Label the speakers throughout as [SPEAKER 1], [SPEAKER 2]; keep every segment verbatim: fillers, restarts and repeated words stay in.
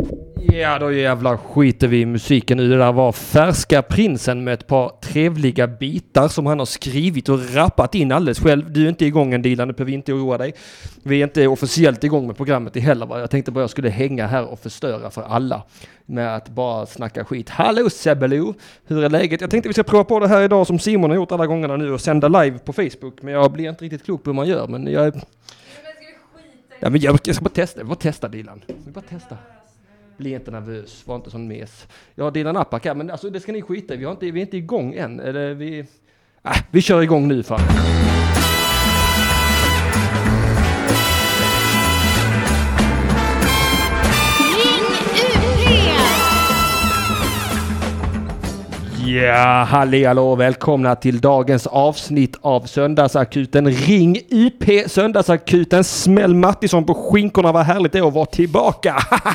[SPEAKER 1] Ja, då jävla skiter vi i musiken nu. Det där var Färska Prinsen med ett par trevliga bitar som han har skrivit och rappat in alldeles själv. Du är inte igång än, Dilan, du behöver inte oroa dig. Vi är inte officiellt igång med programmet i heller, va? Jag tänkte bara jag skulle hänga här och förstöra för alla med att bara snacka skit. Hallå Sebelo, hur är läget? Jag tänkte vi ska prova på det här idag som Simon har gjort alla gångerna nu och sända live på Facebook, men jag blir inte riktigt klok på hur man gör, men jag... Ja, men jag ska bara testa, jag bara testa Dilan. Jag bara testa. Bli inte nervös, var inte sån mes. Jag har Dilan Apak här, men alltså, det ska ni skita i. Vi, har inte, vi är inte igång än. Eller vi... Äh, vi kör igång nu fan. Ja, halli hallå, välkomna till dagens avsnitt av Söndagsakuten. Ring U P, Söndagsakuten, smäll Mattisson på skinkorna, vad härligt det är att vara tillbaka.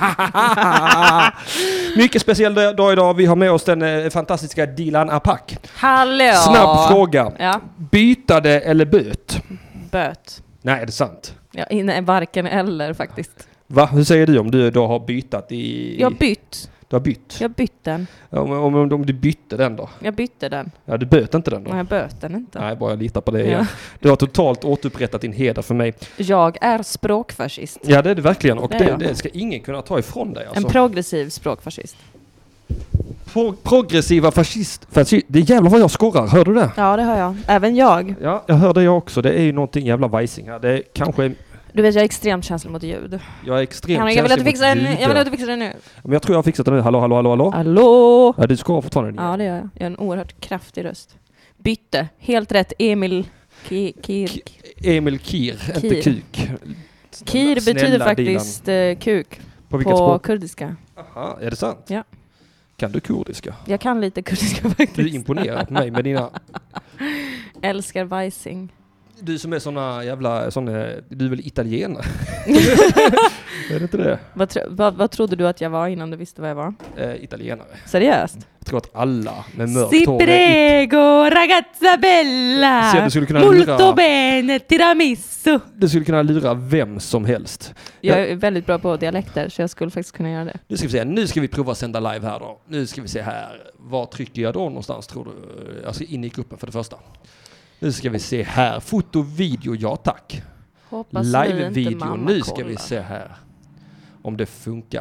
[SPEAKER 1] Mycket speciell dag idag, vi har med oss den eh, fantastiska Dilan Apak.
[SPEAKER 2] Hallå!
[SPEAKER 1] Snabb fråga,
[SPEAKER 2] ja.
[SPEAKER 1] Bytade eller böt?
[SPEAKER 2] Böt.
[SPEAKER 1] Nej, är det sant?
[SPEAKER 2] Ja, nej, varken eller faktiskt.
[SPEAKER 1] Va? Hur säger du om du då har bytat i...
[SPEAKER 2] Jag har bytt.
[SPEAKER 1] Du har bytt?
[SPEAKER 2] Jag bytte den.
[SPEAKER 1] Om, om, om, om du bytte den då?
[SPEAKER 2] Jag bytte den.
[SPEAKER 1] Ja, du böt inte den då?
[SPEAKER 2] Nej, jag böt den inte.
[SPEAKER 1] Nej, bara jag litar på det
[SPEAKER 2] ja.
[SPEAKER 1] igen. Du har totalt återupprättat din heder för mig.
[SPEAKER 2] Jag är språkfascist.
[SPEAKER 1] Ja, det är det verkligen. Och
[SPEAKER 2] det,
[SPEAKER 1] det,
[SPEAKER 2] det
[SPEAKER 1] ska ingen kunna ta ifrån dig. Alltså.
[SPEAKER 2] En progressiv språkfascist.
[SPEAKER 1] Pro- progressiva fascist, fascist. Det är jävlar vad jag skorrar, hör du det?
[SPEAKER 2] Ja, det hör jag. Även jag.
[SPEAKER 1] Ja, jag hör det jag också. Det är ju någonting jävla vajsing här. Det är kanske...
[SPEAKER 2] Du vet, jag är extremt känslig mot ljud.
[SPEAKER 1] Jag är extremt
[SPEAKER 2] jag
[SPEAKER 1] känslig
[SPEAKER 2] vill att du
[SPEAKER 1] mot
[SPEAKER 2] fixar den,
[SPEAKER 1] ljud.
[SPEAKER 2] Jag vill att du fixar det nu.
[SPEAKER 1] Men jag tror jag har fixat det nu. Hallå, hallå, hallå, hallå.
[SPEAKER 2] Hallå!
[SPEAKER 1] Ja, du skor fortfarande.
[SPEAKER 2] Ja, det gör jag. Jag har en oerhört kraftig röst. Bytte. Helt rätt. Emil Ki- Kir.
[SPEAKER 1] K- Emil Kir,
[SPEAKER 2] Kir.
[SPEAKER 1] inte kuk.
[SPEAKER 2] Kir
[SPEAKER 1] Snälla
[SPEAKER 2] betyder
[SPEAKER 1] Dilan.
[SPEAKER 2] faktiskt eh, kuk.
[SPEAKER 1] På vilket
[SPEAKER 2] På
[SPEAKER 1] språk?
[SPEAKER 2] kurdiska.
[SPEAKER 1] Aha, är det sant?
[SPEAKER 2] Ja.
[SPEAKER 1] Kan du kurdiska?
[SPEAKER 2] Jag kan lite kurdiska faktiskt.
[SPEAKER 1] Du imponerar på mig med dina...
[SPEAKER 2] Älskar vajsing.
[SPEAKER 1] Du som är såna jävla... Såna, du är väl italienare? Är det inte det?
[SPEAKER 2] Vad, tro, vad, vad trodde du att jag var innan du visste vad jag var?
[SPEAKER 1] Eh, italienare.
[SPEAKER 2] Seriöst?
[SPEAKER 1] Jag tror att alla med mörkt
[SPEAKER 2] Si
[SPEAKER 1] hår är...
[SPEAKER 2] prego, ragazza bella!
[SPEAKER 1] Se, du skulle kunna
[SPEAKER 2] Molto
[SPEAKER 1] lura...
[SPEAKER 2] bene, tiramisu!
[SPEAKER 1] Du skulle kunna lura vem som helst.
[SPEAKER 2] Jag
[SPEAKER 1] Ja.
[SPEAKER 2] är väldigt bra på dialekter, så jag skulle faktiskt kunna göra det.
[SPEAKER 1] Nu ska vi se, nu ska vi prova att sända live här då. Nu ska vi se här. Var trycker jag då någonstans, tror du? Jag ska in i gruppen för det första. Nu ska vi se här. Foto, video, ja tack.
[SPEAKER 2] Hoppas
[SPEAKER 1] Live-video, nu ska vi se här. Om det funkar.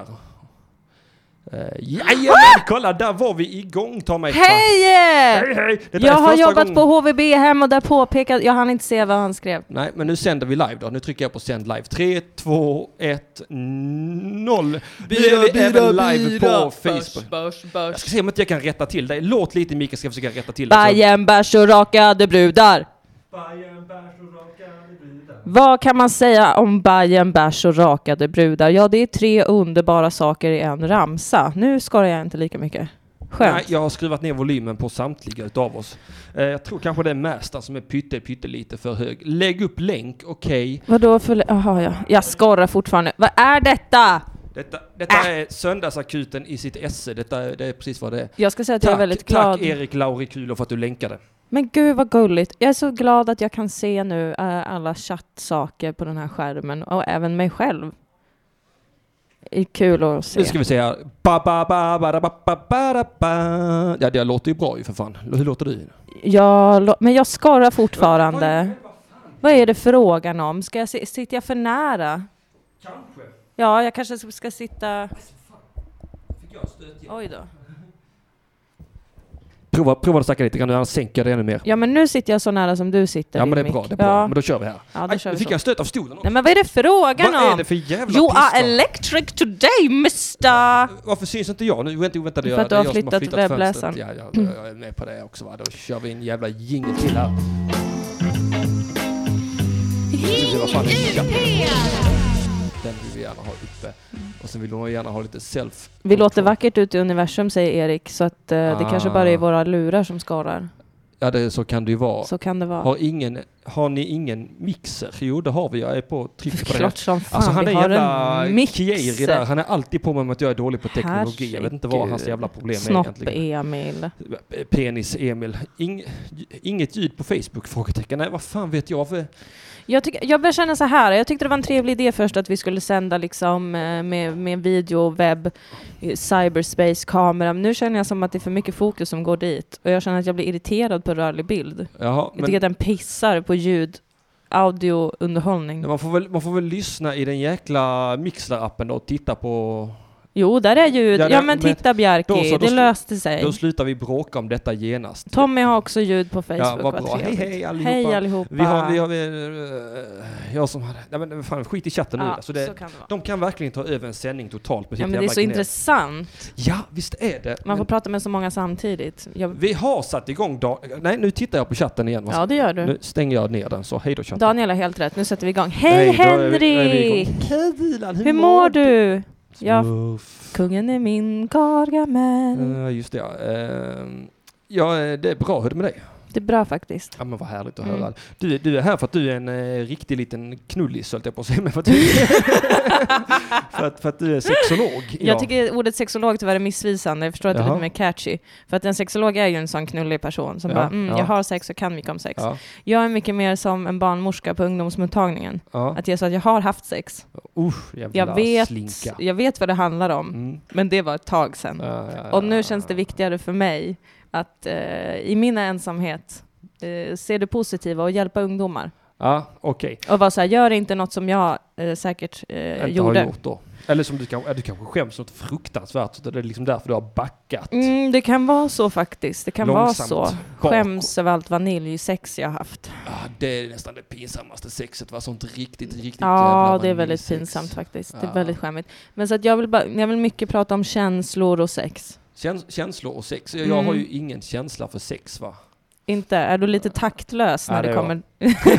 [SPEAKER 1] Uh, jajamän, kolla, där var vi igång, ta mig.
[SPEAKER 2] Hej!
[SPEAKER 1] Hej, hej! Detta
[SPEAKER 2] Jag
[SPEAKER 1] är
[SPEAKER 2] har
[SPEAKER 1] första
[SPEAKER 2] jobbat
[SPEAKER 1] gången...
[SPEAKER 2] på H V B hem och där påpekat, jag hann inte se vad han skrev.
[SPEAKER 1] Nej, men nu sänder vi live då. Nu trycker jag på sänd live. tre, två, ett, noll. Nu är vi även live på Facebook.
[SPEAKER 2] Börs, börs.
[SPEAKER 1] Jag ska se om inte jag kan rätta till dig. Låt lite, Mikael, ska försöka rätta till dig.
[SPEAKER 2] Bajen, bärs och rakade brudar.
[SPEAKER 1] Bajen, bärs och rakade brudar.
[SPEAKER 2] Vad kan man säga om Bajen, bärs och rakade brudar? Ja, det är tre underbara saker i en ramsa. Nu skojar jag inte lika mycket. Skönt.
[SPEAKER 1] Nej, jag har skruvat ner volymen på samtliga utav oss. Eh, jag tror kanske det är Mästaren som är pytte, pytte lite för hög. Lägg upp länk, okej. Okay.
[SPEAKER 2] Vadå för... Jaha, ja. Jag skorrar fortfarande. Vad är detta?
[SPEAKER 1] Detta, detta
[SPEAKER 2] Äh.
[SPEAKER 1] är Söndagsakuten i sitt esse. Detta det är precis vad det är.
[SPEAKER 2] Jag ska säga att
[SPEAKER 1] tack,
[SPEAKER 2] jag är väldigt glad.
[SPEAKER 1] Tack Erik Laurikulo för att du länkade.
[SPEAKER 2] Men gud vad gulligt. Jag är så glad att jag kan se nu äh, alla chattsaker på den här skärmen. Och även mig själv. Det är kul att se.
[SPEAKER 1] Nu ska vi se här. Ba, ba, ba, ba, ba, ba, ba, ba. Ja, det låter ju bra ju för fan. Hur låter du?
[SPEAKER 2] Ja, men jag skorrar fortfarande. Vad är det frågan om? Ska jag se, sitter jag för nära?
[SPEAKER 1] Kanske.
[SPEAKER 2] Ja, jag kanske ska sitta...
[SPEAKER 1] Fick jag stöt igen?
[SPEAKER 2] Oj då.
[SPEAKER 1] Prova, prova att snacka lite grann, annars sänker jag det ännu mer.
[SPEAKER 2] Ja, men nu sitter jag så nära som du sitter.
[SPEAKER 1] Ja, men det är
[SPEAKER 2] mick.
[SPEAKER 1] bra, det är bra.
[SPEAKER 2] Ja.
[SPEAKER 1] Men då kör vi här.
[SPEAKER 2] Ja, då
[SPEAKER 1] Aj,
[SPEAKER 2] kör
[SPEAKER 1] nu
[SPEAKER 2] vi
[SPEAKER 1] fick
[SPEAKER 2] så.
[SPEAKER 1] jag stöt av stolen också.
[SPEAKER 2] Nej, men vad är det frågan
[SPEAKER 1] vad
[SPEAKER 2] om?
[SPEAKER 1] Vad är det för jävla
[SPEAKER 2] You
[SPEAKER 1] piss,
[SPEAKER 2] are electric today, mister!
[SPEAKER 1] Varför syns inte jag nu? Vänta, vänta, det
[SPEAKER 2] För att du
[SPEAKER 1] är
[SPEAKER 2] har
[SPEAKER 1] jag som
[SPEAKER 2] flyttat
[SPEAKER 1] flyttat
[SPEAKER 2] webbläsaren.
[SPEAKER 1] fönstret. Ja, jag, jag är med på det också, va? Då kör vi en jävla jingle till här. Se vad fan är det? Den vill vi gärna ha uppe. Och sen vill vi gärna ha lite self.
[SPEAKER 2] Vi låter vackert ut i universum, säger Erik. Så att uh, det
[SPEAKER 1] Ah.
[SPEAKER 2] kanske bara är våra lurar som skorrar.
[SPEAKER 1] Ja, det, så kan det ju vara.
[SPEAKER 2] Så kan det vara.
[SPEAKER 1] Har ingen har ni ingen mixer? Jo, det har vi. Jag är på tryck på det.
[SPEAKER 2] Klart som fan,
[SPEAKER 1] alltså, han
[SPEAKER 2] vi
[SPEAKER 1] är
[SPEAKER 2] har
[SPEAKER 1] jävla
[SPEAKER 2] en mixer.
[SPEAKER 1] Kieri där. Han är alltid på mig med att jag är dålig på teknologi.
[SPEAKER 2] Herregud.
[SPEAKER 1] Jag vet inte vad hans jävla problem är
[SPEAKER 2] Snopp
[SPEAKER 1] egentligen.
[SPEAKER 2] Emil.
[SPEAKER 1] Penis Emil. Ing, inget ljud på Facebook? Frågetecken. Nej, vad fan vet jag? För...
[SPEAKER 2] Jag, tyck, jag börjar känna så här. Jag tyckte det var en trevlig idé först att vi skulle sända liksom med, med video, webb, cyberspace, kamera. Men nu känner jag som att det är för mycket fokus som går dit. Och jag känner att jag blir irriterad på rörlig bild.
[SPEAKER 1] Jaha,
[SPEAKER 2] jag
[SPEAKER 1] men...
[SPEAKER 2] tycker att den pissar på ljud, audio, underhållning.
[SPEAKER 1] Man får väl, man får väl lyssna i den jäkla Mixler-appen då och titta på...
[SPEAKER 2] Jo, där är ljud. Ja,
[SPEAKER 1] ja,
[SPEAKER 2] ja men titta Bjarki,
[SPEAKER 1] då, så,
[SPEAKER 2] det
[SPEAKER 1] då,
[SPEAKER 2] löste sig.
[SPEAKER 1] Då slutar vi bråka om detta genast.
[SPEAKER 2] Tommy har också ljud på Facebook.
[SPEAKER 1] Ja, vad bra. Hej, hej allihopa.
[SPEAKER 2] Hej allihopa.
[SPEAKER 1] Vi har, vi har, vi, uh, jag som hade, nej men fan, skit i chatten
[SPEAKER 2] ja,
[SPEAKER 1] nu. Alltså det,
[SPEAKER 2] så kan det vara.
[SPEAKER 1] De kan verkligen ta över en sändning totalt. På
[SPEAKER 2] ja, men det är så intressant.
[SPEAKER 1] Ja, visst är det.
[SPEAKER 2] Man får
[SPEAKER 1] men,
[SPEAKER 2] prata med så många samtidigt. Jag...
[SPEAKER 1] Vi har satt igång, da- nej nu tittar jag på chatten igen.
[SPEAKER 2] Ja, det gör du.
[SPEAKER 1] Nu stänger jag ner den, så hej då chatten.
[SPEAKER 2] Daniel har helt rätt, nu sätter vi igång. Hej Henrik!
[SPEAKER 1] Hej Dilan, hur,
[SPEAKER 2] hur mår du? Ja,
[SPEAKER 1] Smurf.
[SPEAKER 2] kungen är min Gargamel.
[SPEAKER 1] Uh, just det, ja. Uh, ja, det är bra. Hur är det med dig?
[SPEAKER 2] Det är bra faktiskt.
[SPEAKER 1] Ja, men vad härligt att
[SPEAKER 2] Mm.
[SPEAKER 1] höra. Du, du är här för att du är en eh, riktig liten knullis, höll jag på att säga. Men för, att du, för, att, för att du är sexolog.
[SPEAKER 2] Jag
[SPEAKER 1] ja.
[SPEAKER 2] tycker ordet sexolog tyvärr är missvisande. Jag förstår att det är
[SPEAKER 1] Jaha.
[SPEAKER 2] lite mer catchy. För att en sexolog är ju en sån knullig person som
[SPEAKER 1] Ja,
[SPEAKER 2] bara, mm,
[SPEAKER 1] ja.
[SPEAKER 2] jag har sex och kan mycket om sex.
[SPEAKER 1] Ja,
[SPEAKER 2] Jag är mycket mer som en barnmorska på ungdomsmottagningen.
[SPEAKER 1] ja.
[SPEAKER 2] Att jag sa att jag har haft sex.
[SPEAKER 1] Usch, jävla
[SPEAKER 2] Jag vet,
[SPEAKER 1] slinka.
[SPEAKER 2] jag vet vad det handlar om.
[SPEAKER 1] Mm.
[SPEAKER 2] Men det var ett tag sedan.
[SPEAKER 1] Ja, ja, ja,
[SPEAKER 2] Och nu
[SPEAKER 1] ja.
[SPEAKER 2] känns det viktigare för mig att eh, i min ensamhet eh, se det positiva och hjälpa ungdomar.
[SPEAKER 1] Ja, okej.
[SPEAKER 2] Och vara så här, gör inte något som jag eh, säkert eh,
[SPEAKER 1] Inte
[SPEAKER 2] gjorde.
[SPEAKER 1] har gjort då. Eller som du, kan, du kanske skäms något fruktansvärt. Så det är liksom därför du har backat.
[SPEAKER 2] Mm, det kan vara så faktiskt. Det kan
[SPEAKER 1] Långsamt
[SPEAKER 2] vara så.
[SPEAKER 1] bak.
[SPEAKER 2] Skäms över allt vaniljsex jag har haft.
[SPEAKER 1] Ja, det är nästan det pinsammaste sexet. Var sånt riktigt, riktigt
[SPEAKER 2] Ja,
[SPEAKER 1] jävla
[SPEAKER 2] det är väldigt
[SPEAKER 1] vaniljsex.
[SPEAKER 2] pinsamt faktiskt. Det
[SPEAKER 1] Ja.
[SPEAKER 2] är väldigt skämmigt. Men så att jag vill, bara, jag vill mycket prata om känslor och sex.
[SPEAKER 1] Käns- känslor och sex. Jag
[SPEAKER 2] Mm.
[SPEAKER 1] har ju ingen känsla för sex, va?
[SPEAKER 2] Inte? Är du lite taktlös när
[SPEAKER 1] Ja,
[SPEAKER 2] det,
[SPEAKER 1] det är
[SPEAKER 2] kommer...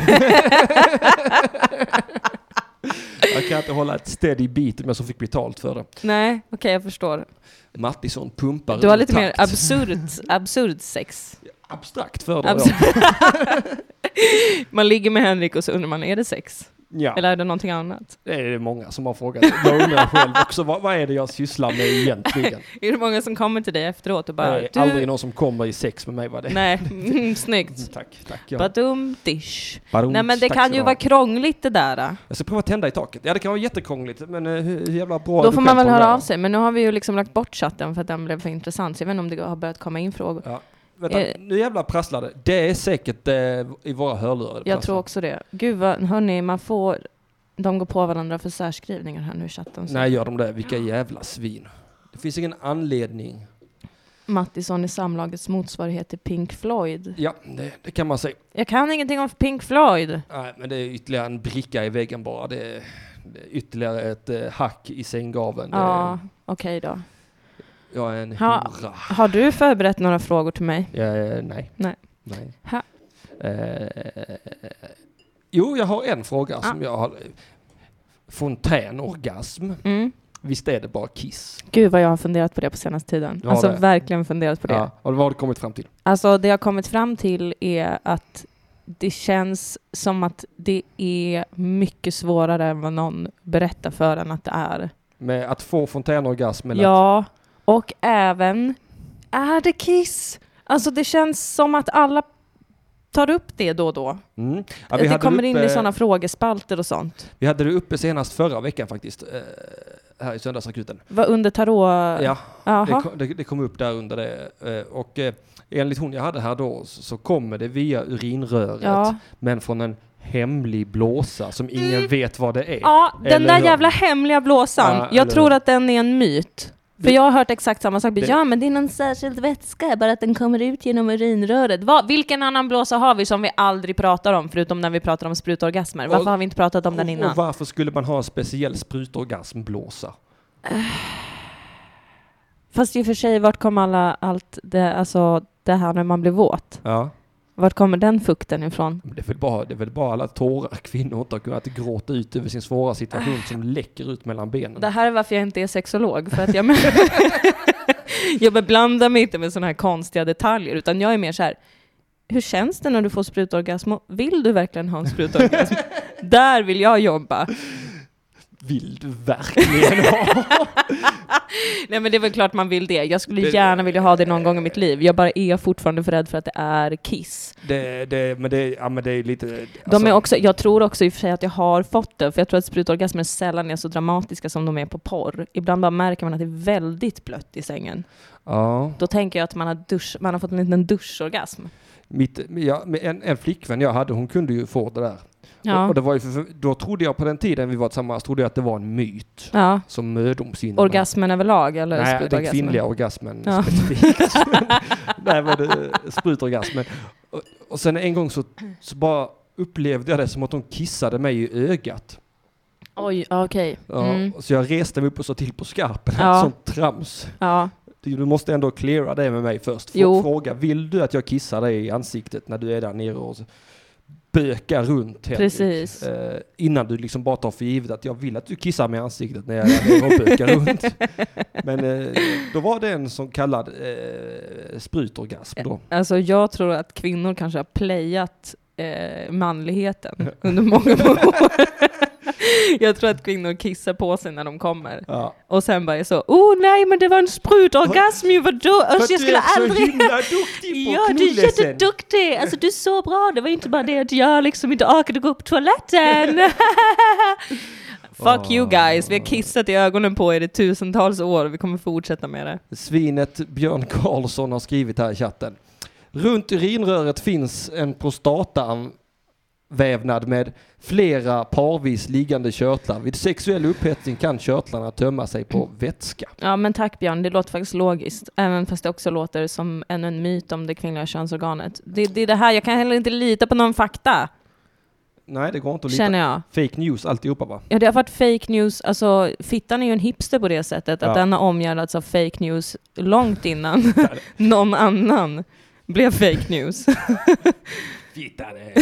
[SPEAKER 1] Jag kan inte hålla ett steady beat om jag så fick betalt för det.
[SPEAKER 2] Nej, okej, okay, jag förstår.
[SPEAKER 1] Mattisson pumpar
[SPEAKER 2] Du har
[SPEAKER 1] ur
[SPEAKER 2] lite mer
[SPEAKER 1] takt.
[SPEAKER 2] absurd, absurd sex.
[SPEAKER 1] Abstrakt för det.
[SPEAKER 2] Abs- man ligger med Henrik och så undrar man, är det sex?
[SPEAKER 1] Ja,
[SPEAKER 2] Eller är det någonting annat?
[SPEAKER 1] det är många som har frågat. Jag undrar själv också, vad, vad är det jag sysslar med egentligen?
[SPEAKER 2] Är det många som kommer till dig efteråt och bara...
[SPEAKER 1] Det är
[SPEAKER 2] du...
[SPEAKER 1] aldrig någon som kommer i sex med mig, var det?
[SPEAKER 2] Nej, mm, snyggt.
[SPEAKER 1] Tack, tack. Ja.
[SPEAKER 2] Badum dish.
[SPEAKER 1] Badum,
[SPEAKER 2] Nej men det
[SPEAKER 1] tack
[SPEAKER 2] kan
[SPEAKER 1] ska
[SPEAKER 2] ju
[SPEAKER 1] du
[SPEAKER 2] vara
[SPEAKER 1] ha.
[SPEAKER 2] krångligt det där.
[SPEAKER 1] Jag ska prova att tända i taket. Ja, det kan vara jättekrångligt, men uh, hur jävla bra
[SPEAKER 2] Då
[SPEAKER 1] är du
[SPEAKER 2] får
[SPEAKER 1] själv
[SPEAKER 2] man väl
[SPEAKER 1] på det
[SPEAKER 2] höra
[SPEAKER 1] där?
[SPEAKER 2] av sig. Men nu har vi ju liksom lagt bort chatten för att den blev för intressant. Så jag vet inte om det har börjat komma in frågor.
[SPEAKER 1] Ja. Vänta,
[SPEAKER 2] Eh.
[SPEAKER 1] nu jävla prasslar det. Det är säkert eh, i våra hörlurar. det
[SPEAKER 2] Jag
[SPEAKER 1] prasslar.
[SPEAKER 2] tror också det. Gud vad, hörni, man får... De går på varandra för särskrivningar här nu i chatten. Så.
[SPEAKER 1] Nej, gör de det? Vilka jävla svin. Det finns ingen anledning.
[SPEAKER 2] Mattisson är samlagets motsvarighet till Pink Floyd.
[SPEAKER 1] Ja, det, det kan man säga.
[SPEAKER 2] Jag kan ingenting om Pink Floyd.
[SPEAKER 1] Nej, men det är ytterligare en bricka i väggen bara. Det är, det är ytterligare ett eh, hack i sänggaveln. Det
[SPEAKER 2] Ja,
[SPEAKER 1] är,
[SPEAKER 2] okej då.
[SPEAKER 1] jag är en
[SPEAKER 2] Ha.
[SPEAKER 1] hurra.
[SPEAKER 2] Har du förberett några frågor till mig?
[SPEAKER 1] Ja, eh, nej.
[SPEAKER 2] Nej.
[SPEAKER 1] nej.
[SPEAKER 2] Ha.
[SPEAKER 1] Eh, jo, jag har en fråga
[SPEAKER 2] Ah.
[SPEAKER 1] som jag har. Fontänorgasm.
[SPEAKER 2] Mm.
[SPEAKER 1] Visst är det bara kiss?
[SPEAKER 2] Gud vad jag har funderat på det på senaste tiden.
[SPEAKER 1] Ja,
[SPEAKER 2] alltså
[SPEAKER 1] det.
[SPEAKER 2] verkligen funderat på det.
[SPEAKER 1] Ja, och vad har du kommit fram till?
[SPEAKER 2] Alltså det jag har kommit fram till är att det känns som att det är mycket svårare än vad någon berättar för en att det är.
[SPEAKER 1] Med att få fontänorgasm? Eller
[SPEAKER 2] Ja, och även är det kiss? Alltså det känns som att alla tar upp det då och då.
[SPEAKER 1] att, mm. ja, vi
[SPEAKER 2] det
[SPEAKER 1] hade
[SPEAKER 2] kommer
[SPEAKER 1] uppe,
[SPEAKER 2] in i sådana frågespalter och sånt.
[SPEAKER 1] Vi hade det uppe senast förra veckan faktiskt. Eh, här i söndagsakuten.
[SPEAKER 2] Vad under tarot?
[SPEAKER 1] Ja,
[SPEAKER 2] Jaha.
[SPEAKER 1] det, kom- det, det kom upp där under det. Eh, och eh, enligt hon jag hade här då så, så kommer det via urinröret.
[SPEAKER 2] Ja.
[SPEAKER 1] Men från en hemlig blåsa som ingen
[SPEAKER 2] Mm.
[SPEAKER 1] vet vad det är.
[SPEAKER 2] Ja, den
[SPEAKER 1] Eller
[SPEAKER 2] där
[SPEAKER 1] hur?
[SPEAKER 2] jävla hemliga blåsan.
[SPEAKER 1] Ja,
[SPEAKER 2] jag
[SPEAKER 1] eller
[SPEAKER 2] tror
[SPEAKER 1] hur?
[SPEAKER 2] att den är en myt. För
[SPEAKER 1] Det-
[SPEAKER 2] jag har hört exakt samma sak.
[SPEAKER 1] Det-
[SPEAKER 2] Ja, men det är någon särskild vätska, bara att den kommer ut genom urinröret. Vad, vilken annan blåsa har vi som vi aldrig pratar om, förutom när vi pratar om sprutorgasmer? Varför
[SPEAKER 1] Och-
[SPEAKER 2] har vi inte pratat om den
[SPEAKER 1] Och,
[SPEAKER 2] innan?
[SPEAKER 1] och varför skulle man ha en speciell sprutorgasmblåsa?
[SPEAKER 2] Fast i och för sig, vart kom alla, allt det, alltså det här när man blir våt?
[SPEAKER 1] Ja.
[SPEAKER 2] Vart kommer den fukten ifrån?
[SPEAKER 1] Men Det är, väl bara, det är väl bara alla tårar kvinnor inte har kunnat gråta ut över sin svåra situation som läcker ut mellan benen.
[SPEAKER 2] Det här är varför jag inte är sexolog. För att jag, jag beblandar mig inte med såna här konstiga detaljer. Utan jag är mer så här. hur känns det när du får sprutorgasm? Vill du verkligen ha en sprutorgasm? Där vill jag jobba.
[SPEAKER 1] Vill du verkligen ha?
[SPEAKER 2] Nej, men det är väl klart man vill det. Jag skulle det, gärna vilja ha det någon gång i mitt liv. Jag bara är fortfarande för rädd för att det är kiss.
[SPEAKER 1] Det, det, men, det, ja, men det är lite... Alltså...
[SPEAKER 2] De är också, jag tror också i och för sig att jag har fått det. För jag tror att sprutorgasmer sällan är så dramatiska som de är på porr. Ibland bara märker man att det är väldigt blött i sängen.
[SPEAKER 1] Ja.
[SPEAKER 2] Då tänker jag att man har, dusch, man har fått en liten duschorgasm.
[SPEAKER 1] Mitt, ja, en, en flickvän jag hade, hon kunde ju få det där.
[SPEAKER 2] Ja.
[SPEAKER 1] Och, och det var ju för, då trodde jag på den tiden vi var tillsammans, trodde jag att det var en myt.
[SPEAKER 2] Ja.
[SPEAKER 1] Som mödomshinnorna.
[SPEAKER 2] Orgasmen överlag? Eller
[SPEAKER 1] Nej, den kvinnliga orgasmen
[SPEAKER 2] ja.
[SPEAKER 1] specifikt. Nej, var det sprutorgasmen. Och, och sen en gång så, så bara upplevde jag det som att hon kissade mig i ögat.
[SPEAKER 2] Oj, okej. Okay. Mm.
[SPEAKER 1] Ja, så jag reste mig upp och så till på skarpen.
[SPEAKER 2] Ja.
[SPEAKER 1] Sånt trams.
[SPEAKER 2] Ja.
[SPEAKER 1] Du måste ändå cleara det med mig först. F- fråga, vill du att jag kissar dig i ansiktet när du är där nere och bökar runt, Henrik?
[SPEAKER 2] Precis.
[SPEAKER 1] Eh, innan du liksom bara tar för givet att jag vill att du kissar mig i ansiktet när jag är där nere och bökar runt. Men eh, då var det en som kallad eh, sprutorgasm då.
[SPEAKER 2] Alltså jag tror att kvinnor kanske har playat eh, manligheten under många år. Jag tror att kvinnor kissar på sig när de kommer. Ja. Och sen bara är så, oh nej, men det var en sprutorgasm ju, vadå? Alltså, jag skulle aldrig...
[SPEAKER 1] Du är så himla duktig på
[SPEAKER 2] ja, du är jätteduktig. Alltså du är så bra. Det var inte bara det att jag liksom inte orkade gå upp på toaletten. Fuck oh. you guys. Vi har kissat i ögonen på er i tusentals år. Vi kommer fortsätta med det.
[SPEAKER 1] Svinet Björn Karlsson har skrivit här i chatten. Runt urinröret finns en prostata vävnad med flera parvis liggande körtlar. Vid sexuell upphetsning kan körtlarna tömma sig på vätska.
[SPEAKER 2] Ja, men tack Björn. Det låter faktiskt logiskt. Även fast det också låter som en, en myt om det kvinnliga könsorganet. Det, det är det här. Jag kan heller inte lita på någon fakta.
[SPEAKER 1] Nej, det går inte att lita.
[SPEAKER 2] Känner jag.
[SPEAKER 1] Fake news alltihopa, va?
[SPEAKER 2] Ja, det har varit fake news. Alltså, fittan är ju en hipster på det sättet. Att ja. Den har omgärdats av fake news långt innan någon annan blev fake news.
[SPEAKER 1] Fittan är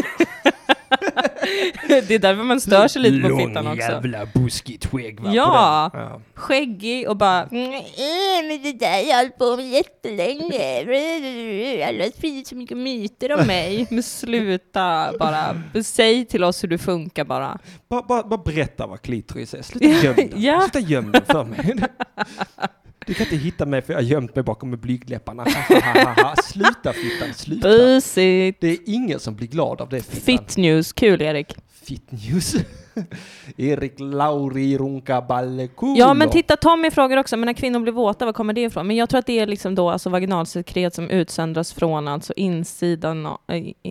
[SPEAKER 2] det är därför man stör sig lite på fittan också.
[SPEAKER 1] Lång jävla buskigt skägg, va?
[SPEAKER 2] Ja,
[SPEAKER 1] ja,
[SPEAKER 2] skäggig och bara mm, men det där jag har hållit på med jättelänge. Alla har spridit så mycket myter om mig. Men sluta bara. Säg till oss hur du funkar bara.
[SPEAKER 1] Bara, bara, bara berätta vad klitoris är. Sluta gömma den.
[SPEAKER 2] Ja.
[SPEAKER 1] Sluta gömma den för mig. Du kan inte hitta mig för jag har gömt mig bakom med blygdläpparna. Sluta fittan, sluta.
[SPEAKER 2] Busigt.
[SPEAKER 1] Det är ingen som blir glad av det, fittan.
[SPEAKER 2] Fit news, kul Erik.
[SPEAKER 1] Fit news. Erik Lauri Runka Ballekulo.
[SPEAKER 2] Ja, men titta, Tommy frågar också, men när kvinnor blir våta, vad kommer det ifrån? Men jag tror att det är liksom då alltså vaginalsekret som utsöndras från alltså insidan av...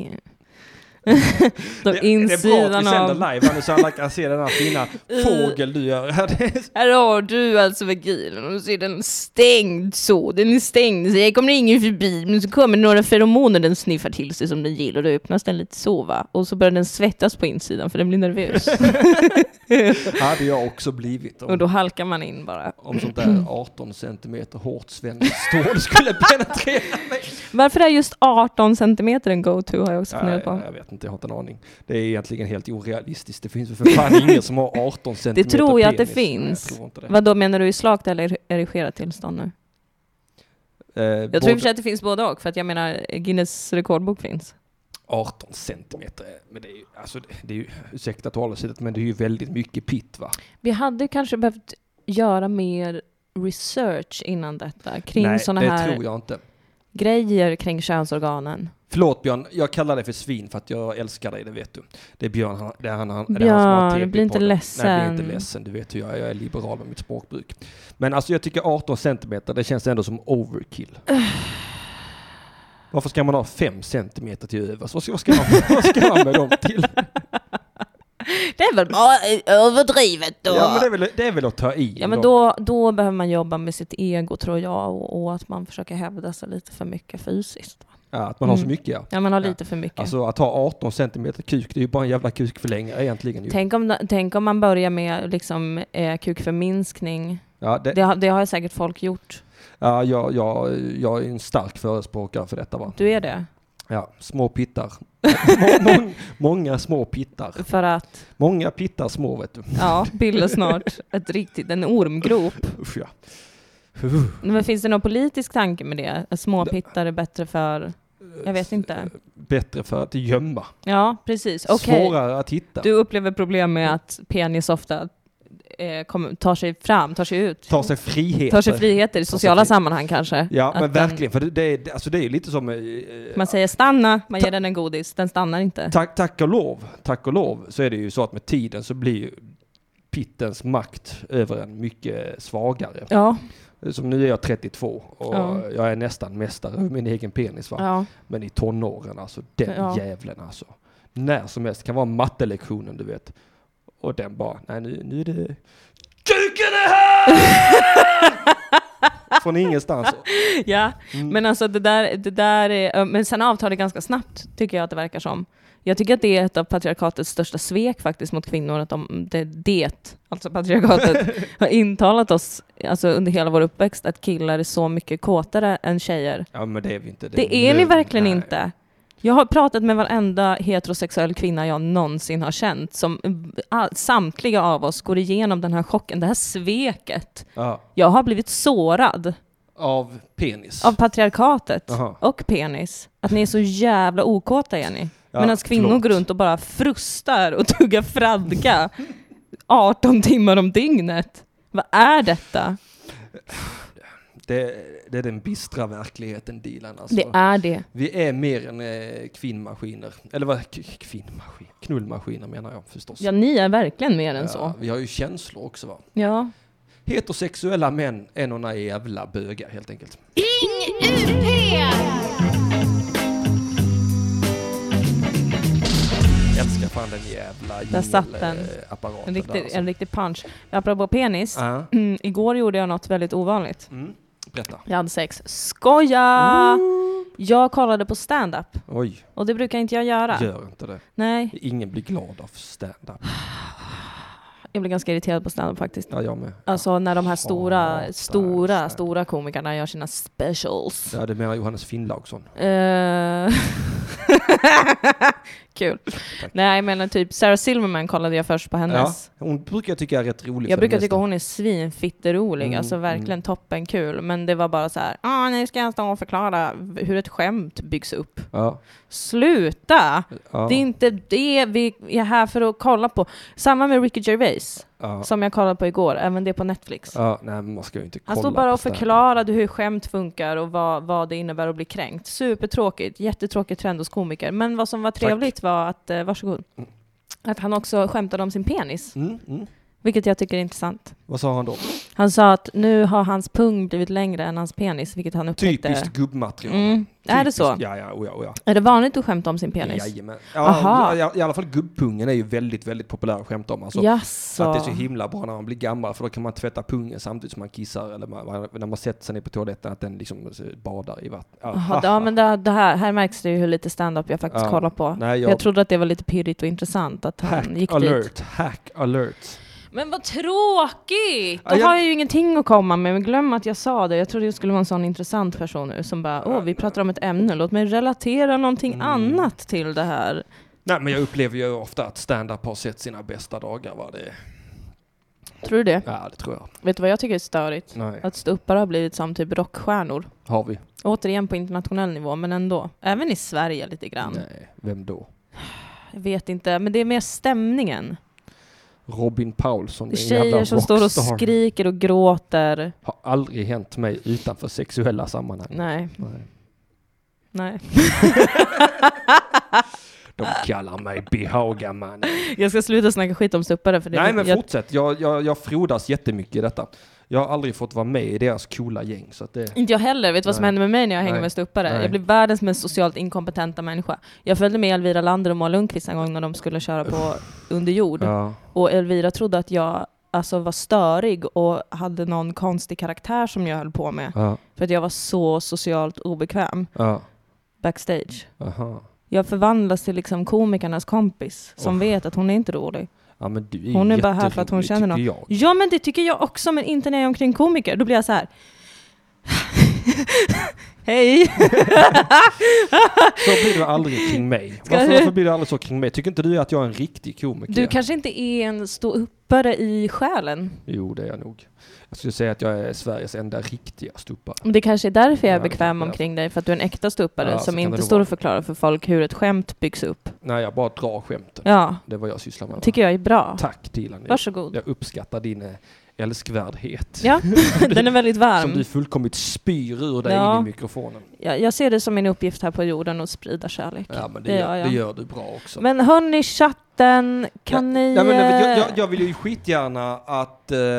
[SPEAKER 2] De
[SPEAKER 1] det,
[SPEAKER 2] insidan
[SPEAKER 1] det är bra att vi sänder live nu så alla kan se den här fina fågel du gör.
[SPEAKER 2] Här har du alltså vagilen och så är den stängd så. Den är stängd så jag kommer ingen förbi men så kommer några feromoner den sniffar till sig som den gillar och då öppnas den lite så va. Och så börjar den svettas på insidan för den blir nervös.
[SPEAKER 1] Hade jag också blivit. Om,
[SPEAKER 2] och då halkar man in bara.
[SPEAKER 1] Om sånt där arton centimeter hårt svenskt stål skulle penetrera mig.
[SPEAKER 2] Varför är just arton centimeter en go-to har jag också funderat på.
[SPEAKER 1] Jag, jag vet inte, jag har inte en aning. Det är egentligen helt orealistiskt. Det finns för fan ingen som har arton centimeter
[SPEAKER 2] Det tror jag
[SPEAKER 1] penis.
[SPEAKER 2] att det finns.
[SPEAKER 1] Nej, det.
[SPEAKER 2] Vad då menar du i slakt eller erigerat tillstånd nu?
[SPEAKER 1] Eh,
[SPEAKER 2] jag
[SPEAKER 1] både...
[SPEAKER 2] tror i och för sig att det finns både och. För att jag menar, Guinness rekordbok finns.
[SPEAKER 1] arton centimeter. Men det är ju, alltså, det är ju ursäkta talet, men det är ju väldigt mycket pitt, va?
[SPEAKER 2] Vi hade kanske behövt göra mer research innan detta. Kring såna här...
[SPEAKER 1] Nej, det tror jag inte.
[SPEAKER 2] Grejer kring könsorganen.
[SPEAKER 1] Förlåt Björn, jag kallar dig för svin för att jag älskar dig, det vet du. Det är Björn, han, det är han,
[SPEAKER 2] Björn,
[SPEAKER 1] det är han som har T P
[SPEAKER 2] bli inte ledsen.
[SPEAKER 1] Nej, bli inte ledsen, du vet hur jag är, jag är liberal med mitt språkbruk. Men alltså jag tycker arton centimeter, det känns ändå som overkill. Varför ska man ha fem centimeter till övers? Vad ska, vad ska, man, vad ska man med dem till?
[SPEAKER 2] Det är väl bara överdrivet då.
[SPEAKER 1] Ja, men det är väl, det är väl att ta i.
[SPEAKER 2] Ja, men då, då behöver man jobba med sitt ego, tror jag. Och, och att man försöker hävda sig lite för mycket fysiskt.
[SPEAKER 1] Ja, att man har så mycket, ja.
[SPEAKER 2] Ja, man har lite ja. för mycket.
[SPEAKER 1] Alltså att ha arton centimeter kuk, det är ju bara en jävla kukförlängare egentligen. Ju.
[SPEAKER 2] Tänk om, tänk om man börjar med liksom, eh, kukförminskning. Ja, det, det, det har säkert folk gjort.
[SPEAKER 1] Ja, jag, jag, jag är en stark förespråkare för detta, va?
[SPEAKER 2] Du är det?
[SPEAKER 1] Ja, små pittar. Mång, många små pittar.
[SPEAKER 2] För att?
[SPEAKER 1] Många pittar små, vet du.
[SPEAKER 2] Ja, bilder snart. Ett riktigt, en ormgrop.
[SPEAKER 1] Usch, ja.
[SPEAKER 2] Men finns det någon politisk tanke med det? Att små pittar är bättre för... Jag vet inte.
[SPEAKER 1] Bättre för att gömma.
[SPEAKER 2] Ja, precis. Okay.
[SPEAKER 1] Svårare att hitta.
[SPEAKER 2] Du upplever problem med att penis ofta eh, kom, tar sig fram, tar sig ut.
[SPEAKER 1] Tar sig friheter.
[SPEAKER 2] Tar sig friheter i sociala fri- sammanhang kanske.
[SPEAKER 1] Ja,
[SPEAKER 2] att
[SPEAKER 1] men verkligen. Den, för det, det, alltså det är ju lite som... Eh,
[SPEAKER 2] man säger stanna, man ta- ger den en godis. Den stannar inte.
[SPEAKER 1] Tack, tack och lov. Tack och lov så är det ju så att med tiden så blir ju pittens makt över en mycket svagare.
[SPEAKER 2] Ja.
[SPEAKER 1] Som nu är jag trettiotvå och
[SPEAKER 2] ja.
[SPEAKER 1] jag är nästan mästare över min egen penis, va?
[SPEAKER 2] Ja.
[SPEAKER 1] Men i tonåren, alltså den ja. jävlen alltså. När som helst, kan vara mattelektionen, du vet. Och den bara, nej nu, nu är det... Kuken är här! Från ingenstans.
[SPEAKER 2] Ja, mm. men alltså det där, det där är... Men sen avtar det ganska snabbt, tycker jag att det verkar som. Jag tycker att det är ett av patriarkatets största svek faktiskt mot kvinnor, att de, det, det, alltså patriarkatet, har intalat oss alltså under hela vår uppväxt att killar är så mycket kåtare än tjejer.
[SPEAKER 1] Ja, men det är vi inte. Det,
[SPEAKER 2] det är, är ni verkligen nej. inte. Jag har pratat med varenda heterosexuell kvinna jag någonsin har känt, som all, samtliga av oss går igenom den här chocken, det här sveket.
[SPEAKER 1] Ja.
[SPEAKER 2] Jag har blivit sårad.
[SPEAKER 1] Av penis?
[SPEAKER 2] Av patriarkatet.
[SPEAKER 1] Aha.
[SPEAKER 2] Och penis. Att ni är så jävla okåta, är ni. Ja, men att kvinnor förlåt. går runt och bara frustar och tuggar fradga arton timmar om dygnet. Vad är detta?
[SPEAKER 1] Det, det är den bistra verkligheten, Dilan. Alltså.
[SPEAKER 2] Det är det.
[SPEAKER 1] Vi är mer än eh, kvinnmaskiner. Eller vad? K- kvinnmaskin. Knullmaskiner menar jag förstås.
[SPEAKER 2] Ja, ni är verkligen mer än
[SPEAKER 1] ja,
[SPEAKER 2] så.
[SPEAKER 1] Vi har ju känslor också, va?
[SPEAKER 2] Ja.
[SPEAKER 1] Heterosexuella män är några jävla bögar, helt enkelt.
[SPEAKER 3] Ring U P!
[SPEAKER 1] Älskar fan den jävla
[SPEAKER 2] där satt den.
[SPEAKER 1] apparaten.
[SPEAKER 2] En riktig,
[SPEAKER 1] där, alltså.
[SPEAKER 2] en riktig punch. Apropå penis.
[SPEAKER 1] Uh-huh.
[SPEAKER 2] Mm, igår gjorde jag något väldigt ovanligt.
[SPEAKER 1] Mm. Berätta.
[SPEAKER 2] Jag hade sex. Skoja! Uh. Jag kollade på stand-up.
[SPEAKER 1] Oj.
[SPEAKER 2] Och det brukar inte jag göra.
[SPEAKER 1] Gör inte det.
[SPEAKER 2] Nej.
[SPEAKER 1] Ingen blir glad av stand-up.
[SPEAKER 2] Jag blir ganska irriterad på stand-up faktiskt.
[SPEAKER 1] Ja, jag med.
[SPEAKER 2] Alltså när de här stora,
[SPEAKER 1] oh,
[SPEAKER 2] stora,
[SPEAKER 1] stand-up.
[SPEAKER 2] stora komikerna gör sina specials.
[SPEAKER 1] Ja, det menar Johannes Finnlaugsson.
[SPEAKER 2] Uh... Kul. Tack. Nej, men typ Sarah Silverman kollade jag först på hennes.
[SPEAKER 1] Ja, hon brukar jag tycka är rätt rolig.
[SPEAKER 2] Jag brukar tycka hon är svinfitterolig. Mm, alltså verkligen mm. toppen kul. Men det var bara så här, ah, nu ska jag stå och förklara hur ett skämt byggs upp.
[SPEAKER 1] Ja.
[SPEAKER 2] Sluta!
[SPEAKER 1] Ja.
[SPEAKER 2] Det är inte det vi är här för att kolla på. Samma med Ricky Gervais. Ja. Som jag kollade på igår, även det på Netflix.
[SPEAKER 1] Ja, nej, man ska ju inte kolla.
[SPEAKER 2] Han stod bara och förklarade hur skämt funkar och vad, vad det innebär att bli kränkt. Supertråkigt, jättetråkigt trend hos komiker. Men vad som var trevligt Tack. var att, eh, varsågod, mm. att han också skämtade om sin penis. Mm, mm. Vilket jag tycker är intressant.
[SPEAKER 1] Vad sa han då?
[SPEAKER 2] Han sa att nu har hans pung blivit längre än hans penis, vilket han upptäckte.
[SPEAKER 1] Typiskt gubbmaterial.
[SPEAKER 2] Mm. Är det så?
[SPEAKER 1] Ja, ja, oja, oja.
[SPEAKER 2] Är det vanligt att skämta om sin penis?
[SPEAKER 1] Jajamän. Ja, ja, i alla fall gubbpungen är ju väldigt, väldigt populär att skämta om. Alltså,
[SPEAKER 2] Jaså.
[SPEAKER 1] att det är så himla bra när man blir gammal, för då kan man tvätta pungen samtidigt som man kissar, eller man, när man sätter sig ner på toaletten, att den liksom badar i vatten. Ja,
[SPEAKER 2] Aha, ja, men det, det här, här märks det ju hur lite stand-up jag faktiskt ja. kollar på. Nej, jag... jag trodde att det var lite pirrigt och intressant att han
[SPEAKER 1] hack
[SPEAKER 2] gick
[SPEAKER 1] alert,
[SPEAKER 2] dit.
[SPEAKER 1] Hack alert.
[SPEAKER 2] Men vad tråkigt! Då
[SPEAKER 1] ja, jag...
[SPEAKER 2] har jag ju ingenting att komma med. Men glöm att jag sa det. Jag trodde jag skulle vara en sån intressant person nu som bara, åh, vi pratar om ett ämne. Låt mig relatera någonting mm. annat till det här.
[SPEAKER 1] Nej, men jag upplever ju ofta att stand-up har sett sina bästa dagar. Va? Det...
[SPEAKER 2] Tror du det?
[SPEAKER 1] Ja, det tror jag.
[SPEAKER 2] Vet du vad jag tycker är störigt?
[SPEAKER 1] Nej.
[SPEAKER 2] Att ståuppare har blivit som typ rockstjärnor.
[SPEAKER 1] Har vi.
[SPEAKER 2] Återigen på internationell nivå, men ändå. Även i Sverige lite grann.
[SPEAKER 1] Nej, vem då?
[SPEAKER 2] Jag vet inte, men det är mer stämningen.
[SPEAKER 1] Robin Paulsson.
[SPEAKER 2] Tjejer som står och skriker och gråter.
[SPEAKER 1] Har aldrig hänt mig utanför sexuella sammanhang.
[SPEAKER 2] Nej.
[SPEAKER 1] Nej.
[SPEAKER 2] Nej.
[SPEAKER 1] De kallar mig behagarman.
[SPEAKER 2] Jag ska sluta snacka skit om ståuppare för det.
[SPEAKER 1] Nej, men
[SPEAKER 2] jag...
[SPEAKER 1] fortsätt. Jag, jag, jag frodas jättemycket i detta. Jag har aldrig fått vara med i deras coola gäng. Så att det...
[SPEAKER 2] Inte jag heller. Vet du vad som händer med mig när jag hänger
[SPEAKER 1] Nej.
[SPEAKER 2] med ståuppare?
[SPEAKER 1] Nej.
[SPEAKER 2] Jag blir världens mest socialt inkompetenta människa. Jag följde med Elvira Lander och Moa Lundqvist en gång när de skulle köra på Under jord.
[SPEAKER 1] Ja.
[SPEAKER 2] Och Elvira trodde att jag alltså var störig och hade någon konstig karaktär som jag höll på med.
[SPEAKER 1] Ja.
[SPEAKER 2] För att jag var så socialt obekväm.
[SPEAKER 1] Ja.
[SPEAKER 2] Backstage.
[SPEAKER 1] Aha.
[SPEAKER 2] Jag förvandlas till liksom komikernas kompis som oh. vet att hon är inte rolig.
[SPEAKER 1] Ja, men du är
[SPEAKER 2] hon är bara här för att hon känner något.
[SPEAKER 1] Jag.
[SPEAKER 2] Ja, men det tycker jag också, men inte när jag är omkring komiker. Då blir jag så här. Hej!
[SPEAKER 1] Så blir du aldrig kring mig. Varför, varför blir du aldrig så kring mig? Tycker inte du att jag är en riktig komiker?
[SPEAKER 2] Du kanske inte är en ståuppare i själen.
[SPEAKER 1] Jo, det är jag nog. Jag skulle säga att jag är Sveriges enda riktiga ståuppare.
[SPEAKER 2] Det kanske är därför jag är
[SPEAKER 1] Ja,
[SPEAKER 2] bekväm
[SPEAKER 1] det
[SPEAKER 2] omkring dig, för att du är en äkta ståuppare
[SPEAKER 1] Ja, så
[SPEAKER 2] som
[SPEAKER 1] kan
[SPEAKER 2] inte
[SPEAKER 1] det
[SPEAKER 2] står
[SPEAKER 1] vara.
[SPEAKER 2] och förklarar för folk hur ett skämt byggs upp.
[SPEAKER 1] Nej, jag bara drar skämten.
[SPEAKER 2] Ja,
[SPEAKER 1] Det är vad jag sysslar med.
[SPEAKER 2] tycker jag är bra.
[SPEAKER 1] Tack Dilan. Jag,
[SPEAKER 2] Varsågod.
[SPEAKER 1] jag uppskattar din eh, älskvärdhet.
[SPEAKER 2] Ja, den är väldigt
[SPEAKER 1] Som
[SPEAKER 2] varm.
[SPEAKER 1] du fullkomligt spyr ur dig
[SPEAKER 2] Ja.
[SPEAKER 1] in i mikrofonen.
[SPEAKER 2] Jag, jag ser det som min uppgift här på jorden att sprida kärlek.
[SPEAKER 1] Ja, men det,
[SPEAKER 2] Det
[SPEAKER 1] gör,
[SPEAKER 2] gör jag.
[SPEAKER 1] det gör du bra också.
[SPEAKER 2] Men hörni, chatten, kan
[SPEAKER 1] ja,
[SPEAKER 2] ni...
[SPEAKER 1] ja, men,
[SPEAKER 2] eh,
[SPEAKER 1] jag, jag, jag vill ju skitgärna att... Eh,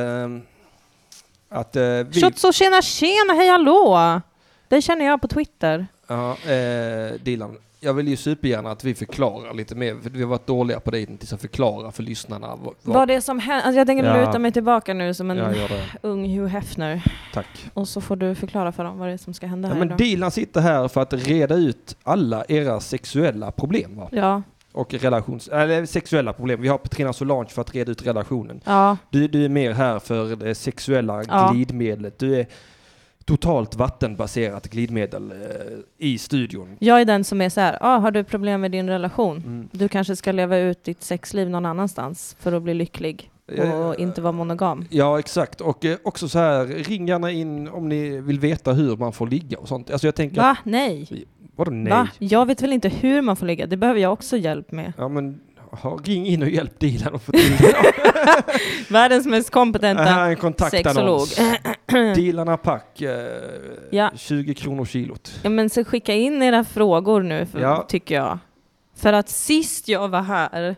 [SPEAKER 1] att eh, vi...
[SPEAKER 2] Shotso, tjena, tjena, hej hallå! Det känner jag på Twitter.
[SPEAKER 1] Ja, eh, Dilan. Jag vill ju supergärna att vi förklarar lite mer, för vi har varit dåliga på det tills att förklara för lyssnarna. Vad,
[SPEAKER 2] Vad det är som händer. Alltså jag tänker
[SPEAKER 1] Ja.
[SPEAKER 2] luta mig tillbaka nu som en
[SPEAKER 1] jag gör det.
[SPEAKER 2] ung Hugh Hefner.
[SPEAKER 1] Tack.
[SPEAKER 2] Och så får du förklara för dem vad det är som ska hända
[SPEAKER 1] Ja,
[SPEAKER 2] här
[SPEAKER 1] men
[SPEAKER 2] idag.
[SPEAKER 1] Dilan sitter här för att reda ut alla era sexuella problem, va?
[SPEAKER 2] Ja,
[SPEAKER 1] Och relations, eller sexuella problem. Vi har Petrina Solange för att reda ut relationen.
[SPEAKER 2] ja.
[SPEAKER 1] Du, du är mer här för det sexuella
[SPEAKER 2] Ja.
[SPEAKER 1] glidmedlet. Du är totalt vattenbaserat glidmedel eh, i studion.
[SPEAKER 2] Jag är den som är så här, ah, har du problem med din relation?
[SPEAKER 1] Mm.
[SPEAKER 2] Du kanske ska leva ut ditt sexliv någon annanstans för att bli lycklig och
[SPEAKER 1] Eh,
[SPEAKER 2] inte vara monogam.
[SPEAKER 1] Ja, exakt. Och eh, också så här, ring gärna in om ni vill veta hur man får ligga och sånt. Alltså jag tänker...
[SPEAKER 2] Va? Nej.
[SPEAKER 1] Vadå nej?
[SPEAKER 2] Va? Jag vet väl inte hur man får ligga. Det behöver jag också hjälp med.
[SPEAKER 1] Ja, men ha, ring in och hjälp Dilan och få till det.
[SPEAKER 2] Världens mest kompetenta
[SPEAKER 1] Här är en kontaktannons.
[SPEAKER 2] sexolog.
[SPEAKER 1] Dilan Apak, eh,
[SPEAKER 2] Ja.
[SPEAKER 1] tjugo kronor kilot.
[SPEAKER 2] Ja, men så skicka in era frågor nu, för,
[SPEAKER 1] Ja.
[SPEAKER 2] tycker jag. För att sist jag var här,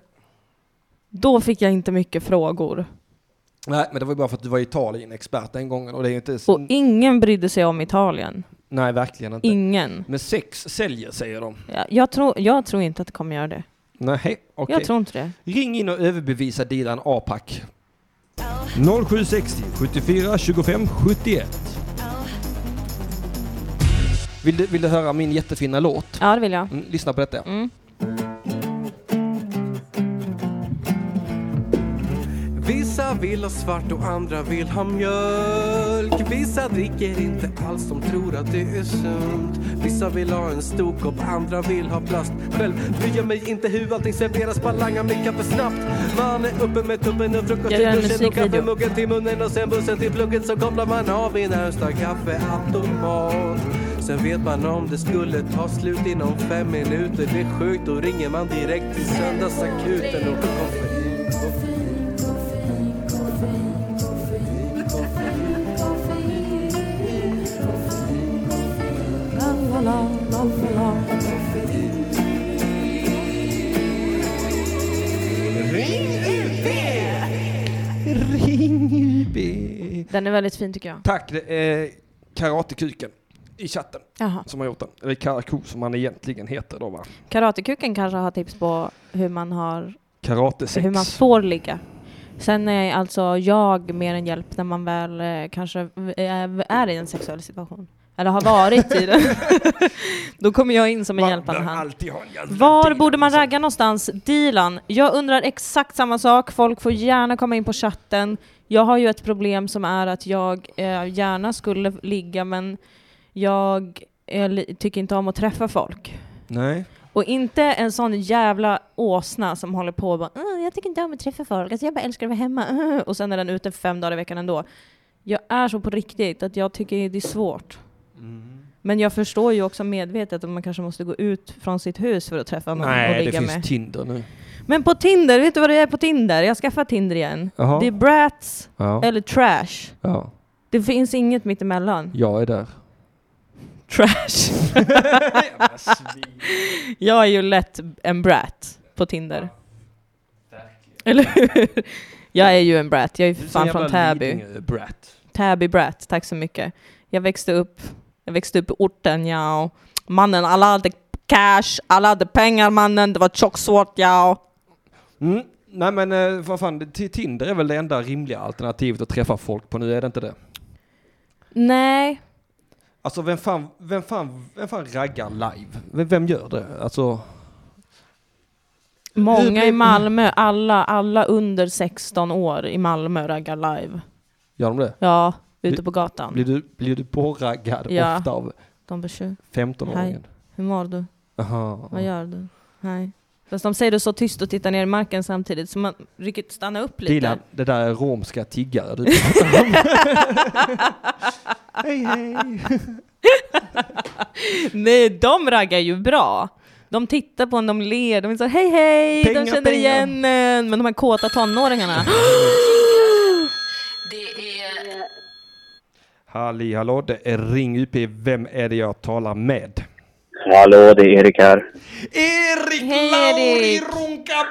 [SPEAKER 2] då fick jag inte mycket frågor.
[SPEAKER 1] Nej, men det var ju bara för att du var Italien-expert den gången. Och det är ju inte...
[SPEAKER 2] Och ingen brydde sig om Italien.
[SPEAKER 1] Nej, verkligen inte.
[SPEAKER 2] Ingen.
[SPEAKER 1] Men sex säljer, säger de.
[SPEAKER 2] Ja, jag, tror, jag tror inte att det kommer göra det.
[SPEAKER 1] Nej, okej.
[SPEAKER 2] Jag tror inte det.
[SPEAKER 1] Ring in och överbevisa Dilan Apak. noll sju sextio sjuttiofyra tjugofem sjuttioett. Vill du, vill du höra min jättefina låt?
[SPEAKER 2] Ja, det vill jag.
[SPEAKER 1] Mm, lyssna på detta.
[SPEAKER 2] Mm.
[SPEAKER 4] Vissa vill ha svart och andra vill ha mjölk. Vissa dricker inte alls, de tror att det är sunt. Vissa vill ha en stor kopp, andra vill ha plast. Själv bryr jag mig inte hur allting serveras, bara langar mig kaffe snabbt. Man är uppe med tuppen och frukost
[SPEAKER 2] Jag
[SPEAKER 4] till
[SPEAKER 2] gör en
[SPEAKER 4] duschen och
[SPEAKER 2] musikvideo.
[SPEAKER 4] kaffemuggen till munnen och sen bussen till plugget, så kopplar man av i närmsta kaffeautomat. Sen vet man om det skulle ta slut inom fem minuter. Det är sjukt, då ringer man direkt till söndagsakuten och koffein.
[SPEAKER 1] Ring U B.
[SPEAKER 2] Den är väldigt fin, tycker jag.
[SPEAKER 1] Tack, det är Karatekuken i chatten
[SPEAKER 2] Jaha.
[SPEAKER 1] som har gjort den. Eller Karako som han egentligen heter då, va?
[SPEAKER 2] Karatekuken kanske har tips på hur man har
[SPEAKER 1] Karatesex.
[SPEAKER 2] hur man får ligga. Sen är alltså jag mer en hjälp när man väl eh, kanske är, är i en sexuell situation. Eller har varit i den. Då kommer jag in som en
[SPEAKER 1] Man
[SPEAKER 2] hjälpande
[SPEAKER 1] bör
[SPEAKER 2] hand.
[SPEAKER 1] alltid ha en jävla
[SPEAKER 2] Var
[SPEAKER 1] Dilan
[SPEAKER 2] borde man
[SPEAKER 1] liksom.
[SPEAKER 2] ragga någonstans? Dilan, jag undrar exakt samma sak. Folk får gärna komma in på chatten. Jag har ju ett problem som är att jag eh, gärna skulle ligga, men jag eh, li- tycker inte om att träffa folk.
[SPEAKER 1] Nej.
[SPEAKER 2] Och inte en sån jävla åsna som håller på och bara, "Åh, jag tycker inte om att träffa folk, alltså jag bara älskar att vara hemma." Uh, och sen är den ute fem dagar i veckan ändå. Jag är så på riktigt att jag tycker det är svårt.
[SPEAKER 1] Mm.
[SPEAKER 2] Men jag förstår ju också medvetet att man kanske måste gå ut från sitt hus för att träffa någon och
[SPEAKER 1] Nej, det
[SPEAKER 2] ligga
[SPEAKER 1] finns
[SPEAKER 2] med.
[SPEAKER 1] Tinder nu.
[SPEAKER 2] Men på Tinder, vet du vad det är på Tinder? Jag skaffar Tinder igen.
[SPEAKER 1] Jaha.
[SPEAKER 2] Det är brats
[SPEAKER 1] Ja.
[SPEAKER 2] eller trash.
[SPEAKER 1] Ja.
[SPEAKER 2] Det finns inget mittemellan.
[SPEAKER 1] Jag är där.
[SPEAKER 2] Trash. Jag är ju lätt en brat på Tinder. Eller hur? Jag är ju en brat. Jag är
[SPEAKER 1] Du är så
[SPEAKER 2] fan
[SPEAKER 1] jävla
[SPEAKER 2] från Täby.
[SPEAKER 1] Lidingö-brat.
[SPEAKER 2] Täby brat, tack så mycket. Jag växte upp, jag växte upp i orten, ja. Mannen, alla hade cash, alla hade pengar, mannen. Det var tjocksvårt, ja.
[SPEAKER 1] Mm. Nej men eh, vad fan, T- Tinder är väl det enda rimliga alternativet att träffa folk på nu, är det inte det?
[SPEAKER 2] Nej.
[SPEAKER 1] Alltså vem fan, vem fan, vem fan raggar live? Vem, vem gör det? Alltså... Hur
[SPEAKER 2] Många
[SPEAKER 1] blir-
[SPEAKER 2] i Malmö, alla, alla under sexton år i Malmö raggar live.
[SPEAKER 1] Gör de det?
[SPEAKER 2] Ja, ute
[SPEAKER 1] Blir-
[SPEAKER 2] på gatan.
[SPEAKER 1] Blir du, blir du påraggad
[SPEAKER 2] Ja.
[SPEAKER 1] ofta av
[SPEAKER 2] De bara, "Tjo,
[SPEAKER 1] femton-åringen?
[SPEAKER 2] hur mår du?
[SPEAKER 1] Aha.
[SPEAKER 2] Vad gör du? Nej. Fast de säger det så tyst och tittar ner i marken samtidigt så man riktigt stannar upp lite.
[SPEAKER 1] Dilan, det där är romska tiggare du Hej hej.
[SPEAKER 2] Nej, de raggar ju bra. De tittar på en, de ler, de är så hej hej,
[SPEAKER 1] Pengar,
[SPEAKER 2] de känner
[SPEAKER 1] pengar.
[SPEAKER 2] igen en. Men de här kåta tonåringarna.
[SPEAKER 3] Det är...
[SPEAKER 1] Halli hallå, det är Ring U P. Vem är det jag talar med?
[SPEAKER 5] Hallå, det är Erik här.
[SPEAKER 1] Erik
[SPEAKER 2] Hej,
[SPEAKER 1] Lauri
[SPEAKER 2] Erik.
[SPEAKER 1] Runka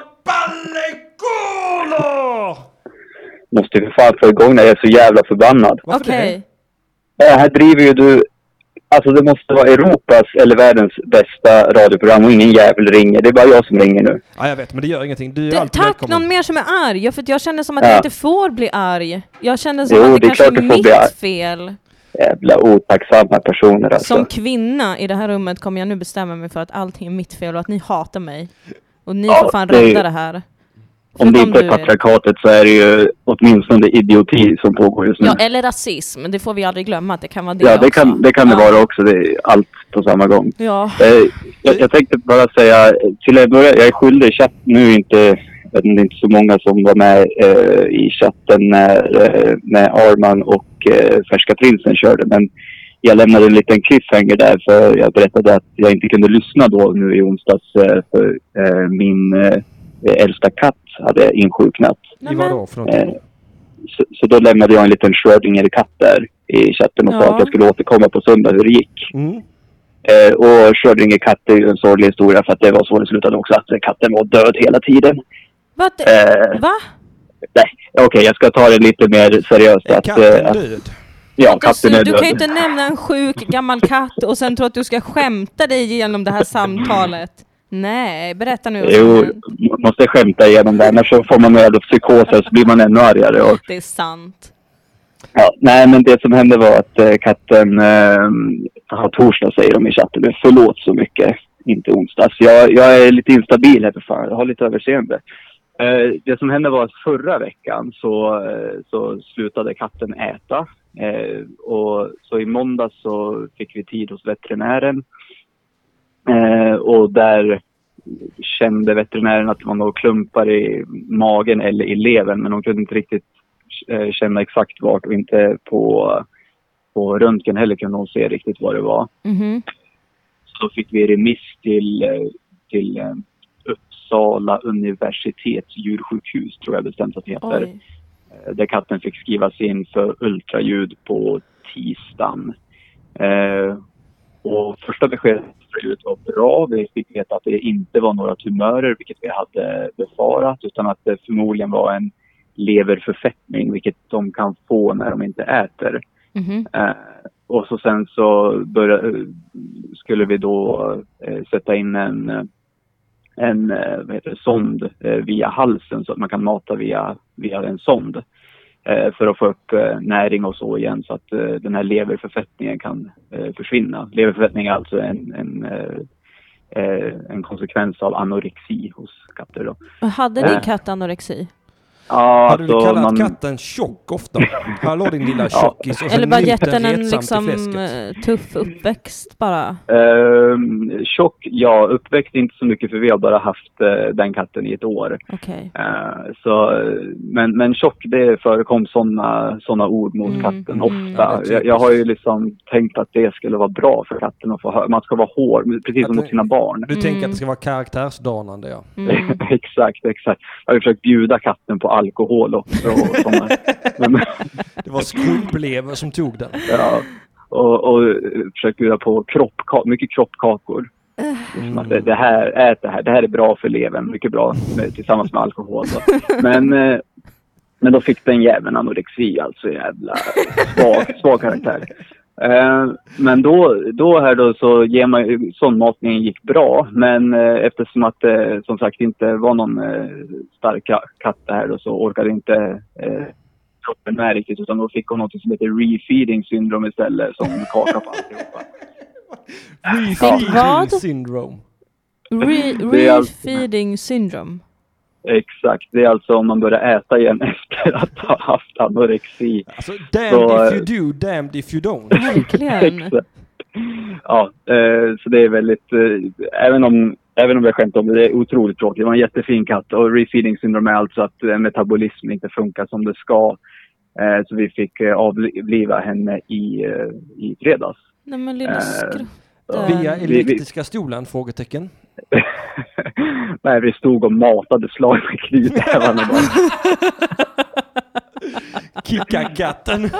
[SPEAKER 1] Ballekolo!
[SPEAKER 5] Måste ju fan få igång när jag är så jävla förbannad.
[SPEAKER 1] Varför
[SPEAKER 2] Okej.
[SPEAKER 1] det?
[SPEAKER 5] Äh, här driver ju du... Alltså det måste vara Europas eller världens bästa radioprogram och ingen jävel ringer. Det är bara jag som ringer nu.
[SPEAKER 1] Ja, jag vet, men det gör ingenting. Du är
[SPEAKER 2] Du,
[SPEAKER 1] alltid
[SPEAKER 2] tack,
[SPEAKER 1] välkommen.
[SPEAKER 2] någon mer som är arg. Ja, för att jag känner som att
[SPEAKER 5] Ja.
[SPEAKER 2] jag inte får bli arg. Jag känner som
[SPEAKER 5] Jo,
[SPEAKER 2] att det,
[SPEAKER 5] det är
[SPEAKER 2] kanske
[SPEAKER 5] klart
[SPEAKER 2] är
[SPEAKER 5] du får
[SPEAKER 2] mitt
[SPEAKER 5] bli arg.
[SPEAKER 2] fel.
[SPEAKER 5] Jävla otacksamma personer alltså.
[SPEAKER 2] Som kvinna i det här rummet kommer jag nu bestämma mig för att allting är mitt fel och att ni hatar mig. Och ni
[SPEAKER 5] Ja,
[SPEAKER 2] får fan
[SPEAKER 5] det är-
[SPEAKER 2] rädda det här.
[SPEAKER 5] Om det
[SPEAKER 2] Förutom
[SPEAKER 5] inte är
[SPEAKER 2] du, Erik.
[SPEAKER 5] patriarkatet så är det ju åtminstone idioti som pågår just nu.
[SPEAKER 2] Ja, eller rasism. Det får vi aldrig glömma att det kan vara det
[SPEAKER 5] Ja, det
[SPEAKER 2] också.
[SPEAKER 5] kan det, kan det
[SPEAKER 2] Ja.
[SPEAKER 5] vara också. Det är allt på samma gång.
[SPEAKER 2] Ja.
[SPEAKER 5] Eh, jag, jag tänkte bara säga, till att börja, jag är skyldig i chatt nu inte, jag vet inte, det är inte så många som var med eh, i chatten när, eh, när Arman och eh, Färska Prinsen körde, men jag lämnade en liten cliffhanger där för jag berättade att jag inte kunde lyssna då nu i onsdags eh, för eh, min eh, äldsta katt hade insjuknat.
[SPEAKER 1] I vad då för någonting?
[SPEAKER 5] Eh, så, så då lämnade jag en liten Schrödinger-katt där i chatten och
[SPEAKER 2] Ja.
[SPEAKER 5] sa att jag skulle återkomma på söndag hur det gick.
[SPEAKER 1] Mm.
[SPEAKER 5] Eh, och Schrödinger-katt är ju en sorglig historia för att det var så det slutade också, att katten var död hela tiden.
[SPEAKER 2] Va?
[SPEAKER 5] Eh,
[SPEAKER 2] Va?
[SPEAKER 5] Nej, okej, okay, jag ska ta det lite mer seriöst.
[SPEAKER 1] Är
[SPEAKER 5] Att,
[SPEAKER 1] katten
[SPEAKER 5] eh,
[SPEAKER 1] död?
[SPEAKER 5] ja,
[SPEAKER 2] Du,
[SPEAKER 5] katten är
[SPEAKER 2] du kan ju
[SPEAKER 5] död.
[SPEAKER 2] inte nämna en sjuk gammal katt och sen tro att du ska skämta dig igenom det här samtalet. Nej, berätta nu. vad som
[SPEAKER 5] Jo,
[SPEAKER 2] hänt.
[SPEAKER 5] man måste skämta igenom det, annars så får man med av psykoser så blir man ännu argare. Och,
[SPEAKER 2] Det är sant.
[SPEAKER 5] ja, nej, men det som hände var att eh, katten eh, har torsdag, säger de i chatten. Men förlåt så mycket, inte onsdags. Jag, jag är lite instabil här för fan, jag har lite överseende. Eh, det som hände var att förra veckan så, eh, så slutade katten äta. Eh, och så i måndag så fick vi tid hos veterinären. Eh, och där kände veterinären att det var några klumpar i magen eller i levern, men de kunde inte riktigt eh, känna exakt vart, och inte på, på röntgen heller kunde de se riktigt vad det var.
[SPEAKER 2] Mhm.
[SPEAKER 5] Så då fick vi remiss till, eh, till eh, Uppsala universitets djursjukhus, tror jag bestämt att det heter.
[SPEAKER 2] Oj.
[SPEAKER 5] Eh, Där katten fick skrivas in för ultraljud på tisdagen. Eh, och första beskedet var bra. Vi fick veta att det inte var några tumörer, vilket vi hade befarat, utan att det förmodligen var en leverförfettning, vilket de kan få när de inte äter.
[SPEAKER 2] Mhm.
[SPEAKER 5] Eh, och så sen så började, skulle vi då eh, sätta in en, en eh, vad heter det, sond eh, via halsen, så att man kan mata via, via en sond eh, för att få upp eh, näring och så igen, så att eh, den här leverförfettningen kan eh, försvinna. Leverförfettning är alltså en, en, eh, eh, en konsekvens av anorexi hos katter då.
[SPEAKER 2] Hade din
[SPEAKER 5] Eh.
[SPEAKER 2] katt anorexi?
[SPEAKER 5] Ja,
[SPEAKER 1] Hade du
[SPEAKER 5] alltså,
[SPEAKER 1] kallat
[SPEAKER 5] man-
[SPEAKER 1] katten tjock ofta? Hallå din lilla
[SPEAKER 5] Ja.
[SPEAKER 1] tjockis. Och så
[SPEAKER 2] Eller bara
[SPEAKER 1] nyter
[SPEAKER 2] gett den en
[SPEAKER 1] retsamt i
[SPEAKER 2] liksom
[SPEAKER 1] fläsket.
[SPEAKER 2] eh, tuff uppväxt bara?
[SPEAKER 5] Ehm, tjock, ja, uppväxt inte så mycket, för vi har bara haft eh, den katten i ett år.
[SPEAKER 2] Okej.
[SPEAKER 5] Eh, så, men, men tjock, det förekom sådana såna ord mot
[SPEAKER 2] Mm,
[SPEAKER 5] katten
[SPEAKER 2] mm.
[SPEAKER 5] ofta.
[SPEAKER 1] Ja, det är
[SPEAKER 5] jag, jag har ju liksom tänkt att det skulle vara bra för katten att få höra. Man ska vara hård, precis som
[SPEAKER 1] Att
[SPEAKER 5] mot
[SPEAKER 1] det-
[SPEAKER 5] sina barn.
[SPEAKER 1] Du tänker
[SPEAKER 2] Mm.
[SPEAKER 1] att det ska vara karaktärsdanande, ja.
[SPEAKER 2] Mm.
[SPEAKER 5] Exakt, exakt. Jag har ju försökt bjuda katten på alkohol och, och sådana. Men,
[SPEAKER 1] Det var skrumplever som tog den.
[SPEAKER 5] ja, och, och försökt bjuda på kroppka- mycket kroppkakor. Liksom att det, det här, ät det här, det här är bra för levern, mycket bra med, tillsammans med alkohol. Så. Men, eh, men då fick den jäveln anorexi, alltså jävla svag, svag karaktär. Eh, men då, då här då så ger man, sondmatningen gick bra, men eh, eftersom att det eh, som sagt inte var någon eh, stark ka- katt här då, så orkade inte eh, kroppen med riktigt, utan då fick hon något som heter refeeding syndrom istället, som kakar på alltihopa.
[SPEAKER 1] Refeeding
[SPEAKER 2] Vad?
[SPEAKER 1] syndrome.
[SPEAKER 2] Re-
[SPEAKER 5] Det är all-
[SPEAKER 2] refeeding syndrome.
[SPEAKER 5] Exakt, det är alltså om man börjar äta igen efter att ha haft anorexi.
[SPEAKER 1] Alltså, damned
[SPEAKER 5] Så,
[SPEAKER 1] if you do, damned if you don't.
[SPEAKER 2] Verkligen.
[SPEAKER 5] Exakt. Ja, eh, så det är väldigt, eh, även om även om jag skämt om det, det är otroligt tråkigt. Det var en jättefin katt och refeeding syndrom är alltså att eh, metabolism inte funkar som det ska. Eh, så vi fick eh, avliva henne i, eh, i fredags.
[SPEAKER 2] Nej men lilla
[SPEAKER 5] Eh,
[SPEAKER 2] skrutt.
[SPEAKER 1] Via elektriska stolen? Frågetecken.
[SPEAKER 5] Nej, vi stod och matade slag med knytävarna bara.
[SPEAKER 1] Kicka katten.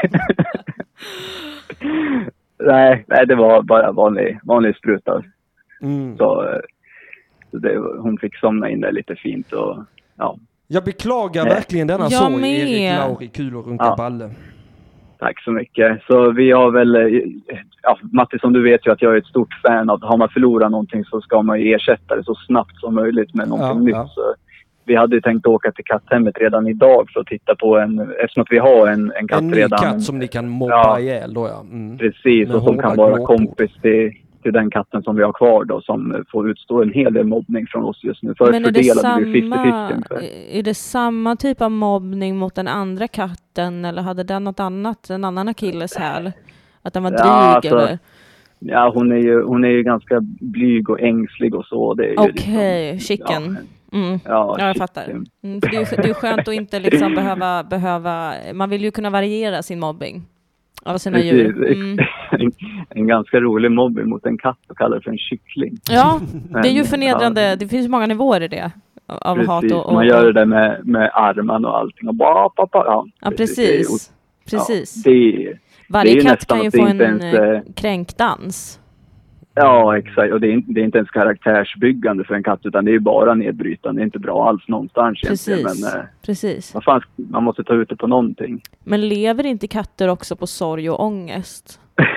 [SPEAKER 5] nej, nej, det var bara vanlig, vanlig spruta.
[SPEAKER 1] Mm.
[SPEAKER 5] Så, eh, så det, hon fick somna in där lite fint och ja.
[SPEAKER 1] Jag beklagar
[SPEAKER 5] Nej.
[SPEAKER 1] verkligen denna
[SPEAKER 2] Jag
[SPEAKER 1] sorg,
[SPEAKER 2] med.
[SPEAKER 1] Erik Lauri, kul och runka
[SPEAKER 5] Ja.
[SPEAKER 1] balle.
[SPEAKER 5] Tack så mycket. Så vi har väl, eh, ja, Matti, som du vet ju att jag är ett stort fan av, har man förlorat någonting så ska man ju ersätta det så snabbt som möjligt med någonting
[SPEAKER 1] Ja,
[SPEAKER 5] nytt.
[SPEAKER 1] ja.
[SPEAKER 5] Så vi hade ju tänkt åka till katthemmet redan idag för att titta på en, eftersom att vi har en, en katt
[SPEAKER 1] En ny
[SPEAKER 5] redan.
[SPEAKER 1] katt som ni kan mobba
[SPEAKER 5] Ja.
[SPEAKER 1] ihjäl då, ja. Mm.
[SPEAKER 5] Precis,
[SPEAKER 1] Med
[SPEAKER 5] och som
[SPEAKER 1] hårda
[SPEAKER 5] kan vara
[SPEAKER 1] glåpor.
[SPEAKER 5] kompis till, till den katten som vi har kvar då, som får utstå en hel del mobbning från oss just nu. Först
[SPEAKER 2] Men är det,
[SPEAKER 5] fördelade vi
[SPEAKER 2] samma,
[SPEAKER 5] femtio ungefär.
[SPEAKER 2] är det samma typ av mobbning mot den andra katten eller hade den något annat, en annan akilleshäl? Att den var dryg
[SPEAKER 5] Ja, alltså,
[SPEAKER 2] eller?
[SPEAKER 5] Ja, hon är ju, hon är ju ganska blyg och ängslig och så. Det är ju
[SPEAKER 2] Okej,
[SPEAKER 5] liksom,
[SPEAKER 2] chicken.
[SPEAKER 5] ja,
[SPEAKER 2] Mm.
[SPEAKER 5] ja,
[SPEAKER 2] Ja, jag
[SPEAKER 5] chicken.
[SPEAKER 2] fattar. Mm, för det, är, ju- det är ju skönt att inte liksom behöva, behöva... Man vill ju kunna variera sin mobbing av sina
[SPEAKER 5] Precis.
[SPEAKER 2] djur. Mm.
[SPEAKER 5] en, en ganska rolig mobbing mot en katt och kallar det för en kyckling.
[SPEAKER 2] Ja, det är ju
[SPEAKER 5] Men,
[SPEAKER 2] förnedrande.
[SPEAKER 5] ja.
[SPEAKER 2] Det finns många nivåer i det. Av
[SPEAKER 5] Precis,
[SPEAKER 2] hat och... och
[SPEAKER 5] man gör det där med, med armarna och allting. Och bara, pa, pa, ja,
[SPEAKER 2] Ja,
[SPEAKER 5] Det är,
[SPEAKER 2] precis. Precis.
[SPEAKER 5] ja, det är, det
[SPEAKER 2] Varje
[SPEAKER 5] är ju
[SPEAKER 2] katt
[SPEAKER 5] nästan
[SPEAKER 2] kan ju
[SPEAKER 5] att det
[SPEAKER 2] få
[SPEAKER 5] inte
[SPEAKER 2] en
[SPEAKER 5] ens,
[SPEAKER 2] eh,
[SPEAKER 5] eh,
[SPEAKER 2] kränkdans.
[SPEAKER 5] ja, exakt. Och det är, inte- det är inte ens karaktärsbyggande för en katt, utan det är ju bara nedbrytande. Det är inte bra alls någonstans egentligen.
[SPEAKER 2] Precis.
[SPEAKER 5] Men eh,
[SPEAKER 2] Precis.
[SPEAKER 5] vad fan, man måste ta ut det på någonting.
[SPEAKER 2] Men lever inte katter också på sorg och ångest?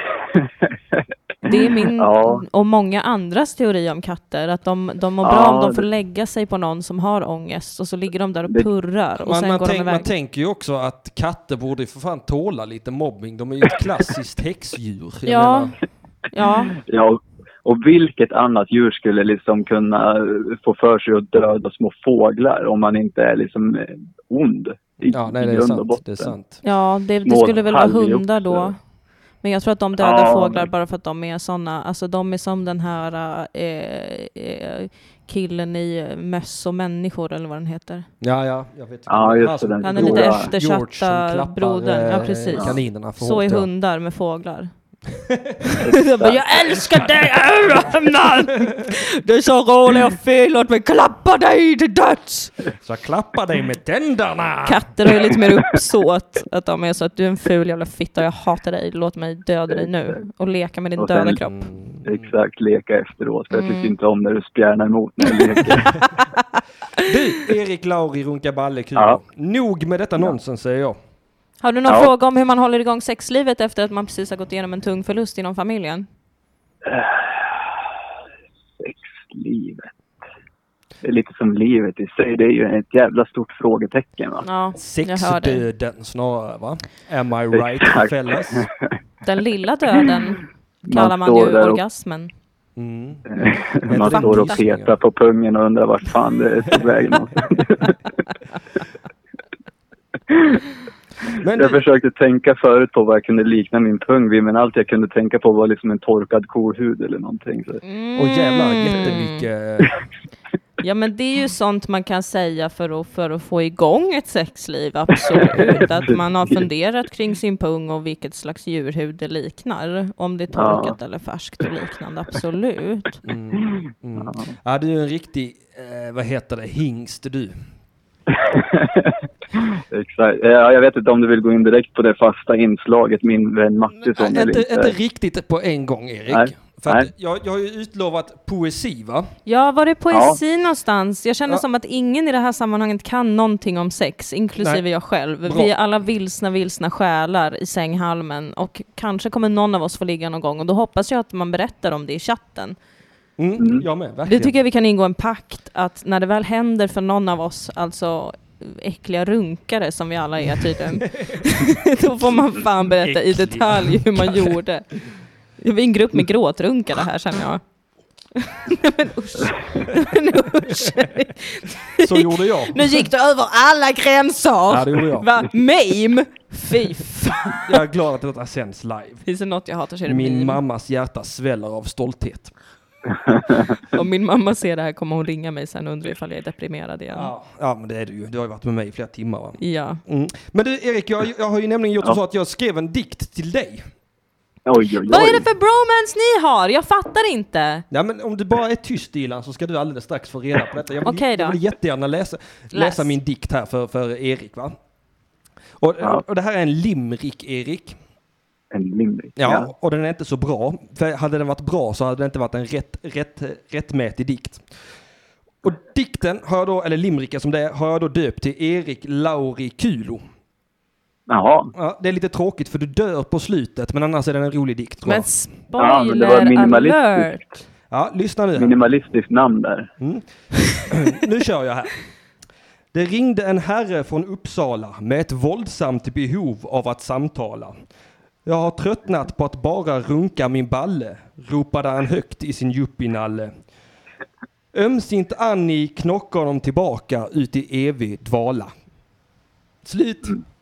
[SPEAKER 2] Det är min
[SPEAKER 5] Ja.
[SPEAKER 2] och många andras teori om katter. Att de, de mår bra
[SPEAKER 5] Ja,
[SPEAKER 2] om de får
[SPEAKER 5] det-
[SPEAKER 2] lägga sig på någon som har ångest. Och så ligger de där och
[SPEAKER 5] Det-
[SPEAKER 2] purrar. Och
[SPEAKER 1] Man,
[SPEAKER 2] sen
[SPEAKER 1] man,
[SPEAKER 2] går de
[SPEAKER 1] tänk, man
[SPEAKER 2] iväg.
[SPEAKER 1] tänker ju också att katter borde ju för fan tåla lite mobbing. De är ju ett klassiskt häxdjur. Jag
[SPEAKER 2] Ja.
[SPEAKER 1] menar,
[SPEAKER 2] Ja,
[SPEAKER 5] Ja, och vilket annat djur skulle liksom kunna få för sig att döda små fåglar om man inte är liksom eh, ond i,
[SPEAKER 1] ja, nej,
[SPEAKER 5] i
[SPEAKER 1] det är
[SPEAKER 5] grund och
[SPEAKER 1] sant.
[SPEAKER 5] botten?
[SPEAKER 1] Det är sant.
[SPEAKER 2] ja det, det
[SPEAKER 5] Små
[SPEAKER 2] skulle väl vara
[SPEAKER 5] halvjox,
[SPEAKER 2] hundar då.
[SPEAKER 5] eller?
[SPEAKER 2] Men jag tror att de dödar
[SPEAKER 5] Ja,
[SPEAKER 2] fåglar
[SPEAKER 5] men-
[SPEAKER 2] bara för att de är såna. Alltså de är som den här eh, eh, killen i Möss och människor eller vad den heter.
[SPEAKER 1] Ja, ja, jag vet.
[SPEAKER 5] Ja, just
[SPEAKER 1] Han som-
[SPEAKER 5] det, den
[SPEAKER 2] Han är
[SPEAKER 5] stora
[SPEAKER 2] lite
[SPEAKER 5] George
[SPEAKER 2] eftersatta
[SPEAKER 1] George som klappar,
[SPEAKER 2] brodern. Ja,
[SPEAKER 1] eh,
[SPEAKER 2] precis.
[SPEAKER 1] kaninerna för
[SPEAKER 2] Så
[SPEAKER 1] hårt,
[SPEAKER 2] är
[SPEAKER 1] ja.
[SPEAKER 2] hundar med fåglar. Jag, bara, jag älskar dig, Öronen! Du är så rolig och fin, låt mig klappa dig till döds!
[SPEAKER 1] Så jag klappar dig med tänderna!
[SPEAKER 2] Katter har ju lite mer uppsåt. Att de är så att du är en ful jävla fitta, jag hatar dig, låt mig döda dig nu. Och leka med din
[SPEAKER 5] Och sen-
[SPEAKER 2] döda kropp.
[SPEAKER 1] Mm.
[SPEAKER 5] Exakt, leka efteråt. För jag
[SPEAKER 2] Mm.
[SPEAKER 5] tycker inte om när du spjärnar emot när jag leker.
[SPEAKER 1] Du, Erik Lauri, runka balle, kul.
[SPEAKER 5] Ja.
[SPEAKER 1] Nog med detta nonsens, säger jag.
[SPEAKER 2] Har du någon
[SPEAKER 5] Ja.
[SPEAKER 2] fråga om hur man håller igång sexlivet efter att man precis har gått igenom en tung förlust inom familjen?
[SPEAKER 5] Sexlivet. Det är lite som livet i sig. Det är ju ett jävla stort frågetecken, va?
[SPEAKER 2] Ja, jag hör det.
[SPEAKER 1] Sexdöden snarare, va? Am I right,
[SPEAKER 5] Exakt.
[SPEAKER 1] fellas?
[SPEAKER 2] Den lilla döden kallar man
[SPEAKER 5] står
[SPEAKER 2] ju
[SPEAKER 5] där och-
[SPEAKER 2] orgasmen.
[SPEAKER 1] Mm.
[SPEAKER 5] Man
[SPEAKER 1] det
[SPEAKER 5] står och
[SPEAKER 1] lysningar?
[SPEAKER 5] petar på pungen och undrar vart fan det tog vägen någonstans.
[SPEAKER 1] Men
[SPEAKER 5] Jag
[SPEAKER 1] du,
[SPEAKER 5] försökte tänka förut på vad jag kunde likna min pung vid, men allt jag kunde tänka på var liksom en torkad kohud eller någonting. Så.
[SPEAKER 1] och jävlar, jättemycket...
[SPEAKER 2] Ja, men det är ju sånt man kan säga för att, för att få igång ett sexliv, absolut. Att man har funderat kring sin pung och vilket slags djurhud det liknar. Om det är torkat eller färskt och liknande, absolut.
[SPEAKER 1] Mm. Mm. Ja, du är en riktig, eh, vad heter det, hingst du.
[SPEAKER 5] Exakt. Ja, jag vet inte om du vill gå in direkt på det fasta inslaget, min vän Mattisson.
[SPEAKER 1] Nej,
[SPEAKER 5] eller
[SPEAKER 1] inte, inte riktigt på en gång, Erik.
[SPEAKER 5] Nej.
[SPEAKER 1] För att
[SPEAKER 5] Nej.
[SPEAKER 1] jag, jag har ju utlovat poesi, va?
[SPEAKER 2] Ja, var är poesi någonstans? Jag känner
[SPEAKER 1] Ja.
[SPEAKER 2] som att ingen i det här sammanhanget kan någonting om sex, inklusive
[SPEAKER 1] Nej.
[SPEAKER 2] jag själv.
[SPEAKER 1] Bra.
[SPEAKER 2] Vi är alla vilsna, vilsna själar i sänghalmen och kanske kommer någon av oss få ligga någon gång och då hoppas jag att man berättar om det i chatten.
[SPEAKER 1] Mm,
[SPEAKER 5] Mm.
[SPEAKER 1] Jag med, verkligen.
[SPEAKER 2] Det tycker jag vi kan ingå en pakt att när det väl händer för någon av oss, alltså äckliga runkare som vi alla är tydligen, då får man fan berätta i
[SPEAKER 1] Äckliga
[SPEAKER 2] detalj hur man
[SPEAKER 1] runkare.
[SPEAKER 2] gjorde. Vi är en grupp med gråtrunkare här, känner jag. Nej, men usch. Men usch.
[SPEAKER 1] Så gjorde jag.
[SPEAKER 2] Nu gick du över alla gränser.
[SPEAKER 1] Ja, det gjorde jag.
[SPEAKER 2] Va? Meme? Fy fan.
[SPEAKER 1] Jag är glad att detta sänds live.
[SPEAKER 2] Finns det något jag hatar så är det
[SPEAKER 1] Min
[SPEAKER 2] meme.
[SPEAKER 1] mammas hjärta sväller av stolthet.
[SPEAKER 2] Om min mamma ser det här kommer hon ringa mig sen och undra ifall jag är deprimerad igen.
[SPEAKER 1] Ja, ja, men det är du ju. Du har ju varit med mig i flera timmar, va?
[SPEAKER 2] Ja.
[SPEAKER 1] Mm. Men du, Erik, jag, jag har ju nämligen gjort
[SPEAKER 5] Ja.
[SPEAKER 1] så att jag skrev en dikt till dig.
[SPEAKER 5] Oj, oj, oj.
[SPEAKER 2] Vad är det för bromance ni har? Jag fattar inte.
[SPEAKER 1] Ja, men om du bara är tyst, Dilan, så ska du alldeles strax få reda på detta. Jag vill,
[SPEAKER 2] Okej då.
[SPEAKER 1] jag vill jättegärna läsa, läsa
[SPEAKER 2] Läs.
[SPEAKER 1] min dikt här för, för Erik, va? Och,
[SPEAKER 5] Ja.
[SPEAKER 1] och det här är en limrik, Erik.
[SPEAKER 5] En limrik.
[SPEAKER 1] Ja,
[SPEAKER 5] Ja.
[SPEAKER 1] och den är inte så bra. För hade den varit bra så hade det inte varit en rätt, rätt, rättmätig dikt. Och dikten, har jag då, eller limriken som det är, har jag då döpt till Erik Lauri Kulo.
[SPEAKER 5] Jaha.
[SPEAKER 1] Ja, det är lite tråkigt för du dör på slutet, men annars är den en rolig dikt, tror
[SPEAKER 2] Men
[SPEAKER 1] jag.
[SPEAKER 5] Ja, men det var
[SPEAKER 2] spoiler
[SPEAKER 5] minimalistiskt.
[SPEAKER 2] alert.
[SPEAKER 1] Ja, lyssna nu här.
[SPEAKER 5] Minimalistiskt namn där.
[SPEAKER 1] Mm. Nu kör jag här. Det ringde en herre från Uppsala med ett våldsamt behov av att samtala. Jag har tröttnat på att bara runka min balle, ropade han högt i sin yuppienalle. Ömsint Annie knockar honom tillbaka ut i evig dvala. Slut.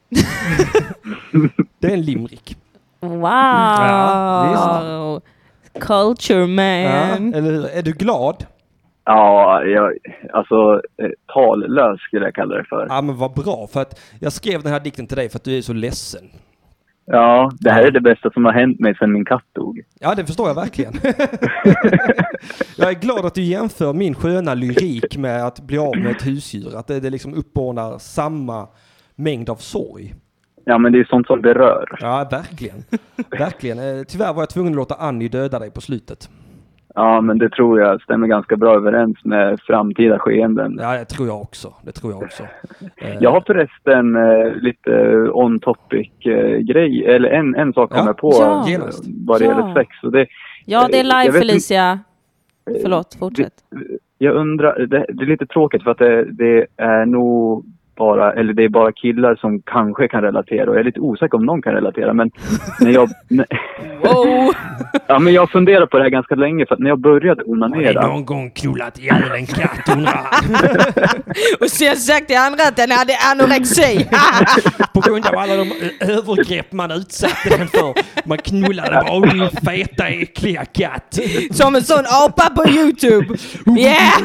[SPEAKER 1] Det är en limrik.
[SPEAKER 2] Wow.
[SPEAKER 1] Ja,
[SPEAKER 2] Culture
[SPEAKER 1] Ja,
[SPEAKER 2] man.
[SPEAKER 1] eller hur? Är du glad?
[SPEAKER 5] Ja, jag, alltså eh, tallös skulle jag kalla det för.
[SPEAKER 1] Ja, men vad bra. För att jag skrev den här dikten till dig för att du är så ledsen.
[SPEAKER 5] Ja, det här är det bästa som har hänt mig sedan min katt dog.
[SPEAKER 1] Ja, det förstår jag verkligen. Jag är glad att du jämför min sköna lyrik med att bli av med ett husdjur. Att det, det liksom uppordnar samma mängd av sorg.
[SPEAKER 5] Ja, men det är sånt som berör.
[SPEAKER 1] Ja, verkligen. Verkligen. Eh, Tyvärr var jag tvungen att låta Annie döda dig på slutet.
[SPEAKER 5] Ja, men det tror jag stämmer ganska bra överens med framtida skeenden.
[SPEAKER 1] Ja, det tror jag också. Det tror jag också. Eh,
[SPEAKER 5] Jag har förresten eh, lite on topic eh, grej, eller en, en sak
[SPEAKER 1] Ja.
[SPEAKER 5] kommer jag på
[SPEAKER 2] Ja.
[SPEAKER 5] eh,
[SPEAKER 1] Genast.
[SPEAKER 5] vad det
[SPEAKER 2] Ja.
[SPEAKER 5] gäller sex. Och det,
[SPEAKER 2] Ja, det är
[SPEAKER 5] jag
[SPEAKER 2] live
[SPEAKER 5] vet inte-
[SPEAKER 2] Felicia. Förlåt, fortsätt.
[SPEAKER 5] jag undrar, det, det är lite tråkigt för att det, det är nog bara, eller det är bara killar som kanske kan relatera, och jag är lite osäker om någon kan relatera, men när jag när,
[SPEAKER 2] Wow.
[SPEAKER 5] ja, men jag funderar på det här ganska länge, för att när jag började onanera.
[SPEAKER 1] någon gång knullat ihjäl en katt, undrar han.
[SPEAKER 2] Och så jag sagt till andra att den hade anorexi.
[SPEAKER 1] På grund av alla de ö- övergrepp man utsatte den för. Man knullade bara din feta, äckliga katt.
[SPEAKER 2] Som en sån apa på YouTube. Yeah!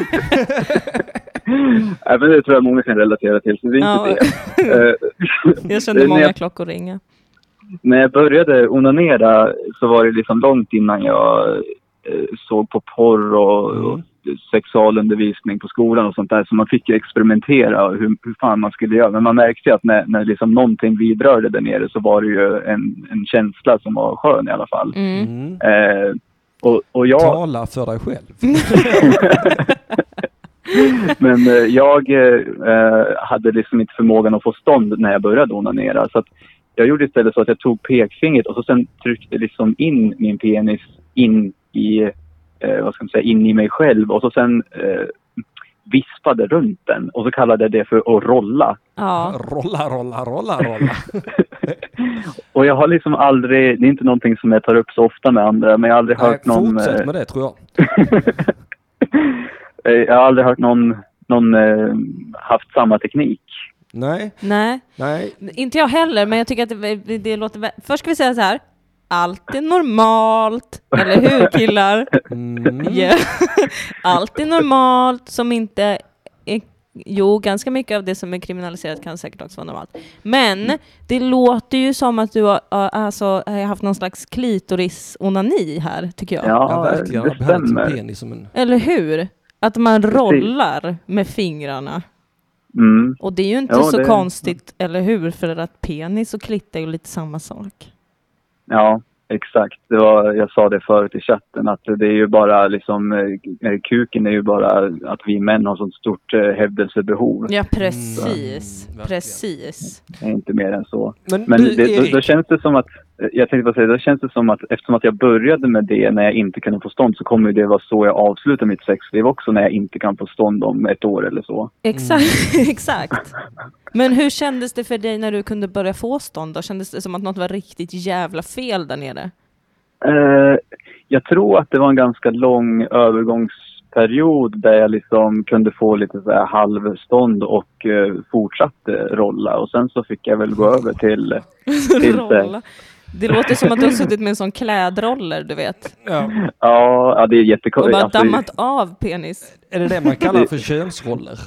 [SPEAKER 5] Ja, men det tror jag många kan relatera till, så det är
[SPEAKER 2] Ja.
[SPEAKER 5] inte det. Eh,
[SPEAKER 2] Jag kände
[SPEAKER 5] när
[SPEAKER 2] många
[SPEAKER 5] jag-
[SPEAKER 2] klockor ringa.
[SPEAKER 5] När jag började onanera så var det liksom långt innan jag eh, såg på porr och,
[SPEAKER 1] Mm.
[SPEAKER 5] och sexualundervisning på skolan och sånt där. Så man fick ju experimentera hur, hur fan man skulle göra. Men man märkte ju att när, när liksom någonting vidrörde där nere så var det ju en, en känsla som var skön i alla fall.
[SPEAKER 2] Mm.
[SPEAKER 1] Mm.
[SPEAKER 5] Eh, och, och jag...
[SPEAKER 1] Tala för dig själv.
[SPEAKER 5] Men eh, jag eh, hade liksom inte förmågan att få stånd när jag började onanera. Så att jag gjorde istället så att jag tog pekfingret och så sen tryckte liksom in min penis in i, eh, vad ska man säga, in i mig själv. Och så sen eh, vispade runt den. Och så kallade jag det för att rolla.
[SPEAKER 2] Ja.
[SPEAKER 1] Rolla, rolla, rolla, rolla.
[SPEAKER 5] Och jag har liksom aldrig, det är inte någonting som jag tar upp så ofta med andra. Men jag har aldrig
[SPEAKER 1] Nej,
[SPEAKER 5] hört någon...
[SPEAKER 1] fortsätt
[SPEAKER 5] eh,
[SPEAKER 1] med det, tror jag.
[SPEAKER 5] eh, jag har aldrig hört någon, någon eh, haft samma teknik.
[SPEAKER 1] Nej,
[SPEAKER 2] Nej,
[SPEAKER 1] nej.
[SPEAKER 2] inte jag heller, men jag tycker att det, det låter... vä- Först ska vi säga så här. Allt är normalt. Eller hur, killar?
[SPEAKER 1] Mm.
[SPEAKER 2] Yeah. Allt är normalt som inte är... Jo, ganska mycket av det som är kriminaliserat kan säkert också vara normalt. Men det låter ju som att du har, alltså, har haft någon slags klitoris-onani här, tycker jag.
[SPEAKER 1] Ja,
[SPEAKER 5] Ja,
[SPEAKER 1] verkligen.
[SPEAKER 5] det
[SPEAKER 1] Jag behöver sin
[SPEAKER 5] stämmer.
[SPEAKER 1] penis som en...
[SPEAKER 2] Eller hur? Att man rollar med fingrarna.
[SPEAKER 5] Mm.
[SPEAKER 2] Och det är ju inte
[SPEAKER 5] Ja,
[SPEAKER 2] så
[SPEAKER 5] det-
[SPEAKER 2] konstigt, eller hur? För att penis och klitt är ju lite samma sak.
[SPEAKER 5] Ja, exakt. Det var, jag sa det förut i chatten att det är ju bara liksom, eh, kuken är ju bara att vi män har sånt stort eh, hävdelsebehov.
[SPEAKER 2] Ja, precis.
[SPEAKER 1] Mm, verkligen.
[SPEAKER 2] precis.
[SPEAKER 5] Det är inte mer än så.
[SPEAKER 1] Men,
[SPEAKER 5] Men
[SPEAKER 1] du,
[SPEAKER 5] det, då,
[SPEAKER 1] Erik,
[SPEAKER 5] då känns det som att, jag tänkte bara säga, då känns det som att eftersom att jag började med det när jag inte kunde få stånd så kommer det vara så jag avslutar mitt sexliv också när jag inte kan få stånd om ett år eller så.
[SPEAKER 2] Exakt, exakt. Men hur kändes det för dig när du kunde börja få stånd då? Kändes det som att något var riktigt jävla fel där nere?
[SPEAKER 5] Eh, jag tror att det var en ganska lång övergångsperiod där jag liksom kunde få lite så här halvstånd och eh, fortsatte rolla. Och sen så fick jag väl gå över till, till
[SPEAKER 2] Rolla. Det låter som att du har suttit med en sån klädroller, du vet.
[SPEAKER 1] Ja.
[SPEAKER 5] Ja, ja det är jättekonstigt.
[SPEAKER 2] Och bara
[SPEAKER 5] Alltså,
[SPEAKER 2] dammat av penis.
[SPEAKER 1] Är det det man kallar för könsroller?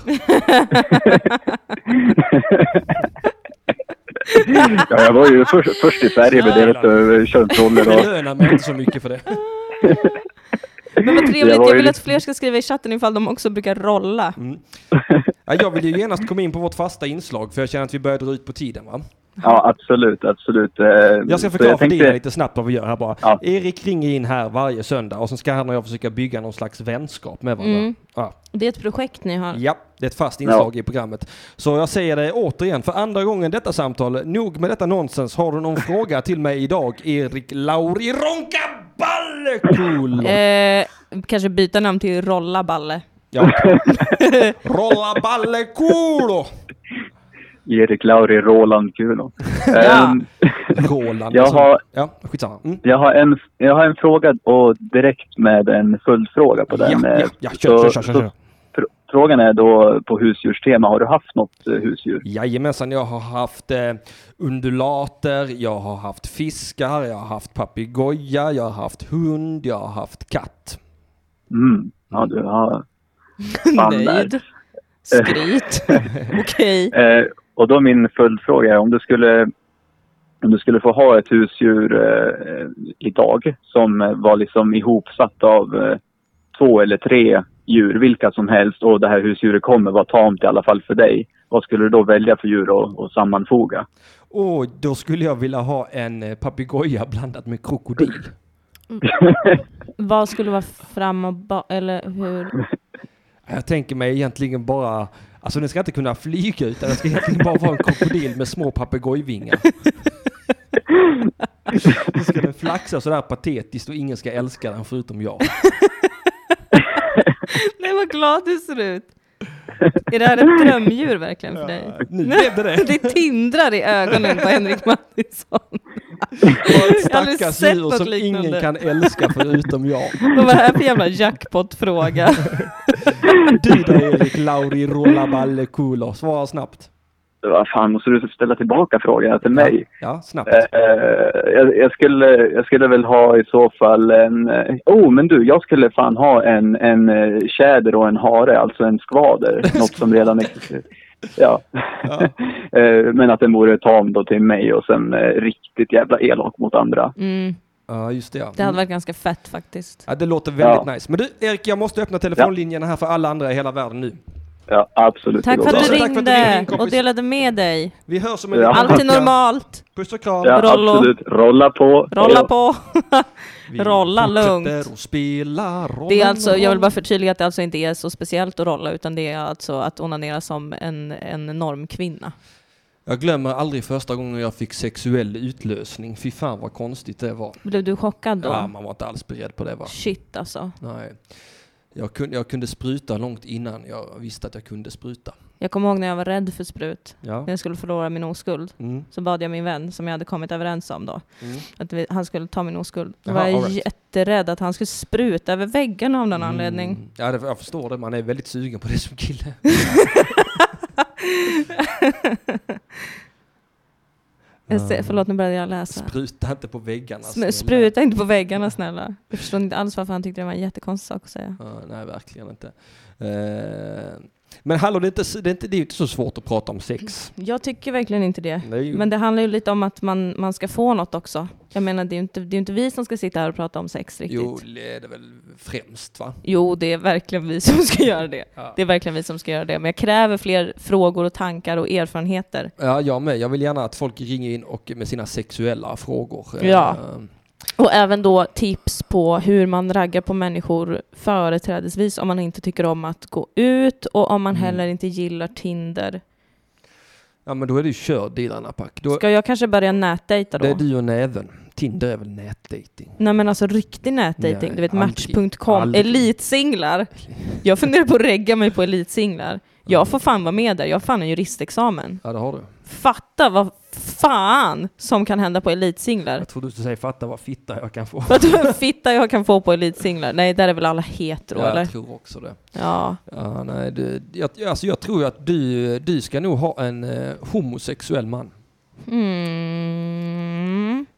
[SPEAKER 5] ja, jag var ju först, först i Sverige med deras uh, könsroller.
[SPEAKER 1] Det
[SPEAKER 5] Och...
[SPEAKER 1] lönar mig inte så mycket för det.
[SPEAKER 2] Men vad trevligt,
[SPEAKER 5] var
[SPEAKER 2] jag
[SPEAKER 5] ju
[SPEAKER 2] vill
[SPEAKER 5] lite-
[SPEAKER 2] att fler ska skriva i chatten ifall de också brukar rolla.
[SPEAKER 1] Mm. Ja, jag vill ju genast komma in på vårt fasta inslag för jag känner att vi börjar dra ut på tiden, va?
[SPEAKER 5] Ja, absolut, absolut. Eh,
[SPEAKER 1] Jag ska
[SPEAKER 5] så
[SPEAKER 1] förklara för
[SPEAKER 5] tänkte-
[SPEAKER 1] Dina lite snabbt vad vi gör här bara.
[SPEAKER 5] Ja.
[SPEAKER 1] Erik ringer in här varje söndag och sen ska han och jag försöka bygga någon slags vänskap med varandra.
[SPEAKER 2] Mm.
[SPEAKER 1] Ja.
[SPEAKER 2] Det är ett projekt ni har.
[SPEAKER 1] Ja, det är ett fast inslag i programmet. Så jag säger det återigen för andra gången detta samtal. Nog med detta nonsens. Har du någon fråga till mig idag? Erik Lauri Ronka Ballekul.
[SPEAKER 2] Eh, kanske byta namn till Rolla Balle.
[SPEAKER 1] Ja. Rolla Ballekulo.
[SPEAKER 5] Erik Lauri Roland Kulo.
[SPEAKER 2] Ja.
[SPEAKER 5] Ehm,
[SPEAKER 1] Roland.
[SPEAKER 5] Jag
[SPEAKER 1] alltså.
[SPEAKER 5] har-
[SPEAKER 1] Ja, skitsamma. Mm.
[SPEAKER 5] jag, har en, jag har en fråga och direkt med en följdfråga på den.
[SPEAKER 1] Ja,
[SPEAKER 5] Eh,
[SPEAKER 1] ja, ja, kör,
[SPEAKER 5] så-
[SPEAKER 1] kör, kör, kör,
[SPEAKER 5] så
[SPEAKER 1] kör.
[SPEAKER 5] fr- Frågan är då på husdjurstema. Har du haft något eh, husdjur?
[SPEAKER 1] Jajamensan, jag har haft eh, undulater, jag har haft fiskar, jag har haft papegoja, jag har haft hund, jag har haft katt.
[SPEAKER 5] Mm. Ja, du har... Fan där.
[SPEAKER 2] Nöjd. Skryt. Okej.
[SPEAKER 5] Eh, och då min följdfråga är om du skulle, om du skulle få ha ett husdjur eh, idag som var liksom ihopsatt av eh, två eller tre djur, vilka som helst, och det här husdjuret kommer vara tamt i alla fall för dig. Vad skulle du då välja för djur att och sammanfoga?
[SPEAKER 1] Och då skulle jag vilja ha en eh, papegoja blandat med krokodil.
[SPEAKER 2] Vad skulle vara fram och ba- eller hur?
[SPEAKER 1] Jag tänker mig egentligen bara, alltså den ska inte kunna flyga utan den ska egentligen bara vara en krokodil med små papegojvingar. Så ska den flaxa sådär patetiskt och ingen ska älska den förutom jag.
[SPEAKER 2] Nej, vad glad du ser ut. Är det här ett drömdjur verkligen för dig?
[SPEAKER 1] Nu blev det det.
[SPEAKER 2] Det tindrar i ögonen på Henrik Mattisson.
[SPEAKER 1] Ett
[SPEAKER 2] Jag har aldrig
[SPEAKER 1] stackars
[SPEAKER 2] sett
[SPEAKER 1] djur
[SPEAKER 2] något
[SPEAKER 1] som
[SPEAKER 2] liknande.
[SPEAKER 1] ingen kan älska förutom jag.
[SPEAKER 2] Vad var det här för jävla jackpot-fråga?
[SPEAKER 1] Du då Erik Lauri Rollaballekulo, svara snabbt.
[SPEAKER 5] Vad fan, måste du ställa tillbaka frågan till mig?
[SPEAKER 1] Ja, snabbt.
[SPEAKER 5] Eh, jag, jag, skulle, jag skulle väl ha i så fall en... eh, Oh, men du, jag skulle fan ha en, en eh, tjäder och en hare, alltså en skvader. Något som redan existerar. Ja.
[SPEAKER 1] Ja.
[SPEAKER 5] Eh, men att den vore tam då till mig och sen eh, riktigt jävla elak mot andra.
[SPEAKER 2] Mm,
[SPEAKER 1] Ja, just det. Ja.
[SPEAKER 2] det hade varit ganska fett faktiskt.
[SPEAKER 1] Ja, det låter väldigt
[SPEAKER 5] Ja.
[SPEAKER 1] nice. Men du, Erik, jag måste öppna telefonlinjerna här för alla andra i hela världen nu.
[SPEAKER 5] Ja, absolut.
[SPEAKER 2] Tack
[SPEAKER 5] Det
[SPEAKER 2] för
[SPEAKER 5] går
[SPEAKER 2] att
[SPEAKER 5] bra.
[SPEAKER 2] du
[SPEAKER 1] Tack för att du ringde in,
[SPEAKER 2] ringde
[SPEAKER 1] kompis.
[SPEAKER 2] och delade med dig.
[SPEAKER 1] Vi hörs om en
[SPEAKER 5] Ja.
[SPEAKER 1] liten
[SPEAKER 2] Allt är
[SPEAKER 1] vecka.
[SPEAKER 2] normalt.
[SPEAKER 1] Puss och kram.
[SPEAKER 5] Ja,
[SPEAKER 2] Rollo.
[SPEAKER 5] absolut. Rolla på.
[SPEAKER 2] Rolla
[SPEAKER 5] Hej då.
[SPEAKER 2] på.
[SPEAKER 1] Vi
[SPEAKER 2] Rolla
[SPEAKER 1] fortsätter
[SPEAKER 2] lugnt.
[SPEAKER 1] och spela. Rolla,
[SPEAKER 2] Det är alltså, jag vill bara
[SPEAKER 1] rolla.
[SPEAKER 2] förtydliga att det alltså inte är så speciellt att rolla, utan det är alltså att onanera som en, en normkvinna.
[SPEAKER 1] Jag glömmer aldrig första gången jag fick sexuell utlösning. Fy fan vad konstigt det var.
[SPEAKER 2] Blev du chockad då?
[SPEAKER 1] Ja, man var inte alls beredd på det, va?
[SPEAKER 2] Shit alltså.
[SPEAKER 1] Nej. Jag kunde, jag kunde spruta långt innan jag visste att jag kunde spruta.
[SPEAKER 2] Jag kommer ihåg när jag var rädd för sprut.
[SPEAKER 1] Ja.
[SPEAKER 2] När jag skulle förlora min oskuld.
[SPEAKER 1] Mm.
[SPEAKER 2] Så bad jag min vän, som jag hade kommit överens om då,
[SPEAKER 1] Mm.
[SPEAKER 2] att vi, han skulle ta min oskuld. Då
[SPEAKER 1] Jaha,
[SPEAKER 2] var jag
[SPEAKER 1] all right.
[SPEAKER 2] jätterädd att han skulle spruta över väggen av någon
[SPEAKER 1] Mm.
[SPEAKER 2] anledning.
[SPEAKER 1] Ja, det, jag förstår det. Man är väldigt sugen på det som kille.
[SPEAKER 2] Jag ser, förlåt, nu började jag läsa.
[SPEAKER 1] Spruta inte på väggarna.
[SPEAKER 2] Sm-
[SPEAKER 1] snälla.
[SPEAKER 2] spruta inte på väggarna, snälla. Jag förstår inte alls varför han tyckte det var en jättekonstig sak att säga.
[SPEAKER 1] Ja, nej, verkligen inte. Eh, men hallå, det är, inte, så- det, är inte, det är ju inte så svårt att prata om sex.
[SPEAKER 2] Jag tycker verkligen inte det.
[SPEAKER 1] Det är ju,
[SPEAKER 2] Men det handlar ju lite om att man, man ska få något också. Jag menar, det är ju inte, det är ju inte vi som ska sitta här och prata om sex riktigt.
[SPEAKER 1] jo, det är det väl främst, va?
[SPEAKER 2] Jo, det är verkligen vi som ska göra det.
[SPEAKER 1] Ja.
[SPEAKER 2] Det är verkligen vi som ska göra det. Men jag kräver fler frågor och tankar och erfarenheter.
[SPEAKER 1] Ja, jag med. Jag vill gärna att folk ringer in och med sina sexuella frågor.
[SPEAKER 2] Ja.
[SPEAKER 1] Eh,
[SPEAKER 2] Och även då tips på hur man raggar på människor företrädesvis om man inte tycker om att gå ut och om man
[SPEAKER 1] Mm.
[SPEAKER 2] heller inte gillar Tinder.
[SPEAKER 1] ja, men då är det ju körd, dealarna pack. Då,
[SPEAKER 2] Ska jag kanske börja nätdejta då?
[SPEAKER 1] det är du och näven. Tinder är väl nätdating?
[SPEAKER 2] Nej, men alltså riktig nätdating,
[SPEAKER 1] Nej,
[SPEAKER 2] du vet
[SPEAKER 1] aldrig.
[SPEAKER 2] match punkt com,
[SPEAKER 1] Aldrig.
[SPEAKER 2] elitsinglar. Jag funderar på att regga mig på elitsinglar. Jag får fan vara med där, jag har fan en juristexamen.
[SPEAKER 1] Ja, det har du.
[SPEAKER 2] Fatta vad fan som kan hända på elitsinglar.
[SPEAKER 1] Jag tror du skulle säga fatta vad fitta jag kan få.
[SPEAKER 2] För att vad fitta jag kan få på elitsinglar. Nej, där är väl alla hetero,
[SPEAKER 1] Ja,
[SPEAKER 2] eller?
[SPEAKER 1] jag tror också det.
[SPEAKER 2] Ja.
[SPEAKER 1] Ja, nej, du, jag, alltså jag tror ju att du, du ska nog ha en eh, homosexuell man.
[SPEAKER 2] Mm.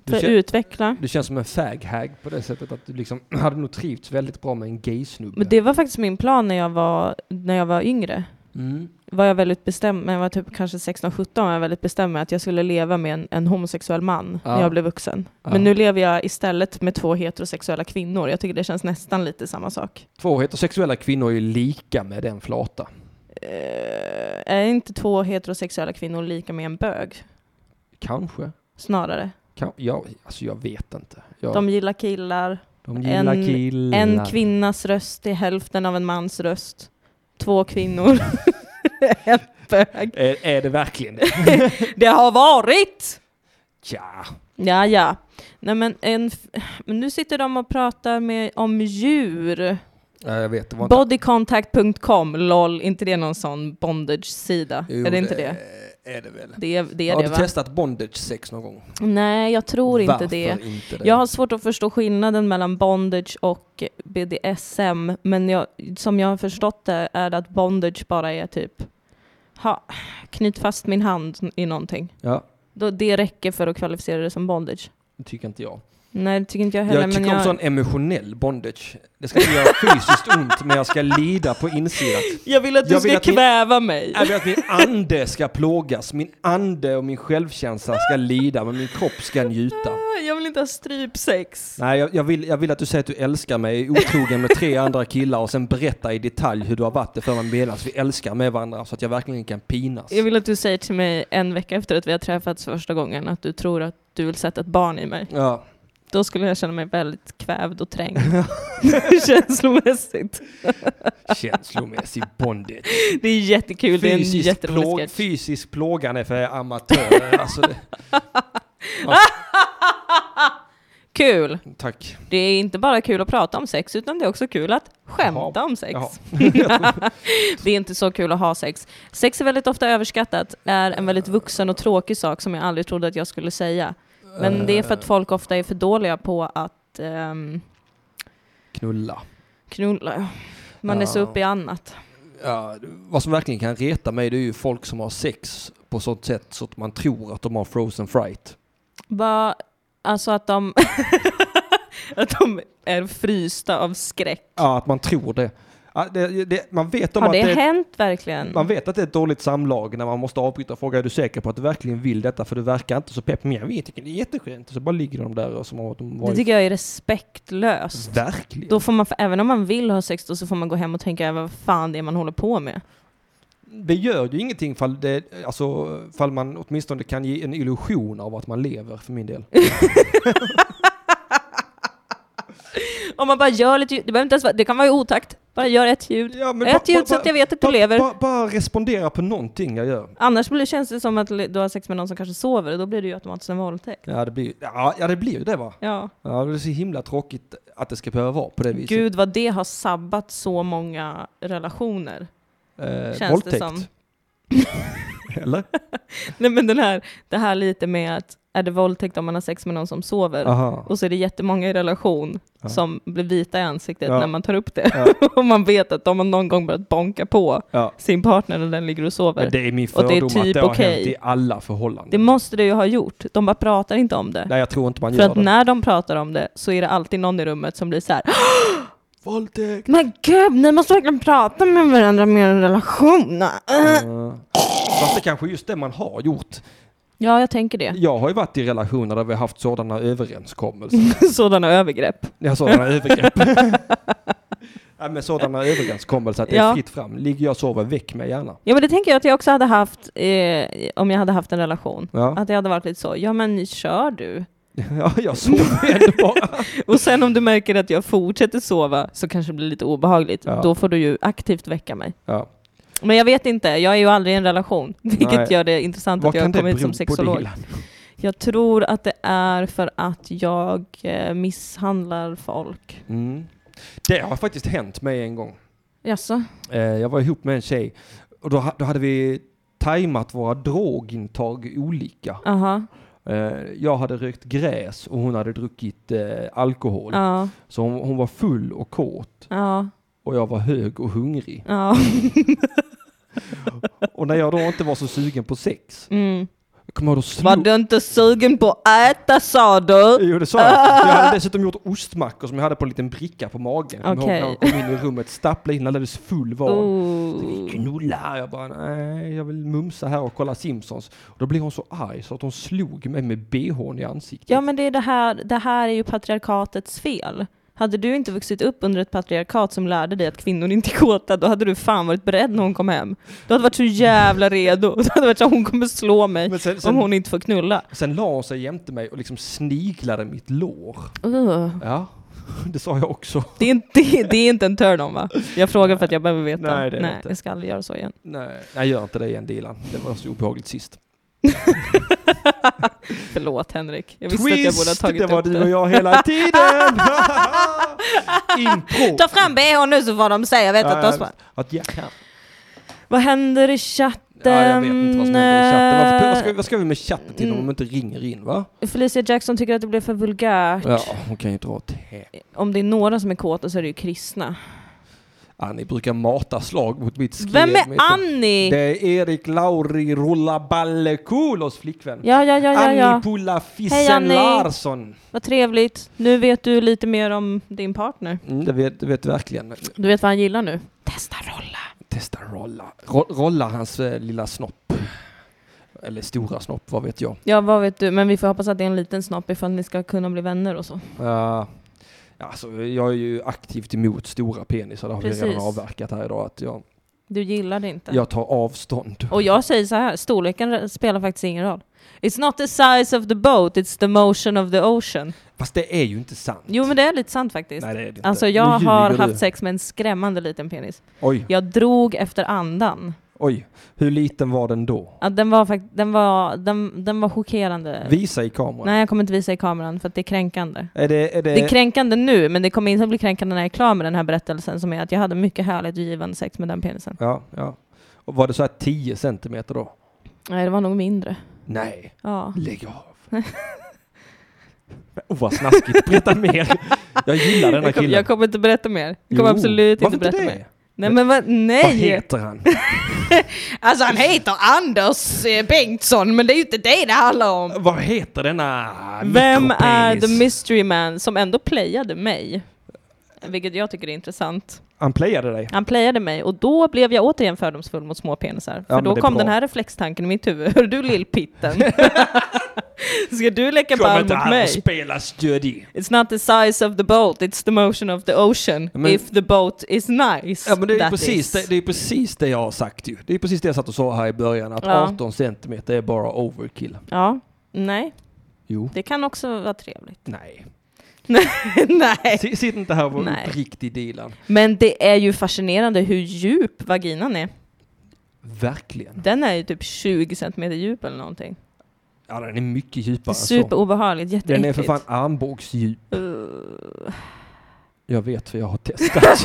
[SPEAKER 2] För att
[SPEAKER 1] kän-
[SPEAKER 2] utveckla.
[SPEAKER 1] Du känns som en fag-hag på det sättet att du liksom hade nog trivts väldigt bra med en gay-snubbe.
[SPEAKER 2] Men det var faktiskt min plan när jag var, när jag var yngre.
[SPEAKER 1] Mm.
[SPEAKER 2] Var jag väldigt bestämd, när jag var typ kanske sexton sjutton, var jag väldigt bestämd med att jag skulle leva med en, en homosexuell man
[SPEAKER 1] Ja.
[SPEAKER 2] när jag blev vuxen.
[SPEAKER 1] Ja.
[SPEAKER 2] Men nu lever jag istället med två heterosexuella kvinnor. Jag tycker det känns nästan lite samma sak.
[SPEAKER 1] Två heterosexuella kvinnor är ju lika med den flata.
[SPEAKER 2] Uh, är inte två heterosexuella kvinnor lika med en bög?
[SPEAKER 1] Kanske.
[SPEAKER 2] Snarare.
[SPEAKER 1] Kan, ja, alltså jag vet inte. Jag,
[SPEAKER 2] De gillar killar.
[SPEAKER 1] de gillar
[SPEAKER 2] en,
[SPEAKER 1] killar.
[SPEAKER 2] En kvinnas röst är hälften av en mans röst. Två kvinnor. En bög.
[SPEAKER 1] Är, är det verkligen det?
[SPEAKER 2] Det har varit!
[SPEAKER 1] Tja.
[SPEAKER 2] Ja, ja. Nej, men, en, f- men nu sitter de och pratar med, om djur.
[SPEAKER 1] Ja, jag vet. Det var inte...
[SPEAKER 2] Bodycontact punkt com, lol. Inte det någon sån bondage-sida?
[SPEAKER 1] Jo,
[SPEAKER 2] är det inte det?
[SPEAKER 1] Är det väl?
[SPEAKER 2] Det är det, är
[SPEAKER 1] Har
[SPEAKER 2] det
[SPEAKER 1] du
[SPEAKER 2] va?
[SPEAKER 1] testat bondage-sex någon gång?
[SPEAKER 2] Nej, jag tror inte
[SPEAKER 1] Varför
[SPEAKER 2] det.
[SPEAKER 1] inte det?
[SPEAKER 2] Jag har svårt att förstå skillnaden mellan bondage och B D S M. Men jag, som jag har förstått det är det att bondage bara är typ ha, knyt fast min hand i någonting.
[SPEAKER 1] Ja,
[SPEAKER 2] Då, det räcker för att kvalificera det som bondage.
[SPEAKER 1] det tycker inte jag.
[SPEAKER 2] Nej, det tycker inte jag heller.
[SPEAKER 1] Jag tycker
[SPEAKER 2] men
[SPEAKER 1] om
[SPEAKER 2] jag,
[SPEAKER 1] sån emotionell bondage. Det ska inte göra fysiskt ont, men jag ska lida på insidan.
[SPEAKER 2] jag vill att du
[SPEAKER 1] Jag vill
[SPEAKER 2] ska
[SPEAKER 1] att min-
[SPEAKER 2] kväva mig.
[SPEAKER 1] Jag vill att min ande ska plågas. Min ande och min självkänsla ska lida, men min kropp ska njuta.
[SPEAKER 2] Jag vill inte ha strypsex.
[SPEAKER 1] Nej, jag, jag, vill, jag vill att du säger att du älskar mig, är otrogen med tre andra killar och sen berätta i detalj hur du har varit det för man menar att vi älskar med varandra så att jag verkligen kan pinas.
[SPEAKER 2] Jag vill att du säger till mig en vecka efter att vi har träffats första gången att du tror att du vill sätta ett barn i mig.
[SPEAKER 1] Ja.
[SPEAKER 2] Då skulle jag känna mig väldigt kvävd och trängd. Känslomässigt.
[SPEAKER 1] Känslomässig bondage.
[SPEAKER 2] Det är jättekul, det är en
[SPEAKER 1] Fysisk,
[SPEAKER 2] jätterolig
[SPEAKER 1] plåg,
[SPEAKER 2] sketch.
[SPEAKER 1] fysisk plågan är för amatörer. Alltså det,
[SPEAKER 2] Kul!
[SPEAKER 1] tack.
[SPEAKER 2] Det är inte bara kul att prata om sex utan det är också kul att skämta
[SPEAKER 1] Jaha.
[SPEAKER 2] om sex.
[SPEAKER 1] Jaha.
[SPEAKER 2] Det är inte så kul att ha sex. Sex är väldigt ofta överskattat, är en väldigt vuxen och tråkig sak som jag aldrig trodde att jag skulle säga. Men det är för att folk ofta är för dåliga på att ehm,
[SPEAKER 1] Knulla.
[SPEAKER 2] knulla. Man är så
[SPEAKER 1] Ja.
[SPEAKER 2] uppe i annat.
[SPEAKER 1] Ja, vad som verkligen kan reta mig det är ju folk som har sex på sånt sätt så att man tror att de har frozen fright.
[SPEAKER 2] Bara, alltså att de att de är frysta av skräck.
[SPEAKER 1] Ja, att man tror det. Ja, det, det man vet om
[SPEAKER 2] Har
[SPEAKER 1] att
[SPEAKER 2] det
[SPEAKER 1] det,
[SPEAKER 2] hänt verkligen?
[SPEAKER 1] man vet att det är ett dåligt samlag när man måste avbryta och fråga är du säker på att du verkligen vill detta för du verkar inte så pepp. Men jag vet inte, det är jätteskönt. Och så bara ligger de där och som att de
[SPEAKER 2] Det
[SPEAKER 1] varit...
[SPEAKER 2] tycker jag är respektlöst.
[SPEAKER 1] Verkligen.
[SPEAKER 2] Då får man, även om man vill ha sex då så får man gå hem och tänka vad fan det är man håller på med.
[SPEAKER 1] Det gör ju ingenting fall, det, alltså, fall man åtminstone kan ge en illusion av att man lever för min del.
[SPEAKER 2] Om man bara gör lite ljud, det behöver inte ens vara, det kan vara i otakt. Bara gör ett ljud.
[SPEAKER 1] Ja, men
[SPEAKER 2] Ett
[SPEAKER 1] ba-
[SPEAKER 2] ljud
[SPEAKER 1] ba-
[SPEAKER 2] så att jag vet att du
[SPEAKER 1] ba-
[SPEAKER 2] lever.
[SPEAKER 1] ba- Bara respondera på någonting jag gör.
[SPEAKER 2] Annars blir, känns det som att du har sex med någon som kanske sover och då blir det ju automatiskt en våldtäkt.
[SPEAKER 1] Ja, det blir, ja, ja, det blir ju det va?
[SPEAKER 2] Ja.
[SPEAKER 1] Ja, det är så himla tråkigt att det ska behöva vara på det viset.
[SPEAKER 2] Gud vad det har sabbat så många relationer.
[SPEAKER 1] eh,
[SPEAKER 2] känns
[SPEAKER 1] våldtäkt.
[SPEAKER 2] det som.
[SPEAKER 1] Eller?
[SPEAKER 2] Nej men den här, det här lite med att är det våldtäkt om man har sex med någon som sover?
[SPEAKER 1] Aha.
[SPEAKER 2] Och så är det jättemånga i relation
[SPEAKER 1] Ja.
[SPEAKER 2] som blir vita i ansiktet
[SPEAKER 1] Ja.
[SPEAKER 2] när man tar upp det.
[SPEAKER 1] Ja.
[SPEAKER 2] Och man vet att de har någon gång börjat bonka på
[SPEAKER 1] Ja.
[SPEAKER 2] sin partner när den ligger och sover.
[SPEAKER 1] Men det är min
[SPEAKER 2] Och det är
[SPEAKER 1] fördom att
[SPEAKER 2] typ
[SPEAKER 1] det har
[SPEAKER 2] okej.
[SPEAKER 1] hänt i alla förhållanden.
[SPEAKER 2] Det måste det ju ha gjort. De bara pratar inte om det.
[SPEAKER 1] Nej, jag tror inte man
[SPEAKER 2] För
[SPEAKER 1] gör
[SPEAKER 2] att
[SPEAKER 1] det.
[SPEAKER 2] när de pratar om det så är det alltid någon i rummet som blir så här.
[SPEAKER 1] Våldtäkt!
[SPEAKER 2] Men gud, ni måste verkligen prata med varandra med en relation.
[SPEAKER 1] Uh. Fast det kanske är just det man har gjort.
[SPEAKER 2] Ja, jag tänker det.
[SPEAKER 1] Jag har ju varit i relationer där vi har haft sådana överenskommelser.
[SPEAKER 2] Sådana övergrepp.
[SPEAKER 1] Ja, sådana övergrepp. Ja, med sådana överenskommelser att det är
[SPEAKER 2] Ja.
[SPEAKER 1] fritt fram. Ligger jag och sover, väck mig gärna.
[SPEAKER 2] Ja, men det tänker jag att jag också hade haft eh, om jag hade haft en relation.
[SPEAKER 1] Ja,
[SPEAKER 2] Att jag hade varit lite så, ja men kör du.
[SPEAKER 1] ja jag sover ändå bara.
[SPEAKER 2] Och sen om du märker att jag fortsätter sova så kanske det blir lite obehagligt.
[SPEAKER 1] Ja.
[SPEAKER 2] Då får du ju aktivt väcka mig.
[SPEAKER 1] Ja.
[SPEAKER 2] Men jag vet inte, jag är ju aldrig i en relation. Vilket
[SPEAKER 1] Nej.
[SPEAKER 2] gör det intressant
[SPEAKER 1] Vad
[SPEAKER 2] att jag
[SPEAKER 1] kan det
[SPEAKER 2] kommer hit
[SPEAKER 1] bero
[SPEAKER 2] som
[SPEAKER 1] på
[SPEAKER 2] sexolog.
[SPEAKER 1] det?
[SPEAKER 2] Jag tror att det är för att jag eh, misshandlar folk.
[SPEAKER 1] Mm. Det har faktiskt hänt mig en gång.
[SPEAKER 2] Jaså?
[SPEAKER 1] Eh, jag var ihop med en tjej och då, ha- då hade vi tajmat våra drogintag olika.
[SPEAKER 2] Aha.
[SPEAKER 1] Eh, jag hade rökt gräs och hon hade druckit eh, alkohol.
[SPEAKER 2] Ja.
[SPEAKER 1] Så hon, hon var full och kåt
[SPEAKER 2] Ja.
[SPEAKER 1] och jag var hög och hungrig.
[SPEAKER 2] Ja.
[SPEAKER 1] Och när jag då inte var så sugen på sex,
[SPEAKER 2] Mm.
[SPEAKER 1] Kommer ihåg, då slog...
[SPEAKER 2] Var du inte sugen på att äta, sa du?
[SPEAKER 1] Jo, det sa jag. Jag hade dessutom gjort ostmackor som jag hade på en liten bricka på magen. Kommer
[SPEAKER 2] Okej.
[SPEAKER 1] ihåg när jag kom in i rummet, stapplade in alldeles full var.
[SPEAKER 2] Oh.
[SPEAKER 1] Knulla. Jag bara, nej, jag vill mumsa här och kolla Simpsons. Och då blev hon så arg så att hon slog mig med B H:n i ansiktet.
[SPEAKER 2] Ja, men det, är det, här, det här är ju patriarkatets fel. Hade du inte vuxit upp under ett patriarkat som lärde dig att kvinnor inte är kåta, då hade du fan varit beredd när hon kom hem. Du hade varit så jävla redo. Du hade varit så att hon kommer slå mig
[SPEAKER 1] Men sen, sen,
[SPEAKER 2] om hon inte får knulla.
[SPEAKER 1] sen la hon sig jämte mig och liksom sniglade mitt lår.
[SPEAKER 2] Uh.
[SPEAKER 1] Ja, det sa jag också.
[SPEAKER 2] Det är, inte, det är inte en turn on, va? Jag frågar för att jag behöver veta.
[SPEAKER 1] Nej, det är
[SPEAKER 2] Nej,
[SPEAKER 1] inte.
[SPEAKER 2] jag ska aldrig göra så igen.
[SPEAKER 1] Nej, jag gör inte det igen, Dilan. Det var så obehagligt sist.
[SPEAKER 2] Förlåt, Henrik. Jag visste
[SPEAKER 1] Twist!
[SPEAKER 2] att jag borde ha tagit
[SPEAKER 1] Det var
[SPEAKER 2] upp
[SPEAKER 1] du
[SPEAKER 2] det.
[SPEAKER 1] och jag hela tiden! Impro!
[SPEAKER 2] Ta fram B H nu så får de säga. Jag vet
[SPEAKER 1] Ja,
[SPEAKER 2] att de...
[SPEAKER 1] jag- att Jack här.
[SPEAKER 2] Vad händer i chatten?
[SPEAKER 1] Ja, jag vet inte vad som händer i chatten. Varför, vad, ska,
[SPEAKER 2] Eh,
[SPEAKER 1] vad ska vi med chatten till om de inte ringer in, va?
[SPEAKER 2] Felicia Jackson tycker att det blev för vulgärt.
[SPEAKER 1] Ja, hon kan ju dra åt här.
[SPEAKER 2] Om det är några som är kåta så är det ju kristna.
[SPEAKER 1] Annie brukar mata slag mot mitt skrev.
[SPEAKER 2] Vem är
[SPEAKER 1] vet du.
[SPEAKER 2] Annie?
[SPEAKER 1] Det är Erik Lauri Rullaballekulos flickvän.
[SPEAKER 2] Ja, ja, ja, ja,
[SPEAKER 1] Annie
[SPEAKER 2] ja.
[SPEAKER 1] Pulla
[SPEAKER 2] Hej,
[SPEAKER 1] Fissen
[SPEAKER 2] Annie.
[SPEAKER 1] Larsson.
[SPEAKER 2] Vad trevligt. Nu vet du lite mer om din partner.
[SPEAKER 1] Mm, det vet, det vet verkligen.
[SPEAKER 2] Du vet vad han gillar nu? Testa rolla.
[SPEAKER 1] Testa rolla. Ro, rolla hans eh, lilla snopp. Eller stora snopp, vad vet jag.
[SPEAKER 2] Ja, vad vet du? Men vi får hoppas att det är en liten snopp ifall ni ska kunna bli vänner och så.
[SPEAKER 1] Uh, alltså, jag är ju aktivt emot stora penisar. Det har
[SPEAKER 2] Precis.
[SPEAKER 1] vi redan avverkat här idag. Att jag,
[SPEAKER 2] Du gillar det inte.
[SPEAKER 1] jag tar avstånd.
[SPEAKER 2] Och jag säger så här, storleken spelar faktiskt ingen roll. It's not the size of the boat, it's the motion of the ocean.
[SPEAKER 1] Fast det är ju inte sant.
[SPEAKER 2] Jo, men det är lite sant faktiskt.
[SPEAKER 1] Nej, det är det inte.
[SPEAKER 2] Alltså
[SPEAKER 1] Nu
[SPEAKER 2] jag
[SPEAKER 1] ljuger
[SPEAKER 2] har
[SPEAKER 1] du.
[SPEAKER 2] haft sex med en skrämmande liten penis.
[SPEAKER 1] Oj,
[SPEAKER 2] Jag drog efter andan.
[SPEAKER 1] oj. Hur liten var den då?
[SPEAKER 2] Ja, den var fakt- den var den, den var chockerande.
[SPEAKER 1] Visa i kameran.
[SPEAKER 2] Nej, jag kommer inte visa i kameran för att det är kränkande.
[SPEAKER 1] Är det, är det...
[SPEAKER 2] Det är kränkande nu, men det kommer inte att bli kränkande när jag är klar med den här berättelsen, som är att jag hade mycket härligt givande sex med den penisen.
[SPEAKER 1] Ja, ja. Och var det så här tio centimeter då?
[SPEAKER 2] Nej, det var nog mindre.
[SPEAKER 1] Nej,
[SPEAKER 2] Ja.
[SPEAKER 1] lägg av. Oh, vad snaskigt. Berätta mer. Jag gillar denna
[SPEAKER 2] Jag, kom,
[SPEAKER 1] killen.
[SPEAKER 2] jag kommer inte berätta mer. Jag kommer
[SPEAKER 1] Jo.
[SPEAKER 2] absolut inte
[SPEAKER 1] Varför
[SPEAKER 2] berätta
[SPEAKER 1] det?
[SPEAKER 2] mer. Nej, men vad, nej.
[SPEAKER 1] Vad heter han?
[SPEAKER 2] Alltså han heter Anders eh, Bengtsson, men det är ju inte det det handlar om.
[SPEAKER 1] Vad heter denna
[SPEAKER 2] Vem är
[SPEAKER 1] mikropenis?
[SPEAKER 2] the mystery man som ändå playade mig? Vilket jag tycker är intressant.
[SPEAKER 1] Han playade dig.
[SPEAKER 2] Han playade mig och då blev jag återigen fördomsfull mot små penisar. För
[SPEAKER 1] Ja, men
[SPEAKER 2] då
[SPEAKER 1] det är
[SPEAKER 2] kom
[SPEAKER 1] bra.
[SPEAKER 2] den här reflextanken i mitt huvud. Hör du lillpitten? Ska du leka
[SPEAKER 1] Kom
[SPEAKER 2] ball
[SPEAKER 1] inte
[SPEAKER 2] mot
[SPEAKER 1] här
[SPEAKER 2] mig?
[SPEAKER 1] och spela stödig.
[SPEAKER 2] It's not the size of the boat, it's the motion of the ocean.
[SPEAKER 1] Men-
[SPEAKER 2] If the boat is nice.
[SPEAKER 1] Ja, men det är,
[SPEAKER 2] that
[SPEAKER 1] precis
[SPEAKER 2] is.
[SPEAKER 1] det, det är precis det jag har sagt ju. Det är precis det jag satt och sa här i början. Att
[SPEAKER 2] Ja.
[SPEAKER 1] arton centimeter är bara overkill.
[SPEAKER 2] Ja, nej.
[SPEAKER 1] Jo.
[SPEAKER 2] Det kan också vara trevligt.
[SPEAKER 1] Nej.
[SPEAKER 2] Nej.
[SPEAKER 1] S- Sitt inte här och var
[SPEAKER 2] Nej.
[SPEAKER 1] uppriktig Dilan.
[SPEAKER 2] Men det är ju fascinerande hur djup vaginan är.
[SPEAKER 1] Verkligen.
[SPEAKER 2] Den är ju typ tjugo centimeter djup eller någonting.
[SPEAKER 1] Ja, den är mycket djupare än så.
[SPEAKER 2] Superobehagligt,
[SPEAKER 1] Den
[SPEAKER 2] jätteäckligt.
[SPEAKER 1] är för fan armbågsdjup.
[SPEAKER 2] Uh.
[SPEAKER 1] Jag vet för jag har testat.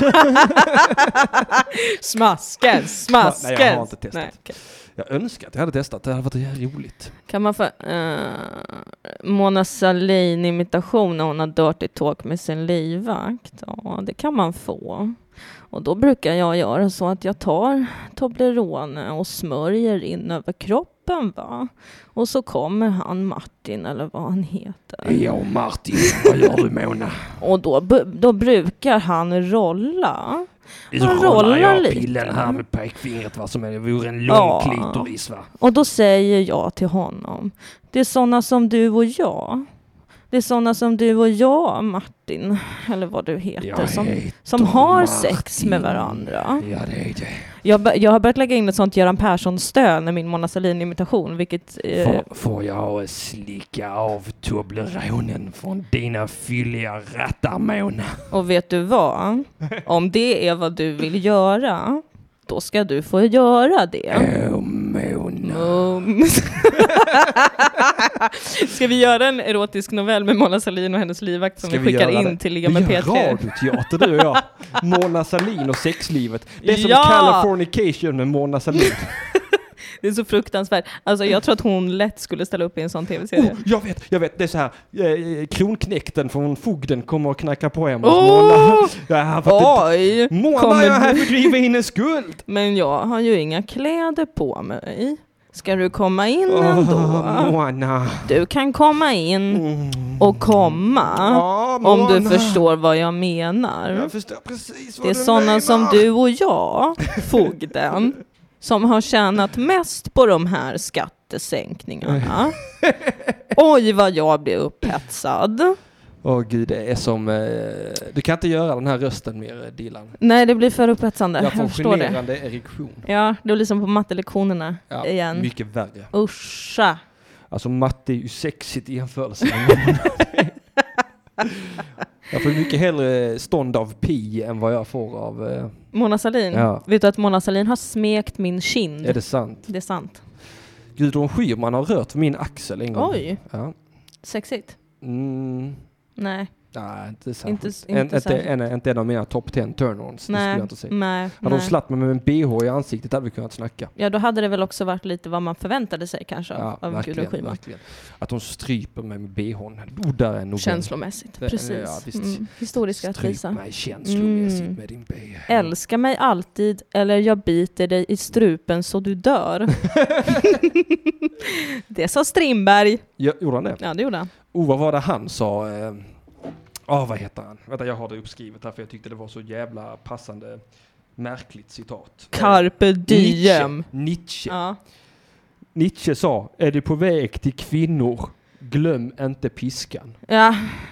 [SPEAKER 2] Smasken, smasken.
[SPEAKER 1] Nej, jag har inte testat.
[SPEAKER 2] Nej, okej.
[SPEAKER 1] Jag önskar att jag hade testat. Det hade varit roligt.
[SPEAKER 2] Kan man få uh, Mona Sahlin-imitation när hon har dirty talk med sin livvakt? Ja, det kan man få. Och då brukar jag göra så att jag tar Toblerone och smörjer in över kroppen, va? Och så kommer han Martin, eller vad han heter.
[SPEAKER 1] Ja, Martin. Vad gör du, Mona?
[SPEAKER 2] Och då, bu- då brukar han rolla.
[SPEAKER 1] Så
[SPEAKER 2] Han
[SPEAKER 1] rollar
[SPEAKER 2] rollar
[SPEAKER 1] jag
[SPEAKER 2] lite.
[SPEAKER 1] pillen här med pekfingret, vad som är. Det vore en lång
[SPEAKER 2] Ja.
[SPEAKER 1] klitoris, va?
[SPEAKER 2] Och då säger jag till honom: det är såna som du och jag. Det är såna som du och jag, Martin. Eller vad du heter.
[SPEAKER 1] Jag
[SPEAKER 2] Som,
[SPEAKER 1] heter
[SPEAKER 2] som har
[SPEAKER 1] Martin.
[SPEAKER 2] sex med varandra.
[SPEAKER 1] Ja, det är det.
[SPEAKER 2] Jag, bör- jag har börjat lägga in ett sånt Göran Persson-stöd i min Mona Sahlin-imitation. Vilket... Eh,
[SPEAKER 1] Får, får jag slicka av Tobleronen från dina fylliga rattar, Mona?
[SPEAKER 2] och vet du vad? Om det är vad du vill göra, då ska du få göra det.
[SPEAKER 1] Åh, Mona.
[SPEAKER 2] Mm. Ska vi göra en erotisk novell med Mona Sahlin och hennes livvakt som
[SPEAKER 1] Ska
[SPEAKER 2] vi
[SPEAKER 1] vi
[SPEAKER 2] skickar
[SPEAKER 1] göra
[SPEAKER 2] in
[SPEAKER 1] det?
[SPEAKER 2] till
[SPEAKER 1] Vi
[SPEAKER 2] Liga med
[SPEAKER 1] gör
[SPEAKER 2] P tre?
[SPEAKER 1] radioteater, du och jag. Mona Sahlin och sexlivet. Det är som
[SPEAKER 2] Ja!
[SPEAKER 1] Californication med Mona Sahlin.
[SPEAKER 2] Det är så fruktansvärt. Alltså jag tror att hon lätt skulle ställa upp i en sån tv-serie.
[SPEAKER 1] Oh, jag vet, jag vet. Det är så här. Eh, kronknäkten från fogden kommer och knacka på hemma hos
[SPEAKER 2] Oh!
[SPEAKER 1] Mona. Ja, för att
[SPEAKER 2] Oj!
[SPEAKER 1] det, Mona,
[SPEAKER 2] kommer
[SPEAKER 1] jag är här
[SPEAKER 2] du-
[SPEAKER 1] för att driva in en skuld.
[SPEAKER 2] Men jag har ju inga kläder på mig. Ska du komma in ändå?
[SPEAKER 1] Oh, Mona.
[SPEAKER 2] Du kan komma in
[SPEAKER 1] Mm.
[SPEAKER 2] och komma.
[SPEAKER 1] Ja,
[SPEAKER 2] Om du
[SPEAKER 1] Mona.
[SPEAKER 2] förstår vad jag menar.
[SPEAKER 1] Jag förstår precis vad
[SPEAKER 2] Det är
[SPEAKER 1] du
[SPEAKER 2] sådana
[SPEAKER 1] menar.
[SPEAKER 2] som du och jag, fogden, som har tjänat mest på de här skattesänkningarna. Oj, vad jag blir upphetsad.
[SPEAKER 1] Åh gud, det är som... Eh, du kan inte göra den här rösten mer, Dilan.
[SPEAKER 2] Nej, det blir för upphetsande.
[SPEAKER 1] Jag
[SPEAKER 2] Jag,
[SPEAKER 1] får
[SPEAKER 2] förstår det.
[SPEAKER 1] generande erektion.
[SPEAKER 2] Ja, det blir som på mattelektionerna
[SPEAKER 1] Ja,
[SPEAKER 2] igen.
[SPEAKER 1] mycket värre.
[SPEAKER 2] Uscha.
[SPEAKER 1] Alltså matte är ju sexigt i jämförelse med jag får mycket hellre stånd av pi än vad jag får av... Eh,
[SPEAKER 2] Mona Sahlin.
[SPEAKER 1] Ja.
[SPEAKER 2] Vet du att Mona Sahlin har smekt min kind?
[SPEAKER 1] är det sant?
[SPEAKER 2] Det är sant.
[SPEAKER 1] Gudrun Schyman har rört min axel en gång.
[SPEAKER 2] Oj,
[SPEAKER 1] Ja.
[SPEAKER 2] sexigt.
[SPEAKER 1] Mm.
[SPEAKER 2] Nej,
[SPEAKER 1] Nej, inte särskilt.
[SPEAKER 2] inte,
[SPEAKER 1] En,
[SPEAKER 2] inte
[SPEAKER 1] inte,
[SPEAKER 2] särskilt.
[SPEAKER 1] en, inte en av mina topp tio turn-ons. Det skulle
[SPEAKER 2] Nej,
[SPEAKER 1] jag inte säga.
[SPEAKER 2] nej,
[SPEAKER 1] Hade hon
[SPEAKER 2] nej.
[SPEAKER 1] slatt mig med en B H i ansiktet hade vi kunnat snacka.
[SPEAKER 2] Ja, då hade det väl också varit lite vad man förväntade sig kanske av,
[SPEAKER 1] Ja,
[SPEAKER 2] av Gudrun
[SPEAKER 1] verkligen,
[SPEAKER 2] Schyman.
[SPEAKER 1] verkligen. Att hon stryper mig med B H:n. Oh, där är nog
[SPEAKER 2] Känslomässigt,
[SPEAKER 1] Det-
[SPEAKER 2] precis.
[SPEAKER 1] ja, visst.
[SPEAKER 2] mm. Historisk
[SPEAKER 1] Stryp
[SPEAKER 2] rättvisa.
[SPEAKER 1] mig känslomässigt
[SPEAKER 2] Mm.
[SPEAKER 1] med din B.
[SPEAKER 2] Älska mig alltid eller jag biter dig i strupen så du dör. Det sa Strindberg.
[SPEAKER 1] Ja, gjorde han det?
[SPEAKER 2] Ja, det gjorde han.
[SPEAKER 1] Oh, vad var det han sa? Ja, oh, vad heter han? Vänta, jag har det uppskrivet här för jag tyckte det var så jävla passande märkligt citat.
[SPEAKER 2] Carpe diem.
[SPEAKER 1] Nietzsche. Nietzsche.
[SPEAKER 2] Ja.
[SPEAKER 1] Nietzsche sa, är du på väg till kvinnor, glöm inte piskan.
[SPEAKER 2] Ja.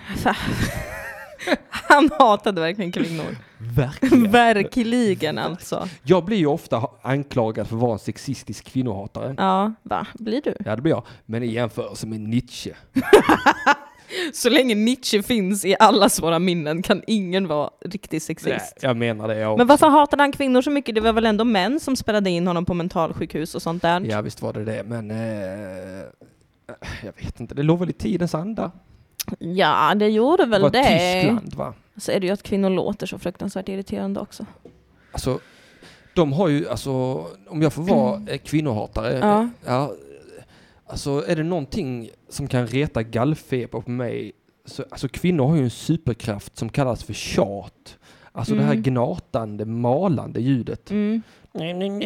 [SPEAKER 2] Han hatade verkligen kvinnor.
[SPEAKER 1] Verkligen.
[SPEAKER 2] Verkligen alltså.
[SPEAKER 1] Jag blir ju ofta anklagad för att vara en sexistisk kvinnohatare.
[SPEAKER 2] Ja, va? Blir du?
[SPEAKER 1] Ja, det blir jag. Men i jämförelse med Nietzsche.
[SPEAKER 2] Så länge Nietzsche finns i allas våra minnen kan ingen vara riktigt sexist.
[SPEAKER 1] Nej, jag menar det. Jag
[SPEAKER 2] Men varför hatade han kvinnor så mycket? Det var väl ändå män som spelade in honom på mentalsjukhus och sånt där?
[SPEAKER 1] Ja, visst var det det. Men eh, jag vet inte. Det låg väl i tidens anda.
[SPEAKER 2] Ja, det gjorde
[SPEAKER 1] Det
[SPEAKER 2] väl
[SPEAKER 1] var
[SPEAKER 2] det.
[SPEAKER 1] Tyskland, va?
[SPEAKER 2] Så är det ju att kvinnor låter så fruktansvärt irriterande också.
[SPEAKER 1] Alltså, de har ju, alltså, om jag får vara mm. kvinnohatare,
[SPEAKER 2] Ja.
[SPEAKER 1] ja, alltså är det någonting som kan reta gallfeber på mig, så, alltså kvinnor har ju en superkraft som kallas för tjat. Alltså
[SPEAKER 2] Mm.
[SPEAKER 1] det här gnatande, malande ljudet.
[SPEAKER 2] Mm.
[SPEAKER 1] Mm.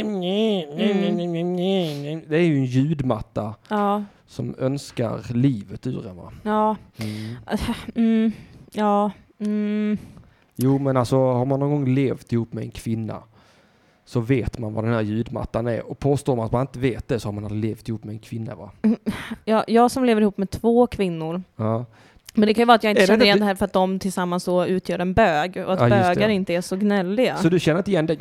[SPEAKER 1] Det är ju en ljudmatta
[SPEAKER 2] Ja,
[SPEAKER 1] som önskar livet ur en, va?
[SPEAKER 2] ja,
[SPEAKER 1] Mm.
[SPEAKER 2] mm. ja, mm.
[SPEAKER 1] Jo, men alltså har man någon gång levt ihop med en kvinna så vet man vad den här ljudmattan är. Och påstår man att man inte vet det så har man aldrig levt ihop med en kvinna, va?
[SPEAKER 2] Ja, jag som lever ihop med två kvinnor.
[SPEAKER 1] Ja.
[SPEAKER 2] Men det kan ju vara att jag inte
[SPEAKER 1] Är det
[SPEAKER 2] känner igen
[SPEAKER 1] det-
[SPEAKER 2] det här för att de tillsammans då utgör en bög. Och att
[SPEAKER 1] Ja, just det,
[SPEAKER 2] bögar
[SPEAKER 1] ja.
[SPEAKER 2] inte är så gnälliga.
[SPEAKER 1] Så du känner inte igen det?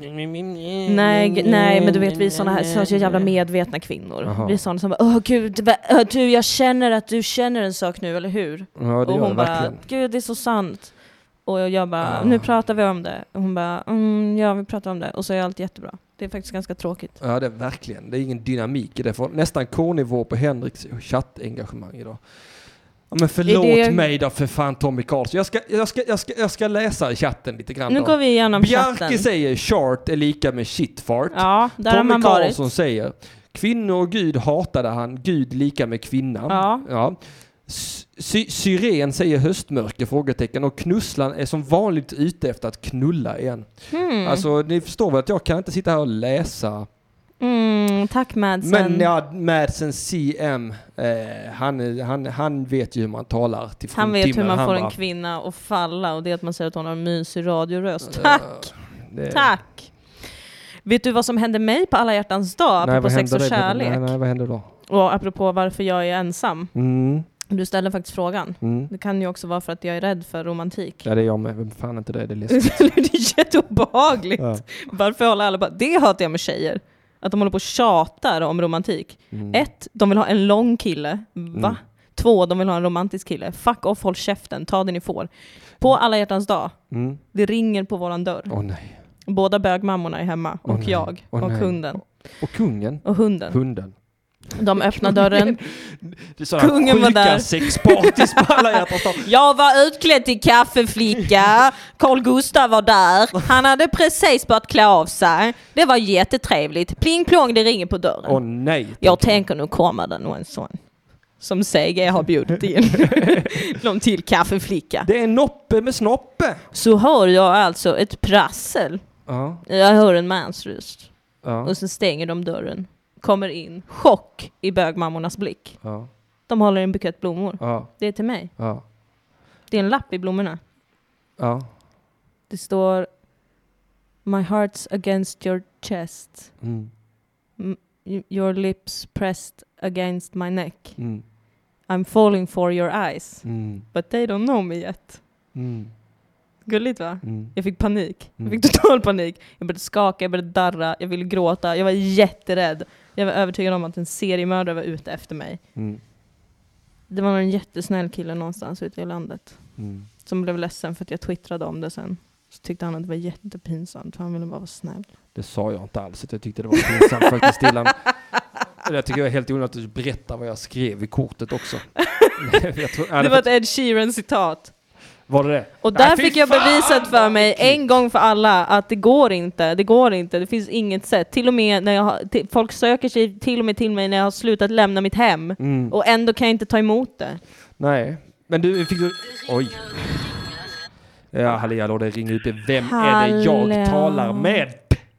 [SPEAKER 2] Nej, g- nej, men du vet vi såna här så jävla medvetna kvinnor.
[SPEAKER 1] Aha.
[SPEAKER 2] Vi är såna som bara, åh gud, va, äh, du, jag känner att du känner en sak nu, eller hur?
[SPEAKER 1] Ja, det
[SPEAKER 2] Och
[SPEAKER 1] gör det
[SPEAKER 2] hon bara,
[SPEAKER 1] verkligen.
[SPEAKER 2] gud det är så sant. Och jag bara,
[SPEAKER 1] Ah.
[SPEAKER 2] nu pratar vi om det. Och hon bara, mm, ja vi pratar om det. Och så är allt jättebra. Det är faktiskt ganska tråkigt.
[SPEAKER 1] Ja, det är verkligen. Det är ingen dynamik i det. För nästan K-nivå på Henriks chattengagemang idag. Ja, men förlåt
[SPEAKER 2] Är det-
[SPEAKER 1] mig då för fan, Tommy Karlsson. Jag ska, jag, ska, jag, ska, jag ska läsa i chatten lite grann.
[SPEAKER 2] Nu
[SPEAKER 1] då.
[SPEAKER 2] går vi igenom
[SPEAKER 1] Bjarke
[SPEAKER 2] chatten.
[SPEAKER 1] säger shart är lika med shitfart.
[SPEAKER 2] Ja, där har
[SPEAKER 1] Tommy
[SPEAKER 2] man varit.
[SPEAKER 1] Karlsson säger kvinnor och Gud hatade han, Gud lika med kvinna.
[SPEAKER 2] Ja.
[SPEAKER 1] Ja. Sy- Syren säger höstmörker, frågetecken, och Knusslan är som vanligt ute efter att knulla igen.
[SPEAKER 2] Hmm.
[SPEAKER 1] Alltså ni förstår väl att jag kan inte sitta här och läsa.
[SPEAKER 2] Mm, tack Madsen.
[SPEAKER 1] Men ja, Madsen C M, eh, han, han, han vet ju hur man talar till
[SPEAKER 2] Han vet hur
[SPEAKER 1] fruntimmer,
[SPEAKER 2] man
[SPEAKER 1] han
[SPEAKER 2] får en
[SPEAKER 1] bara,
[SPEAKER 2] kvinna att falla, och det är att man säger att hon har en mysig radioröst.
[SPEAKER 1] eh,
[SPEAKER 2] Tack!
[SPEAKER 1] det-
[SPEAKER 2] Tack! Vet du vad som hände mig på alla hjärtans dag?
[SPEAKER 1] Nej,
[SPEAKER 2] Apropå
[SPEAKER 1] vad
[SPEAKER 2] sex
[SPEAKER 1] hände
[SPEAKER 2] och
[SPEAKER 1] det?
[SPEAKER 2] kärlek.
[SPEAKER 1] Nej, nej, vad hände då?
[SPEAKER 2] Och apropå varför jag är ensam.
[SPEAKER 1] Mm,
[SPEAKER 2] Du ställer faktiskt frågan.
[SPEAKER 1] mm.
[SPEAKER 2] Det kan ju också vara för att jag är rädd för romantik.
[SPEAKER 1] Ja, det är jag med. Vem fan inte det? Det är läskigt.
[SPEAKER 2] det är jätteobehagligt.
[SPEAKER 1] Ja.
[SPEAKER 2] Varför håller alla bara... Det hatar jag med tjejer. Att de håller på och tjatar om romantik.
[SPEAKER 1] Mm.
[SPEAKER 2] Ett, de vill ha en lång kille. Va?
[SPEAKER 1] Mm.
[SPEAKER 2] Två, de vill ha en romantisk kille. Fuck off, håll käften. Ta det ni får. På alla hjärtans dag.
[SPEAKER 1] Mm.
[SPEAKER 2] Det ringer på våran dörr.
[SPEAKER 1] Åh nej.
[SPEAKER 2] Båda bögmammorna är hemma.
[SPEAKER 1] Åh,
[SPEAKER 2] och
[SPEAKER 1] nej.
[SPEAKER 2] jag.
[SPEAKER 1] Åh,
[SPEAKER 2] och
[SPEAKER 1] nej.
[SPEAKER 2] hunden.
[SPEAKER 1] Och kungen?
[SPEAKER 2] Och hunden.
[SPEAKER 1] Hunden.
[SPEAKER 2] De öppnar dörren.
[SPEAKER 1] Det är sådana
[SPEAKER 2] Kungen var
[SPEAKER 1] sjuka
[SPEAKER 2] där.
[SPEAKER 1] sexpartys på alla hjärtans dag.
[SPEAKER 2] Jag var utklädd till kaffeflicka. Carl Gustav var där. Han hade precis börjat klä av sig. Det var jättetrevligt. Pling plong, det ringer på dörren.
[SPEAKER 1] Åh nej.
[SPEAKER 2] Jag tänker nu komma det nog en sån som C G har bjudit in. Någon till kaffeflicka.
[SPEAKER 1] Det är Noppe med snoppe.
[SPEAKER 2] Så hör jag alltså ett prassel.
[SPEAKER 1] Ja.
[SPEAKER 2] Jag hör en mans röst.
[SPEAKER 1] Ja.
[SPEAKER 2] Och så stänger de dörren. kommer in. Chock i bögmammornas blick.
[SPEAKER 1] Ja.
[SPEAKER 2] De håller en bukett blommor.
[SPEAKER 1] Ja.
[SPEAKER 2] Det är till mig.
[SPEAKER 1] Ja.
[SPEAKER 2] Det är en lapp i blommorna.
[SPEAKER 1] Ja.
[SPEAKER 2] Det står My heart's against your chest.
[SPEAKER 1] Mm.
[SPEAKER 2] M- your lips pressed against my neck.
[SPEAKER 1] Mm.
[SPEAKER 2] I'm falling for your eyes.
[SPEAKER 1] Mm.
[SPEAKER 2] But they don't know me yet.
[SPEAKER 1] Mm.
[SPEAKER 2] Gulligt va?
[SPEAKER 1] Mm.
[SPEAKER 2] Jag fick panik.
[SPEAKER 1] Mm.
[SPEAKER 2] Jag fick total panik. Jag började skaka, jag började darra, jag ville gråta. Jag var jätterädd. Jag var övertygad om att en seriemördare var ute efter mig.
[SPEAKER 1] Mm.
[SPEAKER 2] Det var en jättesnäll kille någonstans ute i landet.
[SPEAKER 1] Mm.
[SPEAKER 2] Som blev ledsen för att jag twittrade om det sen. Så tyckte han att det var jättepinsamt. För han ville bara vara snäll.
[SPEAKER 1] Det sa jag inte alls. Jag tyckte det var pinsamt faktiskt. Dylan. Jag tycker det var helt onödigt att berätta vad jag skrev i kortet också. jag tror, ja,
[SPEAKER 2] det var ett Ed Sheeran-citat.
[SPEAKER 1] Var det det?
[SPEAKER 2] Och där
[SPEAKER 1] Nej,
[SPEAKER 2] fick
[SPEAKER 1] fy
[SPEAKER 2] jag
[SPEAKER 1] fan,
[SPEAKER 2] bevisat för
[SPEAKER 1] vad
[SPEAKER 2] mig
[SPEAKER 1] äckligt.
[SPEAKER 2] en gång för alla att det går inte. Det går inte. Det finns inget sätt. Till och med när jag har, till, folk söker sig till och med till mig när jag har slutat lämna mitt hem.
[SPEAKER 1] Mm.
[SPEAKER 2] Och ändå kan jag inte ta emot det.
[SPEAKER 1] Nej. Men du fick du... Oj. Ja, hallå, hallå, det ringer ut. Vem är det jag
[SPEAKER 2] Hallå.
[SPEAKER 1] talar med?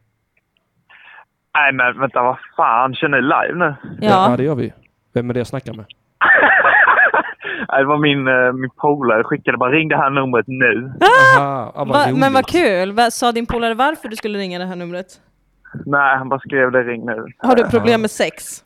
[SPEAKER 6] Nej men vänta, vad fan, känner ni live nu?
[SPEAKER 1] Ja,
[SPEAKER 2] Ja.
[SPEAKER 1] det gör vi. Vem är det jag snackar med?
[SPEAKER 6] Nej, det var min, eh, min polare skickade bara ring det här numret nu.
[SPEAKER 1] Aha, ja, vad
[SPEAKER 2] Va, men vad
[SPEAKER 1] roligt.
[SPEAKER 2] kul. Va, sa din polare varför du skulle ringa det här numret?
[SPEAKER 6] Nej, han bara skrev det ring nu.
[SPEAKER 2] Har du problem med sex?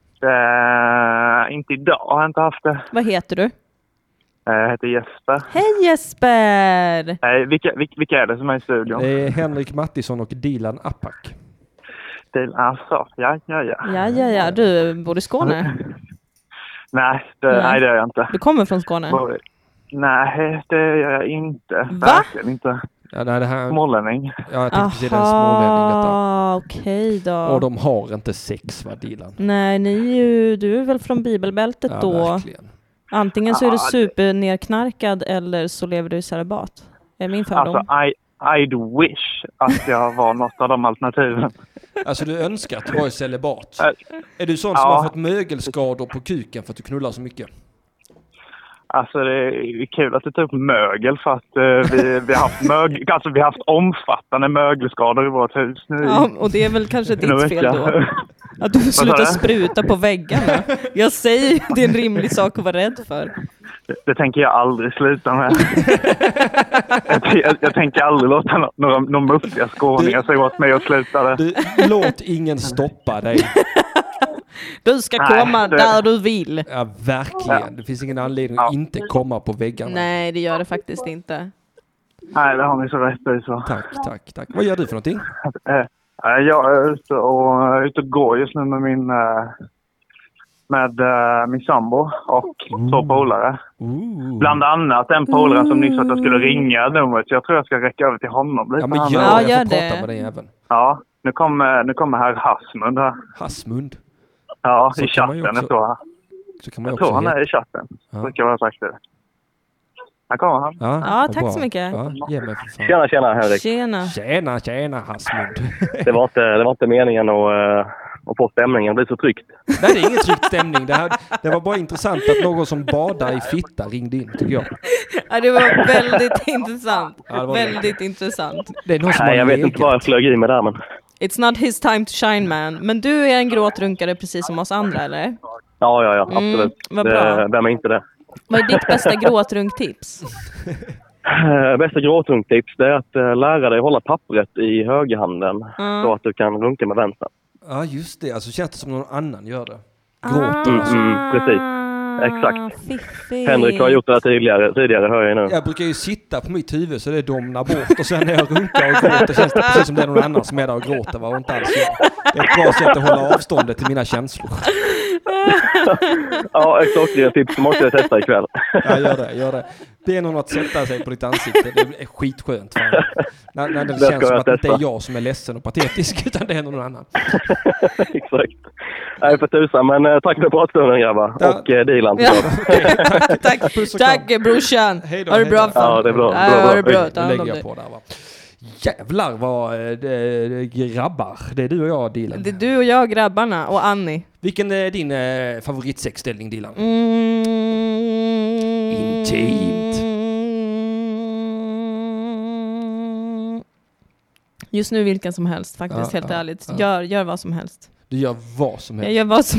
[SPEAKER 6] Eh, inte idag, har jag inte haft det.
[SPEAKER 2] Vad heter du?
[SPEAKER 6] Eh, Jag heter Jesper.
[SPEAKER 2] Hej Jesper!
[SPEAKER 6] Nej, vilka, vilka, vilka är det som är i studion?
[SPEAKER 1] Det är Henrik Mattisson och Dilan Apak.
[SPEAKER 6] Det, alltså, ja, ja, ja.
[SPEAKER 2] Ja, ja, ja. Du bor i Skåne.
[SPEAKER 6] Nej, det,
[SPEAKER 2] Nej.
[SPEAKER 6] nej, det gör jag inte.
[SPEAKER 2] Du kommer från Skåne.
[SPEAKER 6] Både- Nej, det gör jag inte.
[SPEAKER 2] Va?
[SPEAKER 6] Verkligen inte.
[SPEAKER 1] Ja, nej, det här...
[SPEAKER 6] Smålänning.
[SPEAKER 1] Ja, jag tänkte precis det är en smålänning detta.
[SPEAKER 2] Aha, okej då.
[SPEAKER 1] Och de har inte sex, va, Dilan?
[SPEAKER 2] Nej, ni är ju, du är väl från bibelbältet
[SPEAKER 1] Ja,
[SPEAKER 2] då.
[SPEAKER 1] verkligen.
[SPEAKER 2] Antingen så är du
[SPEAKER 6] Ja, det-
[SPEAKER 2] supernerknarkad eller så lever du i celibat. Är min fördom.
[SPEAKER 6] Alltså, I, I'd wish att jag var något av de alternativen.
[SPEAKER 1] Alltså du önskar att du var i celibat.
[SPEAKER 6] Äh,
[SPEAKER 1] Är du sån som
[SPEAKER 6] ja.
[SPEAKER 1] har fått mögelskador på kuken för att du knullar så mycket?
[SPEAKER 6] Alltså det är kul att du tar upp mögel för att eh, vi, vi, har haft mög, alltså, vi har haft omfattande mögelskador i vårt hus nu.
[SPEAKER 2] Ja, och det är väl kanske
[SPEAKER 6] i
[SPEAKER 2] ditt
[SPEAKER 6] några
[SPEAKER 2] fel
[SPEAKER 6] veckor.
[SPEAKER 2] då. Att du får
[SPEAKER 6] sa
[SPEAKER 2] sluta
[SPEAKER 6] du?
[SPEAKER 2] spruta på väggarna. Jag säger det är en rimlig sak att vara rädd för.
[SPEAKER 6] Det, det tänker jag aldrig sluta med. jag, jag, jag tänker aldrig låta no- några, några muffiga skåningar säga åt mig att sluta det.
[SPEAKER 1] Du, låt ingen stoppa dig.
[SPEAKER 2] Du ska
[SPEAKER 6] Nej,
[SPEAKER 2] komma
[SPEAKER 6] det-
[SPEAKER 2] där du vill.
[SPEAKER 1] Ja, verkligen. Det finns ingen anledning att
[SPEAKER 6] Ja.
[SPEAKER 1] inte komma på väggarna.
[SPEAKER 2] Nej, det gör det faktiskt inte.
[SPEAKER 6] Nej, det har ni så rätt i så.
[SPEAKER 1] Tack, tack, tack. Vad gör du för någonting?
[SPEAKER 6] Eh, Jag är ute och, ute och går just nu med min, eh, med eh, min sambo och två polare.
[SPEAKER 1] Ooh.
[SPEAKER 6] Bland annat en polare som nyss att jag skulle ringa numret. Jag tror jag ska räcka över till honom lite.
[SPEAKER 1] Ja, men
[SPEAKER 6] här
[SPEAKER 1] gör
[SPEAKER 6] nu.
[SPEAKER 2] Ja,
[SPEAKER 1] det.
[SPEAKER 2] gör
[SPEAKER 1] Jag får
[SPEAKER 2] det.
[SPEAKER 1] prata med den jäveln.
[SPEAKER 6] Ja, nu kommer, nu kommer herr Hasmund här.
[SPEAKER 1] Hassmund.
[SPEAKER 6] Ja,
[SPEAKER 1] Så
[SPEAKER 6] i
[SPEAKER 1] kan man ju
[SPEAKER 6] chatten.
[SPEAKER 1] också-
[SPEAKER 6] Jag tror,
[SPEAKER 1] Så kan man ju
[SPEAKER 6] jag tror
[SPEAKER 1] också
[SPEAKER 6] han
[SPEAKER 1] heta.
[SPEAKER 6] är i chatten.
[SPEAKER 1] Ja.
[SPEAKER 6] Brukar vara sagt det. Här kommer han.
[SPEAKER 1] Ja,
[SPEAKER 2] Ja,
[SPEAKER 1] vad
[SPEAKER 2] tack
[SPEAKER 1] bra.
[SPEAKER 2] så mycket.
[SPEAKER 1] Ja, ge mig för fan.
[SPEAKER 7] Tjena, tjena Henrik.
[SPEAKER 2] Tjena.
[SPEAKER 1] Tjena, tjena Hassmund.
[SPEAKER 7] Det var inte, det var inte meningen att, uh, att få stämningen. Det blir så tryggt.
[SPEAKER 1] Nej, det är ingen tryckt stämning. Det, här, det var bara intressant att någon som badar i fitta ringde in, tycker jag.
[SPEAKER 2] Ja, det var väldigt intressant.
[SPEAKER 1] Ja, det var det.
[SPEAKER 2] Väldigt intressant.
[SPEAKER 1] Det är någon som
[SPEAKER 7] Nej,
[SPEAKER 1] har
[SPEAKER 7] jag vet
[SPEAKER 1] legat.
[SPEAKER 7] inte vad jag flög i med där, men...
[SPEAKER 2] It's not his time to shine, man. Men du är en gråtrunkare precis som oss andra, eller?
[SPEAKER 7] Ja, ja, ja.
[SPEAKER 2] Mm,
[SPEAKER 7] Absolut.
[SPEAKER 2] vad bra.
[SPEAKER 7] Det, vem är inte det?
[SPEAKER 2] Vad är ditt bästa gråtrunktips?
[SPEAKER 7] Uh, bästa gråtrunktips det är att uh, lära dig hålla pappret i högerhanden
[SPEAKER 2] Mm.
[SPEAKER 7] så att du kan runka med vänster.
[SPEAKER 1] Ja, just det. Alltså känns det som någon annan gör det. Gråter
[SPEAKER 7] Mm,
[SPEAKER 1] alltså.
[SPEAKER 7] mm, precis. Exakt.
[SPEAKER 2] Ah, Fiffigt.
[SPEAKER 7] Henrik har gjort det här tidigare, tidigare hör jag nu.
[SPEAKER 1] Jag brukar ju sitta på mitt huvud så det domnar bort och sen när jag runkar och gråter känns det precis som det är någon annan som är där och gråter. Va? Och inte alls jag. Det är ett bra sätt att hålla avståndet till mina känslor.
[SPEAKER 7] Ja, exakt. Det är ett tips som måste jag testa ikväll.
[SPEAKER 1] Ja, gör det, gör det. Det är någon att sätta sig på ditt ansikte. Det är skitskönt. Fan. När, när det,
[SPEAKER 7] Det ska
[SPEAKER 1] känns som
[SPEAKER 7] jag
[SPEAKER 1] att det inte är
[SPEAKER 7] testa.
[SPEAKER 1] jag som är ledsen och patetisk utan det är någon annan.
[SPEAKER 7] Exakt. Nej, för tusan. Men uh, tack för pratstunden grabbar.
[SPEAKER 1] Ja.
[SPEAKER 7] Och uh, Dilan.
[SPEAKER 2] Ja.
[SPEAKER 7] såklart.
[SPEAKER 2] Tack,
[SPEAKER 1] Puss och kram.
[SPEAKER 2] tack brorsan.
[SPEAKER 1] Hej då,
[SPEAKER 2] Ha det
[SPEAKER 1] hej
[SPEAKER 2] bra
[SPEAKER 1] då.
[SPEAKER 2] fan.
[SPEAKER 7] Ja, det är bra.
[SPEAKER 2] Ja,
[SPEAKER 7] Bra, bra.
[SPEAKER 2] ha det bra. Ta
[SPEAKER 1] Nu
[SPEAKER 2] hand om
[SPEAKER 1] lägger
[SPEAKER 2] dig.
[SPEAKER 1] jag på där va. Jävlar vad eh, det, det grabbar. Det är du och jag, Dilan.
[SPEAKER 2] Det är du och jag, grabbarna, och Annie.
[SPEAKER 1] Vilken är din eh, favoritsexställning, Dilan?
[SPEAKER 2] Mm.
[SPEAKER 1] Intimt.
[SPEAKER 2] Just nu vilken som helst faktiskt,
[SPEAKER 1] Ja,
[SPEAKER 2] helt
[SPEAKER 1] ja,
[SPEAKER 2] ärligt.
[SPEAKER 1] ja.
[SPEAKER 2] Gör, gör vad som helst.
[SPEAKER 1] Du gör vad som helst.
[SPEAKER 2] Jag gör vad som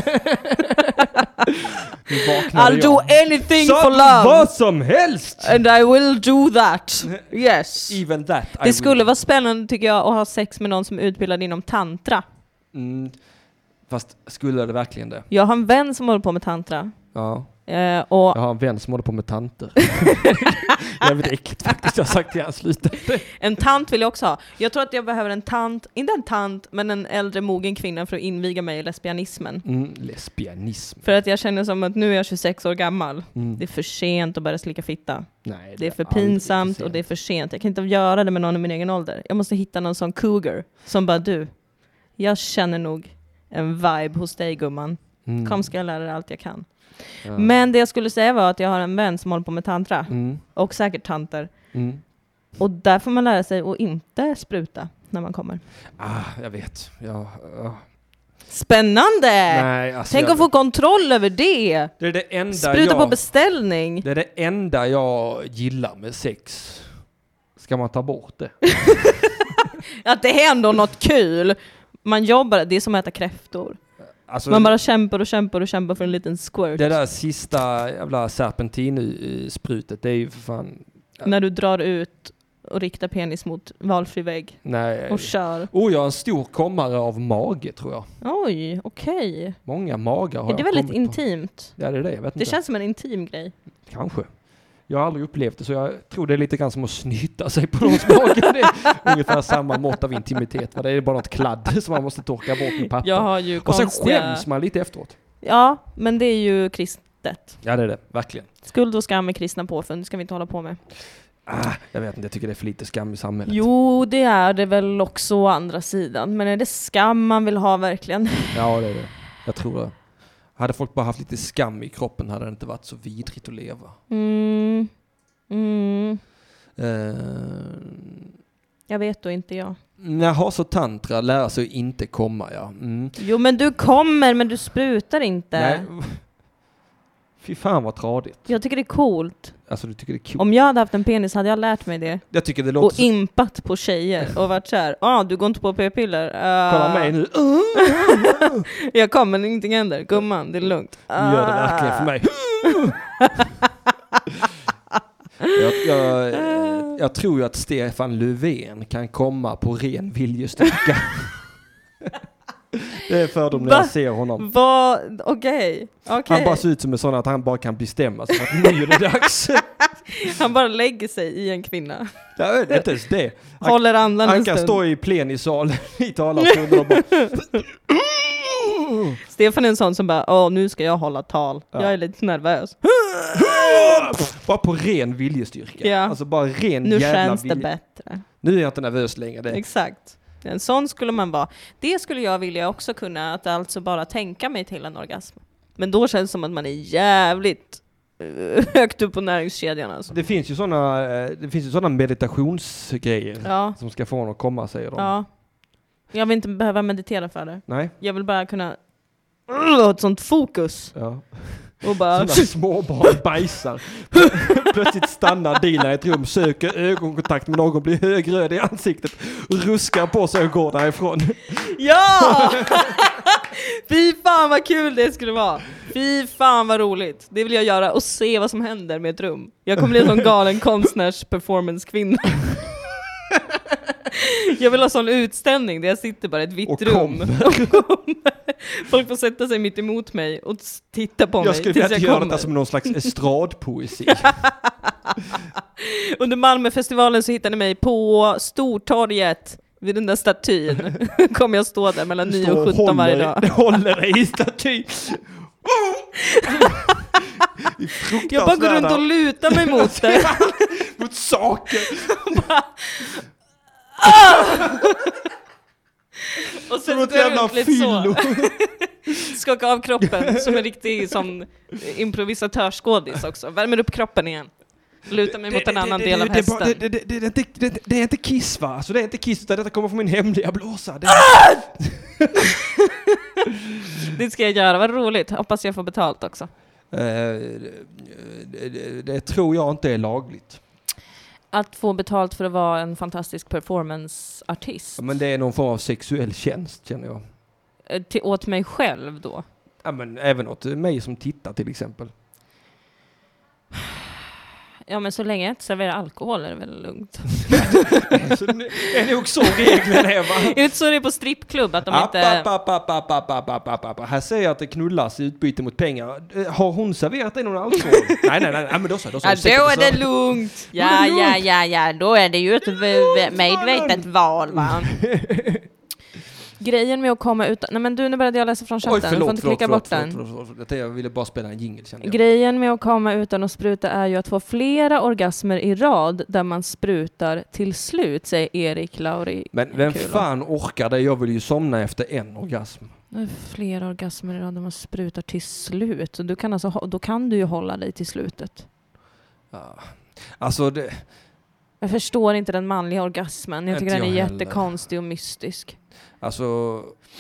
[SPEAKER 1] I'll
[SPEAKER 2] do anything
[SPEAKER 1] så
[SPEAKER 2] for love.
[SPEAKER 1] Vad som helst!
[SPEAKER 2] And I will do that. Yes.
[SPEAKER 1] Even that.
[SPEAKER 2] Det skulle vara spännande tycker jag att ha sex med någon som är utbildad inom tantra.
[SPEAKER 1] Mm. Fast skulle det verkligen det?
[SPEAKER 2] Jag har en vän som håller på med tantra.
[SPEAKER 1] Ja.
[SPEAKER 2] Eh, och
[SPEAKER 1] Jag har en vän som håller på med tanter. Jag vet äckligt faktiskt. Jag har sagt till han sluta.
[SPEAKER 2] en tant vill jag också ha. Jag tror att jag behöver en tant, inte en tant, men en äldre mogen kvinna för att inviga mig i lesbianismen.
[SPEAKER 1] Mm, lesbianism.
[SPEAKER 2] För att jag känner som att nu är jag tjugosex år gammal.
[SPEAKER 1] Mm.
[SPEAKER 2] Det är för sent att börja slicka fitta.
[SPEAKER 1] Nej,
[SPEAKER 2] Det är för
[SPEAKER 1] aldrig
[SPEAKER 2] pinsamt
[SPEAKER 1] för
[SPEAKER 2] och det är för sent. Jag kan inte göra det med någon i min egen ålder. Jag måste hitta någon sån cougar som bara du. Jag känner nog en vibe hos dig gumman.
[SPEAKER 1] Mm.
[SPEAKER 2] Kom ska jag lära dig allt jag kan.
[SPEAKER 1] Ja.
[SPEAKER 2] Men det jag skulle säga var att jag har en vän som håller på med tantra.
[SPEAKER 1] Mm.
[SPEAKER 2] Och säkert tanter.
[SPEAKER 1] Mm.
[SPEAKER 2] Och där får man lära sig att inte spruta när man kommer.
[SPEAKER 1] Ah, jag vet. Ja, ja.
[SPEAKER 2] Spännande!
[SPEAKER 1] Nej, alltså
[SPEAKER 2] Tänk
[SPEAKER 1] jag,
[SPEAKER 2] att få kontroll över det.
[SPEAKER 1] det är det enda
[SPEAKER 2] Spruta
[SPEAKER 1] jag,
[SPEAKER 2] på beställning.
[SPEAKER 1] Det är det enda jag gillar med sex. Ska man ta bort det?
[SPEAKER 2] Att det händer något kul. Man jobbar, det är som att äta kräftor.
[SPEAKER 1] Alltså,
[SPEAKER 2] Man bara kämpar och kämpar och kämpar för en liten squirt.
[SPEAKER 1] det där sista jävla serpentin-sprutet, det är ju för fan...
[SPEAKER 2] När du drar ut och riktar penis mot valfri vägg.
[SPEAKER 1] Nej.
[SPEAKER 2] Och kör.
[SPEAKER 1] Oh, jag har en stor kommare av mage, tror jag.
[SPEAKER 2] Oj, okej.
[SPEAKER 1] Många magar har
[SPEAKER 2] Är det
[SPEAKER 1] jag
[SPEAKER 2] väldigt
[SPEAKER 1] kommit på.
[SPEAKER 2] intimt?
[SPEAKER 1] Ja, det är det. Jag vet
[SPEAKER 2] Det
[SPEAKER 1] inte.
[SPEAKER 2] känns som en intim grej.
[SPEAKER 1] Kanske. Jag har aldrig upplevt det, så jag tror det är lite grann som att snyta sig på någons mage. Det är ungefär samma mått av intimitet. Va? Det är bara något kladd som man måste torka bort med papper.
[SPEAKER 2] Jag har ju
[SPEAKER 1] Och sen
[SPEAKER 2] konstiga...
[SPEAKER 1] skäms man lite efteråt.
[SPEAKER 2] Ja, men det är ju kristet.
[SPEAKER 1] Ja, det är det. Verkligen.
[SPEAKER 2] Skuld och skam är kristna påfund, det ska vi inte hålla på med.
[SPEAKER 1] Ah, jag vet inte, jag tycker det är för lite skam i samhället.
[SPEAKER 2] Jo, det är det väl också å andra sidan. Men är det skam man vill ha verkligen?
[SPEAKER 1] Ja, det är det. Jag tror det. Hade folk bara haft lite skam i kroppen hade det inte varit så vidrigt att leva.
[SPEAKER 2] Mm. Mm.
[SPEAKER 1] Uh,
[SPEAKER 2] Jag vet då inte jag.
[SPEAKER 1] Jaha, så tantra lära sig inte komma, ja. Mm.
[SPEAKER 2] Jo, men du kommer, men du sprutar inte.
[SPEAKER 1] Nej. Fy fan vad tradigt.
[SPEAKER 2] Jag tycker det är coolt.
[SPEAKER 1] Alltså du tycker det är kul.
[SPEAKER 2] Om jag hade haft en penis hade jag lärt mig det.
[SPEAKER 1] Jag tycker det låter
[SPEAKER 2] Och
[SPEAKER 1] så...
[SPEAKER 2] impat på tjejer och varit så här: ah, du går inte på p-piller. Uh,
[SPEAKER 1] Kolla mig nu.
[SPEAKER 2] Jag kommer, men ingenting händer. Gumman, det är lugnt.
[SPEAKER 1] Du gör det verkligen för mig. jag, jag, eh, jag tror ju att Stefan Löfven kan komma på ren viljestyrka. Det är fördom när
[SPEAKER 2] Va?
[SPEAKER 1] jag ser honom.
[SPEAKER 2] Vad? Okej. Okej.
[SPEAKER 1] Han bara ser ut som en sån att han bara kan bestämma sig för att nu är det dags.
[SPEAKER 2] Han bara lägger sig i en kvinna.
[SPEAKER 1] Jag vet inte ens det. Han,
[SPEAKER 2] Håller andan
[SPEAKER 1] han
[SPEAKER 2] en
[SPEAKER 1] kan
[SPEAKER 2] stund.
[SPEAKER 1] stå i plenisal i talarstolen och bara...
[SPEAKER 2] Stefan är en sån som bara, åh, nu ska jag hålla tal.
[SPEAKER 1] Ja.
[SPEAKER 2] Jag är lite nervös.
[SPEAKER 1] Bara på ren viljestyrka.
[SPEAKER 2] Ja.
[SPEAKER 1] Alltså bara ren
[SPEAKER 2] Nu
[SPEAKER 1] jävla
[SPEAKER 2] känns det
[SPEAKER 1] vilja.
[SPEAKER 2] bättre.
[SPEAKER 1] Nu är jag inte nervös längre. Det.
[SPEAKER 2] Exakt. En sån skulle man vara. Det skulle jag vilja också kunna, att alltså bara tänka mig till en orgasm. Men då känns det som att man är jävligt uh, högt upp på näringskedjan alltså.
[SPEAKER 1] Det finns ju såna, det finns ju såna meditationsgrejer
[SPEAKER 2] Ja.
[SPEAKER 1] som ska få honom att komma, säger de.
[SPEAKER 2] Ja. Jag vill inte behöva meditera för det.
[SPEAKER 1] Nej.
[SPEAKER 2] Jag vill bara kunna uh, ha ett sånt fokus.
[SPEAKER 1] Ja.
[SPEAKER 2] Och bara...
[SPEAKER 1] Sådana småbarn bajsar. Plötsligt stannar Dina i ett rum, söker ögonkontakt med någon, blir högröd i ansiktet, ruskar på sig och går därifrån.
[SPEAKER 2] Ja! Fy fan vad kul det skulle vara. Fy fan vad roligt. Det vill jag göra och se vad som händer med ett rum. Jag kommer bli en sån galen konstnärs performance-kvinna. Jag vill ha sån utställning där jag sitter bara i ett vitt
[SPEAKER 1] Och
[SPEAKER 2] rum. Och folk får sätta sig mitt emot mig och titta på
[SPEAKER 1] Jag
[SPEAKER 2] mig
[SPEAKER 1] skulle
[SPEAKER 2] tills
[SPEAKER 1] vilja
[SPEAKER 2] jag
[SPEAKER 1] göra
[SPEAKER 2] kommer.
[SPEAKER 1] detta som någon slags estradpoesi.
[SPEAKER 2] Under Malmöfestivalen så hittade ni mig på Stortorget vid den där statyn. Kommer jag stå där mellan nio och sjutton varje dag.
[SPEAKER 1] Det håller dig i staty.
[SPEAKER 2] Jag bara går runt och lutar mig mot det.
[SPEAKER 1] Mot saker.
[SPEAKER 2] Och
[SPEAKER 1] Som
[SPEAKER 2] sen
[SPEAKER 1] ett
[SPEAKER 2] går jag
[SPEAKER 1] jävla
[SPEAKER 2] runt lite så.
[SPEAKER 1] fyllo.
[SPEAKER 2] Skaka av kroppen som en riktig som improvisatörsskådis också. Värmer upp kroppen igen. Lutar mig mot en annan del av hästen.
[SPEAKER 1] Det, det, det, det, det, det, det, det är inte Kiss, va? Alltså, det är inte Kiss, utan detta kommer från min hemliga blåsa. Det,
[SPEAKER 2] Det ska jag göra, vad roligt. Hoppas jag får betalt också.
[SPEAKER 1] Eh, det, det, det tror jag inte är lagligt.
[SPEAKER 2] Att få betalt för att vara en fantastisk performanceartist.
[SPEAKER 1] Ja, men det är någon form av sexuell tjänst, känner jag.
[SPEAKER 2] till, åt mig själv då?
[SPEAKER 1] Ja, men även åt mig som tittar till exempel.
[SPEAKER 2] Ja, men så länge jag inte serverar alkohol är det väl lugnt.
[SPEAKER 1] Så är nog så reglerna är, va?
[SPEAKER 2] Är det inte så det är på strippklubb att de
[SPEAKER 1] App,
[SPEAKER 2] inte...
[SPEAKER 1] app, app, app, app, app, app, app, app, app. Här säger jag att det knullas i utbyte mot pengar. Har hon serverat dig någon alkohol? nej, nej, nej, nej, men då så. Då, så,
[SPEAKER 2] Ja, då är det lugnt. Ja, ja, ja, ja. Då är det ju ett v- medvetet val, va? Grejen med att komma ut... Nej, men du, nu började jag läsa från chatten.
[SPEAKER 1] Oj, förlåt,
[SPEAKER 2] du får inte
[SPEAKER 1] förlåt,
[SPEAKER 2] klicka
[SPEAKER 1] förlåt,
[SPEAKER 2] bort
[SPEAKER 1] förlåt,
[SPEAKER 2] den.
[SPEAKER 1] förlåt, förlåt, förlåt. Jag ville bara spela en jingle, kände jag.
[SPEAKER 2] Grejen med att komma utan att spruta är ju att få flera orgasmer i rad där man sprutar till slut, säger Erik Lauri.
[SPEAKER 1] Men vem
[SPEAKER 2] Kul.
[SPEAKER 1] fan orkar det? Jag vill ju somna efter en orgasm.
[SPEAKER 2] Flera orgasmer i rad där man sprutar till slut. Så du kan alltså, då kan du ju hålla dig till slutet.
[SPEAKER 1] Ja. Alltså det...
[SPEAKER 2] Jag förstår inte den manliga orgasmen. Jag tycker
[SPEAKER 1] Inte
[SPEAKER 2] den är
[SPEAKER 1] jag heller.
[SPEAKER 2] jättekonstig och mystisk.
[SPEAKER 1] Alltså...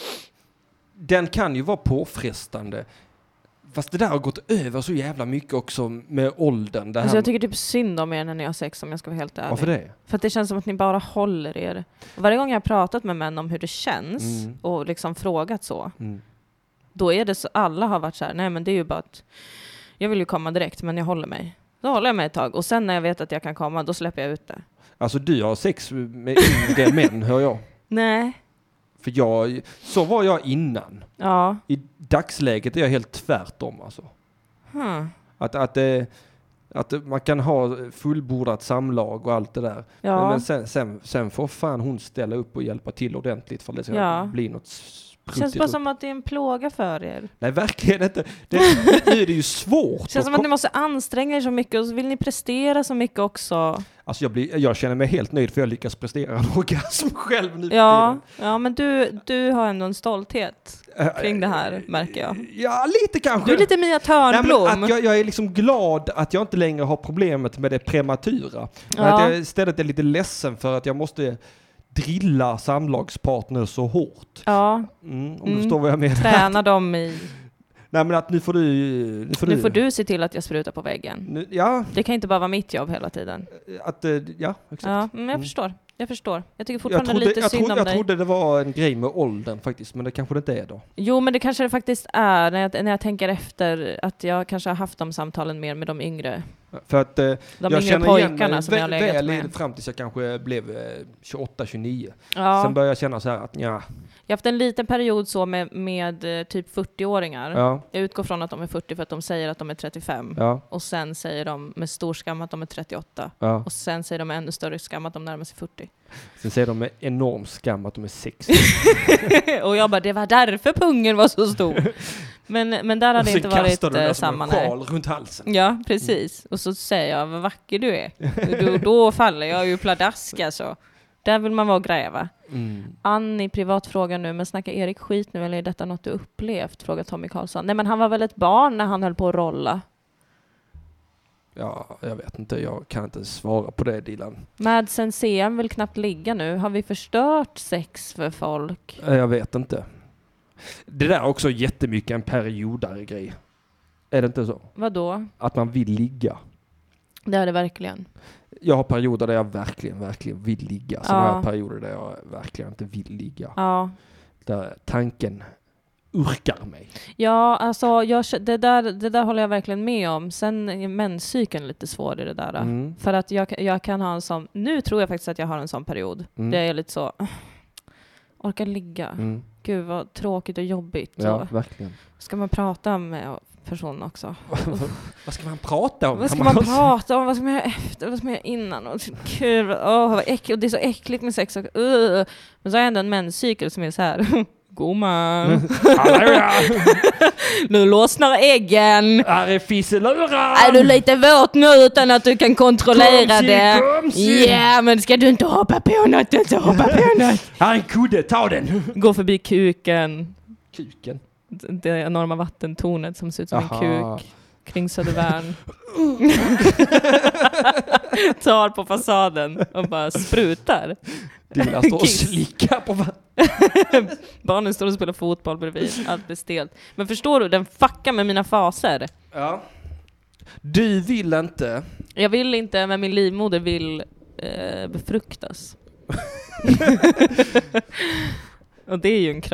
[SPEAKER 1] Den kan ju vara påfrestande. Fast det där har gått över så jävla mycket också med åldern. Det här
[SPEAKER 2] Alltså jag tycker typ synd om er när ni har sex, om jag ska vara helt ärlig.
[SPEAKER 1] Varför det?
[SPEAKER 2] För att det känns som att ni bara håller er. Varje gång jag har pratat med män om hur det känns
[SPEAKER 1] Mm.
[SPEAKER 2] och liksom frågat så,
[SPEAKER 1] Mm.
[SPEAKER 2] då är det så, alla har varit så här, nej men det är ju bara att jag vill ju komma direkt men jag håller mig. Då håller jag mig ett tag och sen när jag vet att jag kan komma, då släpper jag ut det.
[SPEAKER 1] Alltså du har sex med yngre män, hör jag.
[SPEAKER 2] Nej.
[SPEAKER 1] För jag, så var jag innan.
[SPEAKER 2] Ja.
[SPEAKER 1] I dagsläget är jag helt tvärtom alltså.
[SPEAKER 2] Hmm.
[SPEAKER 1] Att, att, det, att man kan ha fullbordat samlag och allt det där.
[SPEAKER 2] Ja.
[SPEAKER 1] Men, men sen, sen, sen får fan hon ställa upp och hjälpa till ordentligt för att det ska
[SPEAKER 2] Ja.
[SPEAKER 1] bli något
[SPEAKER 2] Det känns
[SPEAKER 1] spruttigt
[SPEAKER 2] bara
[SPEAKER 1] upp.
[SPEAKER 2] som att det är en plåga för er.
[SPEAKER 1] Nej, verkligen inte. Det, nu är det ju svårt.
[SPEAKER 2] Det känns som att ni måste anstränga er så mycket och så vill ni prestera så mycket också.
[SPEAKER 1] Alltså jag, blir, jag känner mig helt nöjd för jag lyckas prestera en orgasm själv nu.
[SPEAKER 2] Ja, ja men du, du har ändå en stolthet kring det här, märker jag.
[SPEAKER 1] Ja, lite kanske.
[SPEAKER 2] Du är lite Mia Törnblom.
[SPEAKER 1] Nej, men att jag, jag är liksom glad att jag inte längre har problemet med det prematura.
[SPEAKER 2] Ja.
[SPEAKER 1] Att jag istället är lite ledsen för att jag måste drilla samlagspartner så hårt.
[SPEAKER 2] Ja.
[SPEAKER 1] Mm, om
[SPEAKER 2] Mm.
[SPEAKER 1] du förstår vad jag menar.
[SPEAKER 2] Träna dem i...
[SPEAKER 1] Nej, men att nu får du... Nu får
[SPEAKER 2] Nu
[SPEAKER 1] du,
[SPEAKER 2] får du se till att jag sprutar på väggen.
[SPEAKER 1] Nu, ja,
[SPEAKER 2] Det kan inte bara vara mitt jobb hela tiden.
[SPEAKER 1] att, eh, ja, exakt.
[SPEAKER 2] Ja, men jag
[SPEAKER 1] Mm.
[SPEAKER 2] förstår. Jag förstår. Jag tycker
[SPEAKER 1] Jag
[SPEAKER 2] fortfarande
[SPEAKER 1] trodde,
[SPEAKER 2] lite
[SPEAKER 1] jag,
[SPEAKER 2] synd
[SPEAKER 1] trodde,
[SPEAKER 2] om
[SPEAKER 1] jag
[SPEAKER 2] dig.
[SPEAKER 1] trodde det var en grej med åldern faktiskt, men det kanske det inte är då.
[SPEAKER 2] Jo, men det kanske det faktiskt är när jag, när jag tänker efter att jag kanske har haft de samtalen mer med de yngre.
[SPEAKER 1] För att eh,
[SPEAKER 2] De
[SPEAKER 1] jag
[SPEAKER 2] yngre
[SPEAKER 1] känner
[SPEAKER 2] pojkarna
[SPEAKER 1] igen,
[SPEAKER 2] som jag har
[SPEAKER 1] väl,
[SPEAKER 2] legat
[SPEAKER 1] väl
[SPEAKER 2] med.
[SPEAKER 1] fram tills jag kanske blev eh, tjugoåtta tjugonio.
[SPEAKER 2] Ja.
[SPEAKER 1] Sen började jag känna så här att ja,
[SPEAKER 2] Jag har haft en liten period så med, med eh, typ fyrtio-åringar.
[SPEAKER 1] ja,
[SPEAKER 2] Jag utgår från att de är fyrtio för att de säger att de är trettiofem.
[SPEAKER 1] ja,
[SPEAKER 2] Och sen säger de med stor skam att de är trettioåtta.
[SPEAKER 1] ja.
[SPEAKER 2] Och sen säger de med ännu större skam att de närmar sig fyrtio.
[SPEAKER 1] Sen säger de med enorm skam att de är sextio.
[SPEAKER 2] Och jag bara, det var därför pungen var så stor. Men, men där hade det inte varit
[SPEAKER 1] kastar du
[SPEAKER 2] eh,
[SPEAKER 1] där som
[SPEAKER 2] samma.
[SPEAKER 1] en
[SPEAKER 2] Nej.
[SPEAKER 1] sjal runt halsen.
[SPEAKER 2] Ja, precis. Och så säger jag, vad vacker du är. Och då, då faller jag ju pladask alltså. Där vill man vara och gräva.
[SPEAKER 1] Mm.
[SPEAKER 2] Annie, privat fråga nu, men snackar Erik skit nu eller är detta något du upplevt? Frågar Tommy Karlsson. Nej, men han var väl ett barn när han höll på att rolla.
[SPEAKER 1] Ja, jag vet inte. Jag kan inte svara på det, Dilan.
[SPEAKER 2] Madsen C M vill knappt ligga nu. Har vi förstört sex för folk?
[SPEAKER 1] Eh, Jag vet inte. Det där är också jättemycket en periodare grej. Är det inte så?
[SPEAKER 2] Vadå?
[SPEAKER 1] Att man vill ligga.
[SPEAKER 2] Det är det verkligen.
[SPEAKER 1] Jag har perioder där jag verkligen, verkligen vill ligga. Sen
[SPEAKER 2] Ja.
[SPEAKER 1] har jag perioder där jag verkligen inte vill ligga.
[SPEAKER 2] Ja.
[SPEAKER 1] Där tanken urkar mig.
[SPEAKER 2] Ja, alltså jag, det, där, det där håller jag verkligen med om. Sen är menscykeln lite svår i det där.
[SPEAKER 1] Mm.
[SPEAKER 2] För att jag, jag kan ha en sån... Nu tror jag faktiskt att jag har en sån period.
[SPEAKER 1] Mm.
[SPEAKER 2] Det är lite så... Orkar ligga.
[SPEAKER 1] Mm.
[SPEAKER 2] Gud vad tråkigt och jobbigt.
[SPEAKER 1] Ja,
[SPEAKER 2] Så
[SPEAKER 1] verkligen.
[SPEAKER 2] ska man prata med personen också?
[SPEAKER 1] Vad ska man prata om?
[SPEAKER 2] Vad ska
[SPEAKER 1] Kan
[SPEAKER 2] man
[SPEAKER 1] ha-
[SPEAKER 2] prata om? Vad ska man göra efter? Vad ska man göra innan? Och kul. Åh, vad äckligt. Och det är så äckligt med sex. Och, uh. Men så har jag ändå en menscykel som är så här... Gumman.
[SPEAKER 1] Halleluja!
[SPEAKER 2] Nu lossnar äggen.
[SPEAKER 1] Här är fisseluran!
[SPEAKER 2] Är du lite våt nu utan att du kan kontrollera
[SPEAKER 1] Komsi,
[SPEAKER 2] det?
[SPEAKER 1] komsi.
[SPEAKER 2] Ja, men ska du inte hoppa på något? Inte hoppa på något.
[SPEAKER 1] Här är en kudde, ta den!
[SPEAKER 2] Gå förbi kuken.
[SPEAKER 1] Kuken.
[SPEAKER 2] Det enorma vattentornet som ser ut som
[SPEAKER 1] Aha.
[SPEAKER 2] en kuk. Kring Södervärn. Tar på fasaden och bara sprutar.
[SPEAKER 1] Dilla står och
[SPEAKER 2] Kiss.
[SPEAKER 1] slickar på vatten.
[SPEAKER 2] Barnen står och spelar fotboll bredvid. Allt blir stelt. Men förstår du, den fuckar med mina faser.
[SPEAKER 1] Ja. Du vill inte.
[SPEAKER 2] Jag vill inte, men min livmoder vill eh, befruktas. Och det är ju en krock.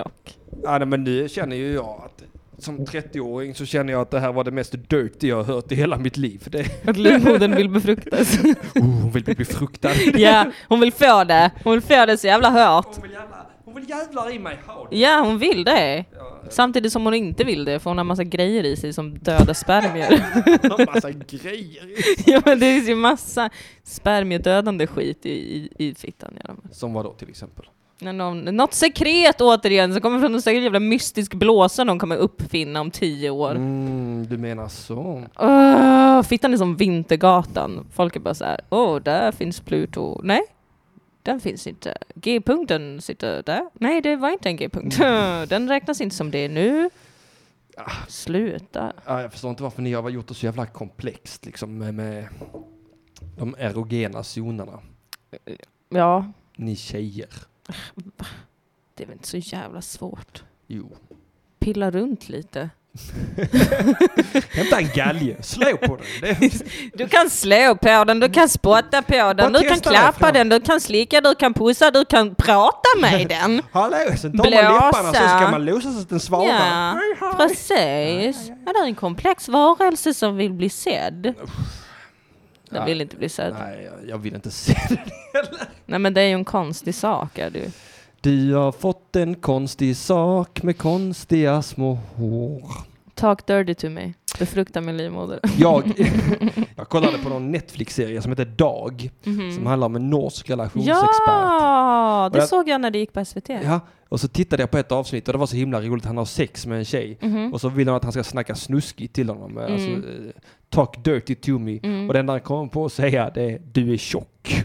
[SPEAKER 1] Ja, nej, men nu känner ju jag att som trettioåring så känner jag att det här var det mest dirty jag har hört i hela mitt liv. Det...
[SPEAKER 2] Att livmodern vill befruktas.
[SPEAKER 1] Oh, hon vill bli befruktad.
[SPEAKER 2] Ja, hon vill få det. Hon vill få det så jävla hårt.
[SPEAKER 1] Hon vill jävla, hon vill jävlar i mig.
[SPEAKER 2] Ja, hon vill det.
[SPEAKER 1] Ja.
[SPEAKER 2] Samtidigt som hon inte vill det, för hon har massa grejer i sig som döda spermier.
[SPEAKER 1] Hon har massa grejer i sig.
[SPEAKER 2] Ja, men det är ju massa spermiedödande skit i, i, i fittan. Ja.
[SPEAKER 1] Som vad då till exempel?
[SPEAKER 2] Någon, något sekret återigen som kommer från någon säkert jävla mystisk blåsa de kommer uppfinna om tio år.
[SPEAKER 1] Mm, du menar så?
[SPEAKER 2] Uh, fittan är som Vintergatan. Folk är bara så här: åh, oh, där finns Pluto. Nej, den finns inte. G-punkten sitter där. Nej, det var inte en G-punkt. Den räknas inte som det nu. Sluta.
[SPEAKER 1] Ja, jag förstår inte varför ni har gjort det så jävla komplext liksom med, med de erogena zonerna.
[SPEAKER 2] Ja.
[SPEAKER 1] Ni tjejer.
[SPEAKER 2] Det är väl inte så jävla svårt.
[SPEAKER 1] Jo.
[SPEAKER 2] Pilla runt lite.
[SPEAKER 1] Hämta en galge. Slå på den. Det...
[SPEAKER 2] Du kan slå på den, du kan spotta på den,
[SPEAKER 1] Bara
[SPEAKER 2] du kan
[SPEAKER 1] testa
[SPEAKER 2] klappa
[SPEAKER 1] det,
[SPEAKER 2] den, du kan slicka, du kan pussa, du kan prata med den.
[SPEAKER 1] Hallå, sen tar man
[SPEAKER 2] Blåsa.
[SPEAKER 1] läpparna så ska man låsa så att den svarar.
[SPEAKER 2] Ja,
[SPEAKER 1] Hej, hej.
[SPEAKER 2] precis. Ja, det är en komplex varelse som vill bli sedd. Den
[SPEAKER 1] Ja.
[SPEAKER 2] vill inte bli sedd.
[SPEAKER 1] Nej, jag, jag vill inte se det heller.
[SPEAKER 2] Nej, men det är ju en konstig sak, är du.
[SPEAKER 1] Du har fått en konstig sak med konstiga små hår.
[SPEAKER 2] Talk dirty to me. Befrukta min livmoder.
[SPEAKER 1] Jag, jag kollade på någon Netflix-serie som heter Dag.
[SPEAKER 2] Mm-hmm.
[SPEAKER 1] Som handlar om en norsk relationsexpert.
[SPEAKER 2] Ja, det
[SPEAKER 1] jag,
[SPEAKER 2] såg jag när det gick på S V T.
[SPEAKER 1] Ja, och så tittade jag på ett avsnitt och det var så himla roligt. Han har sex med en tjej.
[SPEAKER 2] Mm-hmm.
[SPEAKER 1] Och så vill han att han ska snacka snuskigt till honom.
[SPEAKER 2] Mm.
[SPEAKER 1] Alltså, eh, talk dirty to me.
[SPEAKER 2] Mm.
[SPEAKER 1] Och det enda han kommer på att säga det är du är tjock.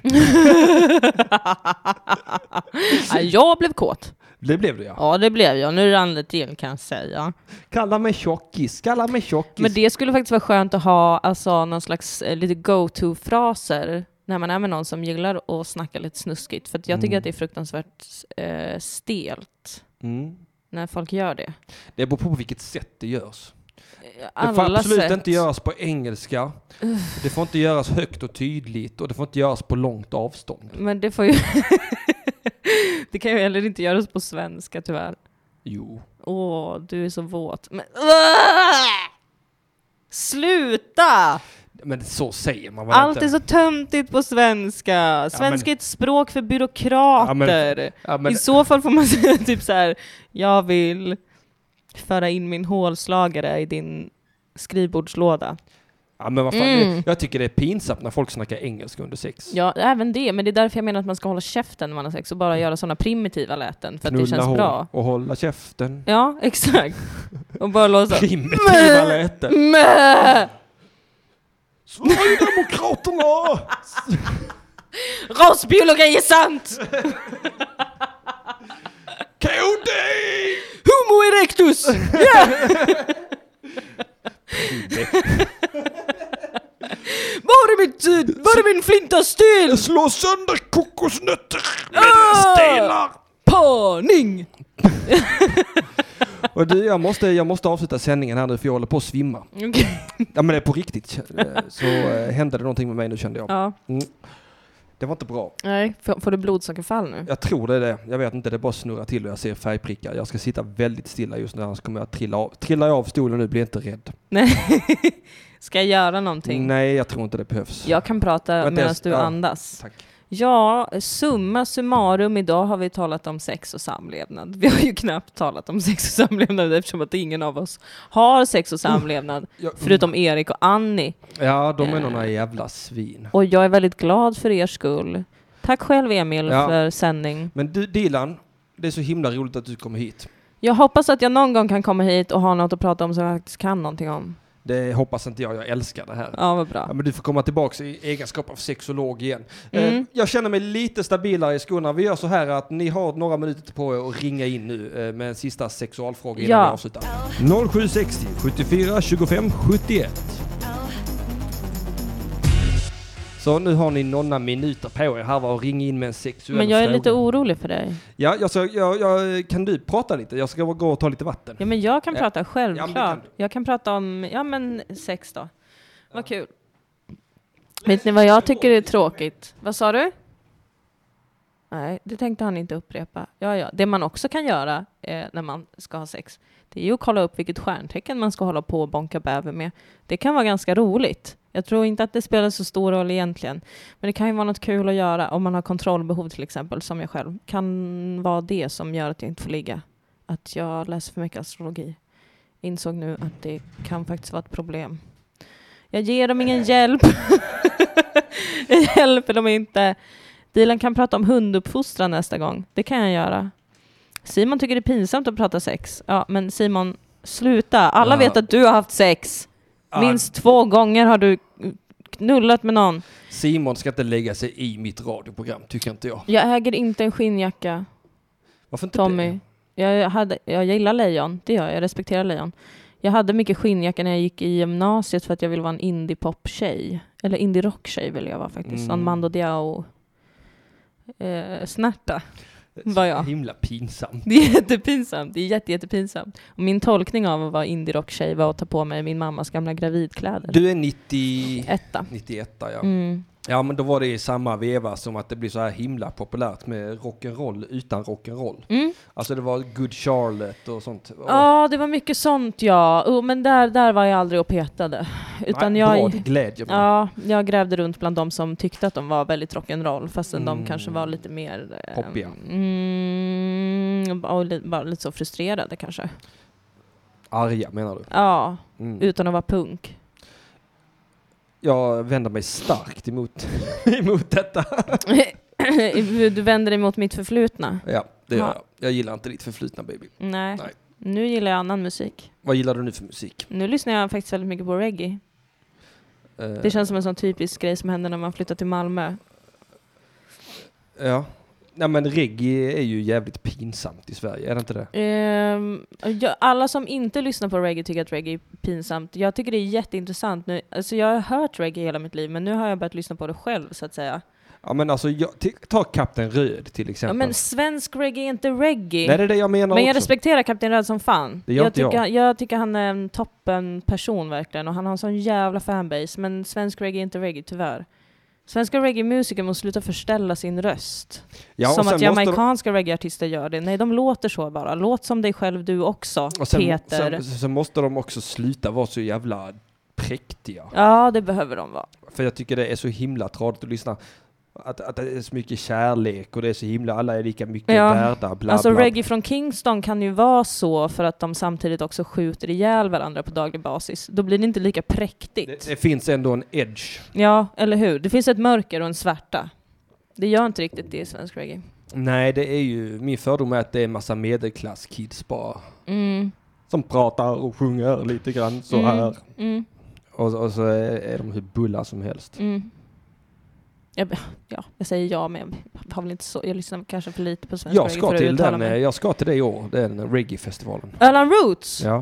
[SPEAKER 2] Ja, jag blev kåt.
[SPEAKER 1] Det blev det, ja.
[SPEAKER 2] Ja, det blev jag. Nu rann det till, kan jag säga.
[SPEAKER 1] Kalla mig tjockis, kalla mig tjockis.
[SPEAKER 2] Men det skulle faktiskt vara skönt att ha alltså, någon slags eh, lite go-to-fraser när man är med någon som gillar att snacka lite snuskigt. För att jag tycker
[SPEAKER 1] Mm.
[SPEAKER 2] att det är fruktansvärt eh, stelt
[SPEAKER 1] Mm.
[SPEAKER 2] när folk gör det.
[SPEAKER 1] Det beror på vilket sätt det görs.
[SPEAKER 2] Alla
[SPEAKER 1] Det får absolut
[SPEAKER 2] sätt.
[SPEAKER 1] inte göras på engelska. Det får inte göras högt och tydligt. Och det får inte göras på långt avstånd.
[SPEAKER 2] Men det får ju... det kan ju heller inte göras på svenska, tyvärr.
[SPEAKER 1] Jo.
[SPEAKER 2] Åh, du är så våt. Men... Sluta!
[SPEAKER 1] Men så säger man väl
[SPEAKER 2] Allt
[SPEAKER 1] inte.
[SPEAKER 2] är så töntigt på svenska. Svenska
[SPEAKER 1] men-
[SPEAKER 2] är ett språk för byråkrater.
[SPEAKER 1] Ja, men- ja, men-
[SPEAKER 2] I så fall får man säga typ så här: jag vill föra in min hålslagare i din skrivbordslåda.
[SPEAKER 1] Ja, men vad fan,
[SPEAKER 2] Mm.
[SPEAKER 1] det, jag tycker det är pinsamt när folk snackar engelska under sex.
[SPEAKER 2] Ja, även det. Men det är därför jag menar att man ska hålla käften när man har sex och bara göra sådana primitiva läten. För att det
[SPEAKER 1] Knulla
[SPEAKER 2] känns
[SPEAKER 1] hår
[SPEAKER 2] bra.
[SPEAKER 1] och hålla käften.
[SPEAKER 2] Ja, exakt. Och bara låta...
[SPEAKER 1] Primitiva läten.
[SPEAKER 2] Mä!
[SPEAKER 1] Sverigedemokraterna!
[SPEAKER 2] Rasbiologi är sant!
[SPEAKER 1] K D!
[SPEAKER 2] Homo erectus! Ja! Var är mitt... eh, Var är min flintasten?
[SPEAKER 1] Slå sönder kokosnötter med
[SPEAKER 2] Ah!
[SPEAKER 1] stenar!
[SPEAKER 2] Paning!
[SPEAKER 1] Och du, jag måste, jag måste avsluta sändningen här nu för jag håller på att svimma.
[SPEAKER 2] Okej.
[SPEAKER 1] Ja, men det är på riktigt. Eh, Så eh, hände det någonting med mig nu, kände jag.
[SPEAKER 2] Ja.
[SPEAKER 1] Mm. Det var inte bra.
[SPEAKER 2] Nej, får, får du blodsockerfall nu?
[SPEAKER 1] Jag tror det är det. Jag vet inte, det bara snurrar till och jag ser färgprickar. Jag ska sitta väldigt stilla just nu, annars kommer jag trilla av. Trillar jag av stolen nu, blir inte rädd.
[SPEAKER 2] Nej. Ska jag göra någonting?
[SPEAKER 1] Nej, jag tror inte det behövs.
[SPEAKER 2] Jag kan prata
[SPEAKER 1] Vänta,
[SPEAKER 2] medan
[SPEAKER 1] jag-
[SPEAKER 2] du
[SPEAKER 1] ja.
[SPEAKER 2] andas.
[SPEAKER 1] Tack.
[SPEAKER 2] Ja, summa summarum, idag har vi talat om sex och samlevnad. Vi har ju knappt talat om sex och samlevnad eftersom att ingen av oss har sex och samlevnad.
[SPEAKER 1] Jag,
[SPEAKER 2] Förutom Erik och Annie.
[SPEAKER 1] Ja, de är
[SPEAKER 2] Eh.
[SPEAKER 1] några jävla svin.
[SPEAKER 2] Och jag är väldigt glad för er skull. Tack själv Emil
[SPEAKER 1] Ja.
[SPEAKER 2] för sändning.
[SPEAKER 1] Men du, Dilan, det är så himla roligt att du kommer hit.
[SPEAKER 2] Jag hoppas att jag någon gång kan komma hit och ha något att prata om som jag faktiskt kan någonting om.
[SPEAKER 1] Det hoppas inte jag, jag älskar det här.
[SPEAKER 2] Ja, vad bra.
[SPEAKER 1] Ja, men du får komma tillbaka i egenskap av sexolog igen.
[SPEAKER 2] Mm.
[SPEAKER 1] Eh, jag känner mig lite stabilare i skorna. Vi gör så här att ni har några minuter på er att ringa in nu eh, med en sista sexualfråga innan
[SPEAKER 2] Ja.
[SPEAKER 1] vi avslutar. noll sju sextio sjuttiofyra tjugofem sjuttioett. Så nu har ni några minuter på er här och ring in med en sexuell
[SPEAKER 2] Men jag är
[SPEAKER 1] fråga.
[SPEAKER 2] lite orolig för dig.
[SPEAKER 1] Ja, jag, så, jag, jag, kan du prata lite? Jag ska gå och ta lite vatten.
[SPEAKER 2] Ja, men jag kan
[SPEAKER 1] Ja.
[SPEAKER 2] prata
[SPEAKER 1] Ja,
[SPEAKER 2] självklart.
[SPEAKER 1] men det kan du.
[SPEAKER 2] Jag kan prata om, ja men sex då. Vad kul. Vet ni vad jag tycker är tråkigt? Vad sa du? Nej, det tänkte han inte upprepa. Ja, ja. Det man också kan göra eh, när man ska ha sex, det är ju att kolla upp vilket stjärntecken man ska hålla på och bonka bäver med. Det kan vara ganska roligt. Jag tror inte att det spelar så stor roll egentligen. Men det kan ju vara något kul att göra om man har kontrollbehov till exempel, som jag själv. Kan vara det som gör att jag inte får ligga. Att jag läser för mycket astrologi. Insåg nu att det kan faktiskt vara ett problem. Jag ger dem ingen hjälp. Jag hjälper dem inte. Dilan kan prata om hunduppfostran nästa gång. Det kan jag göra. Simon tycker det är pinsamt att prata sex. Ja, men Simon, sluta. Alla
[SPEAKER 1] Ja.
[SPEAKER 2] vet att du har haft sex. Minst ja. två gånger har du knullat med någon.
[SPEAKER 1] Simon ska inte lägga sig i mitt radioprogram, tycker inte jag.
[SPEAKER 2] Jag äger inte en skinnjacka.
[SPEAKER 1] Varför inte
[SPEAKER 2] Tommy.
[SPEAKER 1] det?
[SPEAKER 2] Jag, hade, jag gillar lejon. Det gör jag. Jag respekterar lejon. Jag hade mycket skinnjacka när jag gick i gymnasiet för att jag ville vara en indie-pop-tjej. Eller indie-rock-tjej vill jag vara faktiskt. Mm. En Mando Diao eh, snärta var jag.
[SPEAKER 1] Himla pinsamt.
[SPEAKER 2] Det är jättepinsamt. Det är jätte, jättepinsamt. Och min tolkning av att vara indie-rock-tjej var att ta på mig min mammas gamla gravidkläder.
[SPEAKER 1] Du är nittioett.
[SPEAKER 2] Etta.
[SPEAKER 1] nittioett, ja.
[SPEAKER 2] Mm.
[SPEAKER 1] Ja, men då var det i samma veva som att det blir så här himla populärt med rock'n'roll utan rock'n'roll.
[SPEAKER 2] Mm.
[SPEAKER 1] Alltså det var Good Charlotte och sånt.
[SPEAKER 2] Ja, det var mycket sånt, ja. Oh, men där, där var jag aldrig och petade. Utan
[SPEAKER 1] Nej,
[SPEAKER 2] jag,
[SPEAKER 1] bra, det glädjer mig.
[SPEAKER 2] ja, jag grävde runt bland de som tyckte att de var väldigt rock'n'roll, fastän
[SPEAKER 1] Mm.
[SPEAKER 2] de kanske var lite mer... Eh,
[SPEAKER 1] Poppiga.
[SPEAKER 2] Mm, och li- bara lite så frustrerade kanske.
[SPEAKER 1] Arga, menar du?
[SPEAKER 2] Ja,
[SPEAKER 1] Mm.
[SPEAKER 2] utan att vara punk.
[SPEAKER 1] Jag vänder mig starkt emot, emot detta.
[SPEAKER 2] Du vänder dig mot mitt förflutna.
[SPEAKER 1] Ja, det gör
[SPEAKER 2] Ja.
[SPEAKER 1] jag. Jag gillar inte ditt förflutna, baby.
[SPEAKER 2] Nej.
[SPEAKER 1] Nej.
[SPEAKER 2] Nu gillar jag annan musik.
[SPEAKER 1] Vad gillar du nu för musik?
[SPEAKER 2] Nu lyssnar jag faktiskt väldigt mycket på reggae.
[SPEAKER 1] Eh,
[SPEAKER 2] Det känns som en sån typisk grej som händer när man flyttar till Malmö.
[SPEAKER 1] Ja. Nej, men reggae är ju jävligt pinsamt i Sverige, är det inte det?
[SPEAKER 2] Ehm, ja, alla som inte lyssnar på reggae tycker att reggae är pinsamt. Jag tycker det är jätteintressant nu. Alltså jag har hört reggae hela mitt liv, men nu har jag börjat lyssna på det själv, så att säga.
[SPEAKER 1] Ja, men alltså, jag, t- ta Kapten Röd till
[SPEAKER 2] Ja,
[SPEAKER 1] exempel.
[SPEAKER 2] men svensk reggae är inte reggae.
[SPEAKER 1] Nej, det är det jag menar
[SPEAKER 2] Men jag
[SPEAKER 1] också.
[SPEAKER 2] respekterar Kapten Röd som fan.
[SPEAKER 1] Det gör
[SPEAKER 2] jag,
[SPEAKER 1] inte jag.
[SPEAKER 2] tycker, jag tycker han är en toppen person verkligen. Och han har en sån jävla fanbase. Men svensk reggae är inte reggae, tyvärr. Svenska reggae-musiker måste sluta förställa sin röst.
[SPEAKER 1] Ja, och
[SPEAKER 2] som
[SPEAKER 1] sen
[SPEAKER 2] att
[SPEAKER 1] måste de-
[SPEAKER 2] jamaicanska reggae-artister gör det. Nej, de låter så bara. Låt som dig själv du också,
[SPEAKER 1] Och sen,
[SPEAKER 2] Peter.
[SPEAKER 1] sen, sen måste de också sluta vara så jävla präktiga.
[SPEAKER 2] Ja, det behöver de vara.
[SPEAKER 1] För jag tycker det är så himla tradigt att lyssna. Att, att det är så mycket kärlek och det är så himla, alla är lika mycket
[SPEAKER 2] Ja.
[SPEAKER 1] värda, bla
[SPEAKER 2] Alltså
[SPEAKER 1] bla.
[SPEAKER 2] reggae från Kingston kan ju vara så för att de samtidigt också skjuter ihjäl varandra på daglig basis. Då blir det inte lika präktigt.
[SPEAKER 1] Det, det finns ändå en edge.
[SPEAKER 2] Ja, eller hur? Det finns ett mörker och en svärta. Det gör inte riktigt det i svensk reggae.
[SPEAKER 1] Nej, det är ju, min fördom är att det är en massa medelklasskids bara.
[SPEAKER 2] Mm.
[SPEAKER 1] Som pratar och sjunger lite grann så
[SPEAKER 2] Mm.
[SPEAKER 1] här.
[SPEAKER 2] Mm.
[SPEAKER 1] Och, och så är, är de hur bulla som helst.
[SPEAKER 2] Mm. Jag, ja, jag säger ja, men jag har väl inte så, jag lyssnar kanske för lite på svensk
[SPEAKER 1] Jag
[SPEAKER 2] reggae
[SPEAKER 1] ska,
[SPEAKER 2] för att
[SPEAKER 1] till
[SPEAKER 2] uttala
[SPEAKER 1] den,
[SPEAKER 2] mig.
[SPEAKER 1] jag ska till det i år, den reggae-festivalen.
[SPEAKER 2] Öland Roots!
[SPEAKER 1] Ja.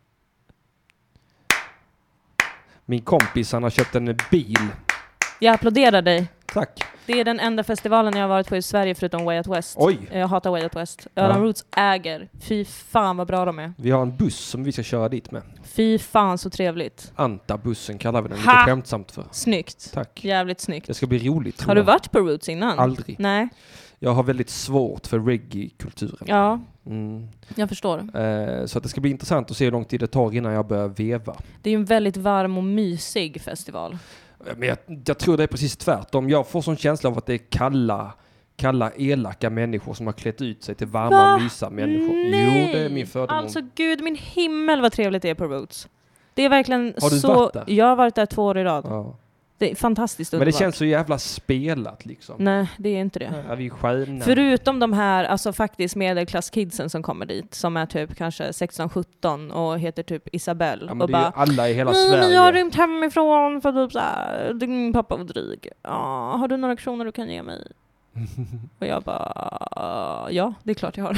[SPEAKER 1] Min kompis, han har köpt en bil.
[SPEAKER 2] Jag applåderar dig.
[SPEAKER 1] Tack.
[SPEAKER 2] Det är den enda festivalen jag har varit på i Sverige förutom Way Out West.
[SPEAKER 1] Oj.
[SPEAKER 2] Jag hatar Way Out West. Öland
[SPEAKER 1] Ja.
[SPEAKER 2] Roots äger. Fy fan vad bra de är.
[SPEAKER 1] Vi har en buss som vi ska köra dit med.
[SPEAKER 2] Fy fan så trevligt.
[SPEAKER 1] Anta-bussen kallar vi den,
[SPEAKER 2] Ha!
[SPEAKER 1] lite skämtsamt för.
[SPEAKER 2] Snyggt.
[SPEAKER 1] Tack.
[SPEAKER 2] Jävligt snyggt.
[SPEAKER 1] Det ska bli roligt, tror
[SPEAKER 2] Har du
[SPEAKER 1] jag.
[SPEAKER 2] varit på Roots innan?
[SPEAKER 1] Aldrig.
[SPEAKER 2] Nej.
[SPEAKER 1] Jag har väldigt svårt för reggae-kulturen.
[SPEAKER 2] Ja,
[SPEAKER 1] Mm.
[SPEAKER 2] jag förstår.
[SPEAKER 1] Eh, så att det ska bli intressant att se hur lång tid det tar innan jag börjar veva.
[SPEAKER 2] Det är ju en väldigt varm och mysig festival.
[SPEAKER 1] Men jag, jag tror det är precis tvärtom. Jag får sån känsla av att det är kalla, kalla elaka människor som har klätt ut sig till varma,
[SPEAKER 2] Va?
[SPEAKER 1] mysa människor.
[SPEAKER 2] Nej.
[SPEAKER 1] Jo, det är min fördom.
[SPEAKER 2] Alltså gud, min himmel vad trevligt det är på Roots. Det är verkligen
[SPEAKER 1] Har du
[SPEAKER 2] så...
[SPEAKER 1] varit där?
[SPEAKER 2] Jag har varit där två år i rad.
[SPEAKER 1] Ja.
[SPEAKER 2] Det är fantastiskt
[SPEAKER 1] Men det
[SPEAKER 2] underbart.
[SPEAKER 1] känns så jävla spelat liksom.
[SPEAKER 2] Nej, det är inte det.
[SPEAKER 1] Ja, vi är stjärnor.
[SPEAKER 2] Förutom de här, alltså faktiskt medelklasskidsen som kommer dit, som är typ kanske sexton sjutton och heter typ Isabelle.
[SPEAKER 1] Ja, men
[SPEAKER 2] och
[SPEAKER 1] det är ju
[SPEAKER 2] bara,
[SPEAKER 1] alla i hela
[SPEAKER 2] "Mm,
[SPEAKER 1] Sverige.
[SPEAKER 2] jag har rymt hemifrån för typ såhär, din pappa var dryg. Ja, har du några kronor du kan ge mig? Och jag bara, ja, det är klart jag har.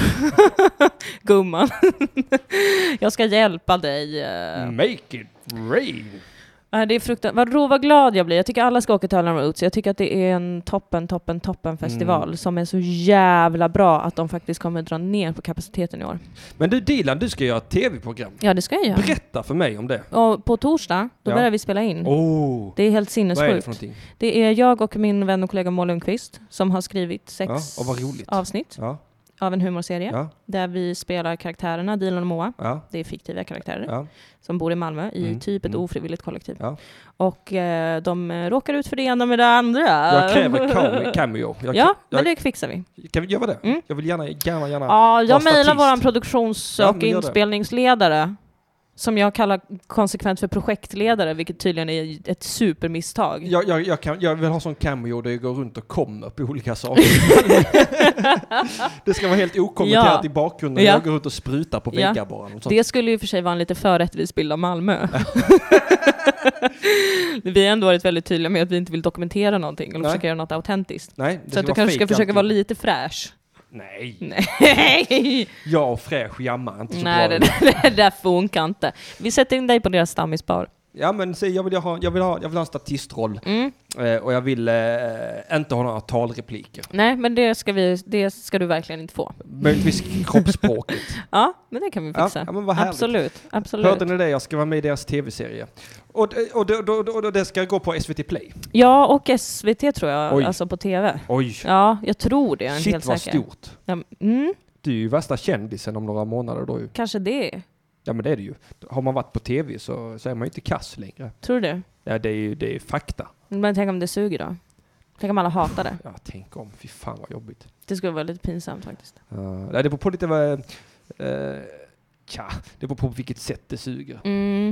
[SPEAKER 2] Gumman. Jag ska hjälpa dig. eh.
[SPEAKER 1] Make it rain.
[SPEAKER 2] Nej, det är fruktansvärt. Vad ro, vad glad jag blir. Jag tycker alla ska åka till Allen Roots. Jag tycker att det är en toppen, toppen, toppen festival
[SPEAKER 1] Mm.
[SPEAKER 2] som är så jävla bra att de faktiskt kommer dra ner på kapaciteten i år.
[SPEAKER 1] Men du Dilan, du ska göra ett tv-program.
[SPEAKER 2] Ja, det ska jag göra.
[SPEAKER 1] Berätta för mig om det.
[SPEAKER 2] Och på torsdag, då
[SPEAKER 1] Ja.
[SPEAKER 2] börjar vi spela in.
[SPEAKER 1] Oh.
[SPEAKER 2] Det är helt
[SPEAKER 1] Vad är det
[SPEAKER 2] sinnessjukt.
[SPEAKER 1] för någonting?
[SPEAKER 2] Det är jag och min vän och kollega Mål Lundqvist som har skrivit sex
[SPEAKER 1] Ja, och vad roligt.
[SPEAKER 2] avsnitt
[SPEAKER 1] Ja,
[SPEAKER 2] av en humorserie
[SPEAKER 1] ja,
[SPEAKER 2] där vi spelar karaktärerna Dilan och Moa.
[SPEAKER 1] ja,
[SPEAKER 2] Det är fiktiva karaktärer
[SPEAKER 1] ja.
[SPEAKER 2] som bor i Malmö i
[SPEAKER 1] Mm,
[SPEAKER 2] typ ett
[SPEAKER 1] mm.
[SPEAKER 2] ofrivilligt kollektiv.
[SPEAKER 1] Ja.
[SPEAKER 2] Och eh, de eh, råkar ut för det ena med det andra.
[SPEAKER 1] Jag kräver cam- cameo. Jag,
[SPEAKER 2] Ja,
[SPEAKER 1] jag,
[SPEAKER 2] men det fixar vi.
[SPEAKER 1] Kan vi göra det?
[SPEAKER 2] Mm.
[SPEAKER 1] Jag vill gärna, gärna, gärna.
[SPEAKER 2] Ja, jag
[SPEAKER 1] vara
[SPEAKER 2] mejlar
[SPEAKER 1] statist.
[SPEAKER 2] våran produktions-
[SPEAKER 1] Ja,
[SPEAKER 2] och
[SPEAKER 1] men gör det.
[SPEAKER 2] inspelningsledare som jag kallar konsekvent för projektledare, vilket tydligen är ett supermisstag.
[SPEAKER 1] Jag, jag, jag, kan, jag vill ha sån cameo där jag går runt och kommer på olika saker. Det ska vara helt okommenterat
[SPEAKER 2] Ja.
[SPEAKER 1] i bakgrunden.
[SPEAKER 2] Ja.
[SPEAKER 1] Jag går runt och sprutar på
[SPEAKER 2] Ja.
[SPEAKER 1] väggar bara. Och sånt.
[SPEAKER 2] Det skulle ju för sig vara en lite för rättvis bild av Malmö. Vi har ändå varit väldigt tydliga med att vi inte vill dokumentera någonting eller
[SPEAKER 1] Nej.
[SPEAKER 2] försöka göra något autentiskt.
[SPEAKER 1] Nej, det
[SPEAKER 2] Så att du
[SPEAKER 1] vara
[SPEAKER 2] kanske ska
[SPEAKER 1] fake
[SPEAKER 2] försöka vara
[SPEAKER 1] allting.
[SPEAKER 2] lite fräsch.
[SPEAKER 1] Nej,
[SPEAKER 2] Nej,
[SPEAKER 1] jag och fräsch jammar inte så
[SPEAKER 2] Nej
[SPEAKER 1] bra.
[SPEAKER 2] det, det, det där funkar inte. Vi sätter in dig på deras stammisbar.
[SPEAKER 1] Ja, men se, jag, vill ha, jag, vill ha, jag vill ha en statistroll.
[SPEAKER 2] Mm.
[SPEAKER 1] Eh, och jag vill eh, inte ha några talrepliker.
[SPEAKER 2] Nej, men det ska, vi, det ska du verkligen inte få.
[SPEAKER 1] Möjligtvis kroppsspråket.
[SPEAKER 2] Ja, men det kan vi
[SPEAKER 1] Ja,
[SPEAKER 2] fixa.
[SPEAKER 1] ja, men vad härligt.
[SPEAKER 2] absolut, absolut.
[SPEAKER 1] Hörde ni det? Jag ska vara med i deras tv-serie. Och, och, och, och, och, och det ska gå på S V T Play.
[SPEAKER 2] Ja, och S V T tror jag,
[SPEAKER 1] Oj.
[SPEAKER 2] alltså på tv.
[SPEAKER 1] Oj,
[SPEAKER 2] Ja, jag tror det. Jag är
[SPEAKER 1] shit
[SPEAKER 2] helt
[SPEAKER 1] vad
[SPEAKER 2] säker.
[SPEAKER 1] stort.
[SPEAKER 2] Ja, mm,
[SPEAKER 1] Du är ju värsta kändisen om några månader då ju.
[SPEAKER 2] kanske det.
[SPEAKER 1] Ja, men det är det ju. Har man varit på tv så, så är man ju inte kass längre.
[SPEAKER 2] Tror du?
[SPEAKER 1] Ja, det är ju det är fakta.
[SPEAKER 2] Men tänk om det suger då? Tänk om alla hatar det?
[SPEAKER 1] Ja, tänk om. Fy fan vad jobbigt.
[SPEAKER 2] Det skulle vara lite pinsamt faktiskt.
[SPEAKER 1] Uh, det beror på lite vad... Uh, tja, det beror på vilket sätt det suger.
[SPEAKER 2] Mm.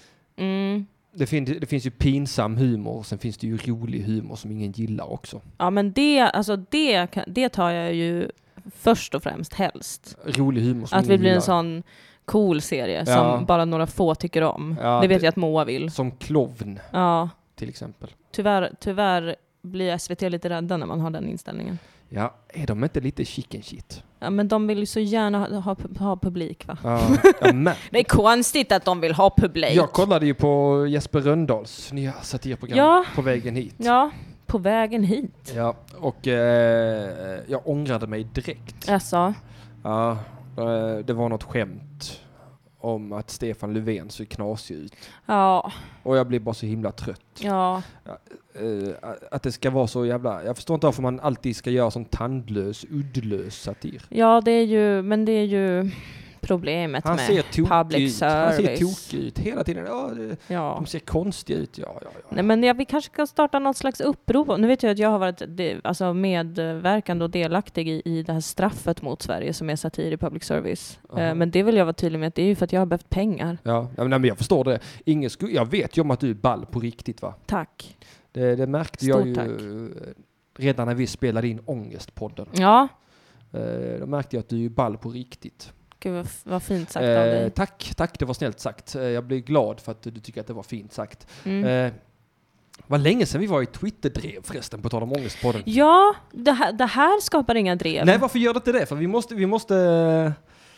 [SPEAKER 2] Mm.
[SPEAKER 1] Det, fin det finns ju pinsam humor och sen finns det ju rolig humor som ingen gillar också.
[SPEAKER 2] Ja, men det, alltså det, kan- det tar jag ju först och främst helst.
[SPEAKER 1] Rolig humor som
[SPEAKER 2] Att vi
[SPEAKER 1] ingen
[SPEAKER 2] blir
[SPEAKER 1] gillar.
[SPEAKER 2] en sån cool serie
[SPEAKER 1] Ja.
[SPEAKER 2] som bara några få tycker om.
[SPEAKER 1] Ja,
[SPEAKER 2] det vet
[SPEAKER 1] det-
[SPEAKER 2] jag att Moa vill.
[SPEAKER 1] Som Klovn
[SPEAKER 2] Ja,
[SPEAKER 1] till exempel.
[SPEAKER 2] tyvärr, tyvärr blir S V T lite rädda när man har den inställningen.
[SPEAKER 1] Ja, är de inte lite chicken shit?
[SPEAKER 2] Ja, men de vill ju så gärna ha, ha, ha publik, va?
[SPEAKER 1] Ja, jag märker.
[SPEAKER 2] Det är konstigt att de vill ha publik.
[SPEAKER 1] Jag kollade ju på Jesper Rönndahls nya satirprogram
[SPEAKER 2] Ja.
[SPEAKER 1] På vägen hit.
[SPEAKER 2] Ja, på vägen hit.
[SPEAKER 1] Ja, och eh, jag ångrade mig direkt.
[SPEAKER 2] Alltså,
[SPEAKER 1] Ja, eh, det var något skämt om att Stefan Löfven ser knasig ut.
[SPEAKER 2] ja,
[SPEAKER 1] Och jag blev bara så himla trött.
[SPEAKER 2] ja.
[SPEAKER 1] Eh, att det ska vara så jävla... Jag förstår inte varför man alltid ska göra sån tandlös, uddlös satir.
[SPEAKER 2] Ja, det är ju, men det är ju problemet
[SPEAKER 1] Han
[SPEAKER 2] med
[SPEAKER 1] ser tokig
[SPEAKER 2] public
[SPEAKER 1] ut. Han ser
[SPEAKER 2] service.
[SPEAKER 1] tokig ut hela tiden. Ja, det,
[SPEAKER 2] Ja.
[SPEAKER 1] de ser konstiga ut. Ja, ja, ja.
[SPEAKER 2] Nej, men jag, vi kanske kan starta något slags upprop. Nu vet jag att jag har varit de, alltså medverkande och delaktig i, i det här straffet mot Sverige som är satir i public service.
[SPEAKER 1] Aha.
[SPEAKER 2] Eh, men det vill jag vara tydlig med att det är ju för att jag har behövt pengar.
[SPEAKER 1] Ja, ja, men, nej, men jag förstår det. Ingen sku- jag vet ju om att du är ball på riktigt, va?
[SPEAKER 2] Tack.
[SPEAKER 1] Det, det märkte
[SPEAKER 2] Stort
[SPEAKER 1] jag ju
[SPEAKER 2] tack.
[SPEAKER 1] eh, redan när vi spelade in Ångestpodden.
[SPEAKER 2] Ja,
[SPEAKER 1] Eh, då märkte jag att du är ball på riktigt.
[SPEAKER 2] gud vad, vad fint sagt av
[SPEAKER 1] Eh,
[SPEAKER 2] dig.
[SPEAKER 1] tack, tack, det var snällt sagt. Eh, jag blir glad för att du tycker att det var fint sagt.
[SPEAKER 2] Mm.
[SPEAKER 1] Eh, vad länge sedan vi var i Twitter-drev förresten, på tal om Ångestpodden.
[SPEAKER 2] Ja, det här, det här skapar inga drev.
[SPEAKER 1] Nej, varför gör det inte det? För vi måste, vi måste,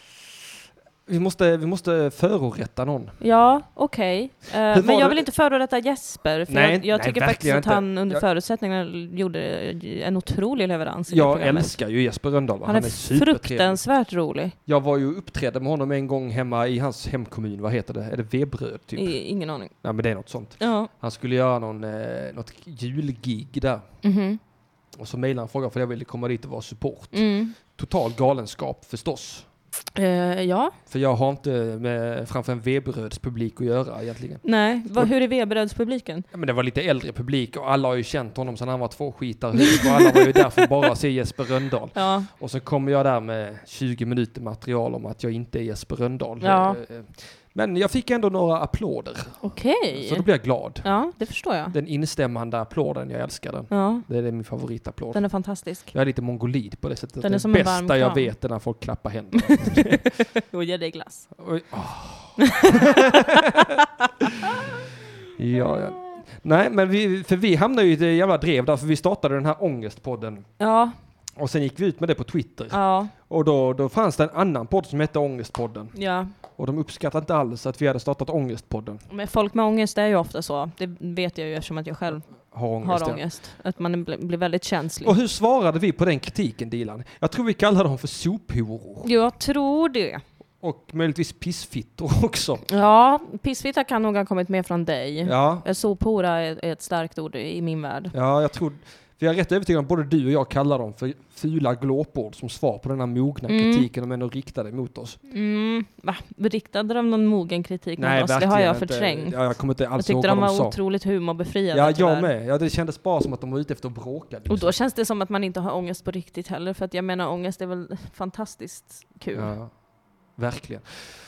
[SPEAKER 1] vi måste, vi måste förorätta någon.
[SPEAKER 2] Ja, okej. Eh,
[SPEAKER 1] var
[SPEAKER 2] men jag
[SPEAKER 1] det-
[SPEAKER 2] vill inte förorätta Jesper, för
[SPEAKER 1] Nej,
[SPEAKER 2] jag, jag
[SPEAKER 1] nej,
[SPEAKER 2] tycker faktiskt
[SPEAKER 1] verkligen
[SPEAKER 2] att
[SPEAKER 1] inte.
[SPEAKER 2] han under
[SPEAKER 1] Jag-
[SPEAKER 2] förutsättningarna gjorde en otrolig leverans i det
[SPEAKER 1] Jag
[SPEAKER 2] programmet.
[SPEAKER 1] älskar ju Jesper Rönndahl.
[SPEAKER 2] Han är,
[SPEAKER 1] supertrevlig.
[SPEAKER 2] fruktansvärt rolig.
[SPEAKER 1] Jag var ju uppträdde med honom en gång hemma i hans hemkommun. Vad heter det? Är det Vebröd typ?
[SPEAKER 2] I, ingen aning.
[SPEAKER 1] Nej, men det är något sånt.
[SPEAKER 2] Ja.
[SPEAKER 1] Han skulle göra någon, eh, något julgig där.
[SPEAKER 2] Mhm.
[SPEAKER 1] Och så mejlade han frågan för jag ville komma dit och vara support.
[SPEAKER 2] Mm.
[SPEAKER 1] Total galenskap förstås.
[SPEAKER 2] Eh, ja,
[SPEAKER 1] För jag har inte med framför en Vebröds-publik att göra egentligen.
[SPEAKER 2] nej. Vad, hur är Veberödspubliken?
[SPEAKER 1] Ja, men det var lite äldre publik och alla har ju känt honom sedan han var två skitar hög. Och alla var ju där för att bara se Jesper Rönndahl.
[SPEAKER 2] Ja.
[SPEAKER 1] Och så kommer jag där med tjugo minuter material om att jag inte är Jesper Rönndahl.
[SPEAKER 2] Ja.
[SPEAKER 1] Eh, Men jag fick ändå några applåder.
[SPEAKER 2] Okej.
[SPEAKER 1] Så då blir jag glad.
[SPEAKER 2] Ja, det förstår jag.
[SPEAKER 1] Den instämmande applåden, jag älskar den.
[SPEAKER 2] Ja,
[SPEAKER 1] Det är min favoritapplåd.
[SPEAKER 2] den är fantastisk.
[SPEAKER 1] Jag är lite mongolid på det sättet.
[SPEAKER 2] Den är
[SPEAKER 1] det
[SPEAKER 2] som en varm
[SPEAKER 1] bästa jag
[SPEAKER 2] kram.
[SPEAKER 1] vet är när folk klappar händerna.
[SPEAKER 2] Och ge dig glass.
[SPEAKER 1] Oj, åh. ja, ja. Nej, men vi, för vi hamnade ju i ett jävla drev där, för vi startade den här Ångestpodden
[SPEAKER 2] Ja,
[SPEAKER 1] Och sen gick vi ut med det på Twitter.
[SPEAKER 2] Ja.
[SPEAKER 1] Och då, då fanns det en annan podd som hette Ångestpodden.
[SPEAKER 2] Ja.
[SPEAKER 1] Och de uppskattade inte alls att vi hade startat Ångestpodden.
[SPEAKER 2] Men folk med ångest är ju ofta så. Det vet jag ju eftersom att jag själv
[SPEAKER 1] Har ångest.
[SPEAKER 2] har
[SPEAKER 1] ja.
[SPEAKER 2] ångest. Att man blir blir väldigt känslig.
[SPEAKER 1] Och hur svarade vi på den kritiken, Dilan? Jag tror vi kallade dem för sophoror.
[SPEAKER 2] Jag tror det.
[SPEAKER 1] Och möjligtvis pissfittor också.
[SPEAKER 2] Ja, pissfitta kan nog ha kommit med från dig.
[SPEAKER 1] Ja,
[SPEAKER 2] Sophora är är ett starkt ord i min värld.
[SPEAKER 1] ja jag tror... Vi är rätt övertygade om både du och jag kallar dem för fula glåpord som svar på den här mogna
[SPEAKER 2] Mm.
[SPEAKER 1] kritiken de ändå riktade mot oss.
[SPEAKER 2] Mm, va? Riktade de någon mogen kritik mot
[SPEAKER 1] Nej,
[SPEAKER 2] oss? Det
[SPEAKER 1] verkligen
[SPEAKER 2] har jag
[SPEAKER 1] inte.
[SPEAKER 2] förträngt.
[SPEAKER 1] Ja, jag kommer inte
[SPEAKER 2] Jag
[SPEAKER 1] alls ihåg
[SPEAKER 2] tyckte
[SPEAKER 1] vad
[SPEAKER 2] de
[SPEAKER 1] de
[SPEAKER 2] var
[SPEAKER 1] sa.
[SPEAKER 2] otroligt humorbefriade.
[SPEAKER 1] Ja,
[SPEAKER 2] tyvärr.
[SPEAKER 1] jag med. Ja, det kändes bara som att de var ute efter att bråka.
[SPEAKER 2] Och då känns det som att man inte har ångest på riktigt heller. För att jag menar, ångest är väl fantastiskt kul.
[SPEAKER 1] Ja, verkligen.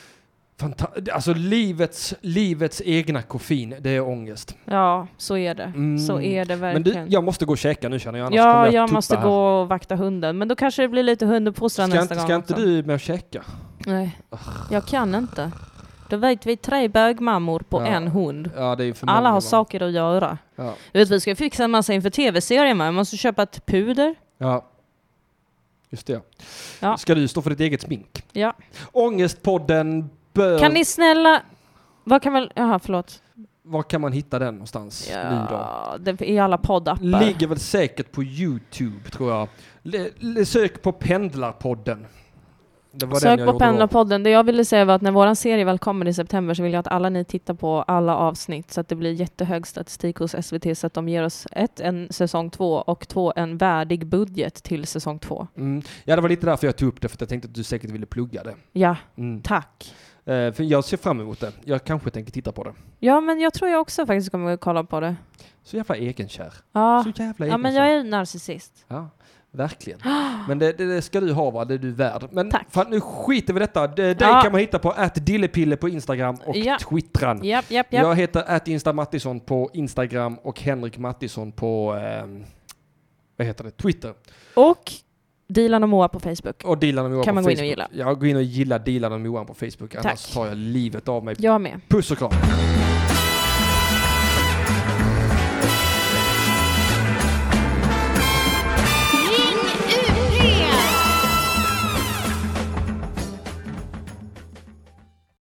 [SPEAKER 1] Fanta- alltså livets, livets egna koffein, det är ångest.
[SPEAKER 2] Ja, så är det.
[SPEAKER 1] Mm.
[SPEAKER 2] Så är det
[SPEAKER 1] Men
[SPEAKER 2] verkligen.
[SPEAKER 1] du, jag måste gå och käka nu känner jag, annars kommer
[SPEAKER 2] ja,
[SPEAKER 1] jag,
[SPEAKER 2] jag
[SPEAKER 1] tuppa
[SPEAKER 2] måste
[SPEAKER 1] här.
[SPEAKER 2] gå och vakta hunden. Men då kanske det blir lite hunduppfostran
[SPEAKER 1] Ska
[SPEAKER 2] nästa
[SPEAKER 1] inte,
[SPEAKER 2] gång
[SPEAKER 1] ska inte
[SPEAKER 2] också.
[SPEAKER 1] du med och käka?
[SPEAKER 2] Nej, jag kan inte. Då vet vi tre bögmammor på
[SPEAKER 1] Ja.
[SPEAKER 2] en hund.
[SPEAKER 1] Ja, det är för
[SPEAKER 2] Alla
[SPEAKER 1] många,
[SPEAKER 2] har
[SPEAKER 1] va?
[SPEAKER 2] saker att göra.
[SPEAKER 1] Ja.
[SPEAKER 2] Du vet, vi ska fixa en massa inför tv-serien. Man måste köpa ett puder.
[SPEAKER 1] ja. Just det.
[SPEAKER 2] Ja.
[SPEAKER 1] Ska du stå för ditt eget smink?
[SPEAKER 2] Ja.
[SPEAKER 1] Ångestpodden bör...
[SPEAKER 2] Kan ni snälla... Vad kan väl... Jaha, förlåt.
[SPEAKER 1] Var kan man hitta den någonstans nu då?
[SPEAKER 2] Ja, det är i alla poddappar.
[SPEAKER 1] Ligger väl säkert på YouTube tror jag. Le, le, sök på Pendlarpodden. Det var den
[SPEAKER 2] Sök
[SPEAKER 1] jag
[SPEAKER 2] på
[SPEAKER 1] gjorde då.
[SPEAKER 2] Pendlarpodden. Det jag ville säga var att när våran serie väl kommer i september så vill jag att alla ni tittar på alla avsnitt så att det blir jättehög statistik hos S V T så att de ger oss ett, en säsong två och två, en värdig budget till säsong två.
[SPEAKER 1] Mm. Ja, det var lite därför jag tog upp det, för att jag tänkte att du säkert ville plugga det.
[SPEAKER 2] Ja,
[SPEAKER 1] Mm.
[SPEAKER 2] tack.
[SPEAKER 1] Eh, för jag ser fram emot det. Jag kanske tänker titta på det.
[SPEAKER 2] Ja, men jag tror jag också faktiskt kommer att kolla på det.
[SPEAKER 1] Så jävla egenkär.
[SPEAKER 2] Ja,
[SPEAKER 1] Så jävla
[SPEAKER 2] ja men
[SPEAKER 1] egenkär.
[SPEAKER 2] jag är narcissist.
[SPEAKER 1] Ja, verkligen. Men det, det, det ska du ha, va? Det är du värd. Men
[SPEAKER 2] Tack.
[SPEAKER 1] fan, nu skiter vi i detta. Det, dig
[SPEAKER 2] Ja.
[SPEAKER 1] kan man hitta på at dillepille på Instagram och
[SPEAKER 2] Ja.
[SPEAKER 1] Twittran.
[SPEAKER 2] Japp, japp, japp.
[SPEAKER 1] Jag heter at Insta Mattisson på Instagram och Henrik Mattisson på ehm, vad heter det? Twitter.
[SPEAKER 2] Och Dilan och Moa på Facebook.
[SPEAKER 1] Och Dilan och Moa
[SPEAKER 2] Kan
[SPEAKER 1] på
[SPEAKER 2] man gå in och
[SPEAKER 1] Facebook.
[SPEAKER 2] gilla.
[SPEAKER 1] Jag går in och gillar Dilan och Moa på Facebook. Annars
[SPEAKER 2] Tack.
[SPEAKER 1] tar jag livet av mig.
[SPEAKER 2] Jag med.
[SPEAKER 1] Puss och kram.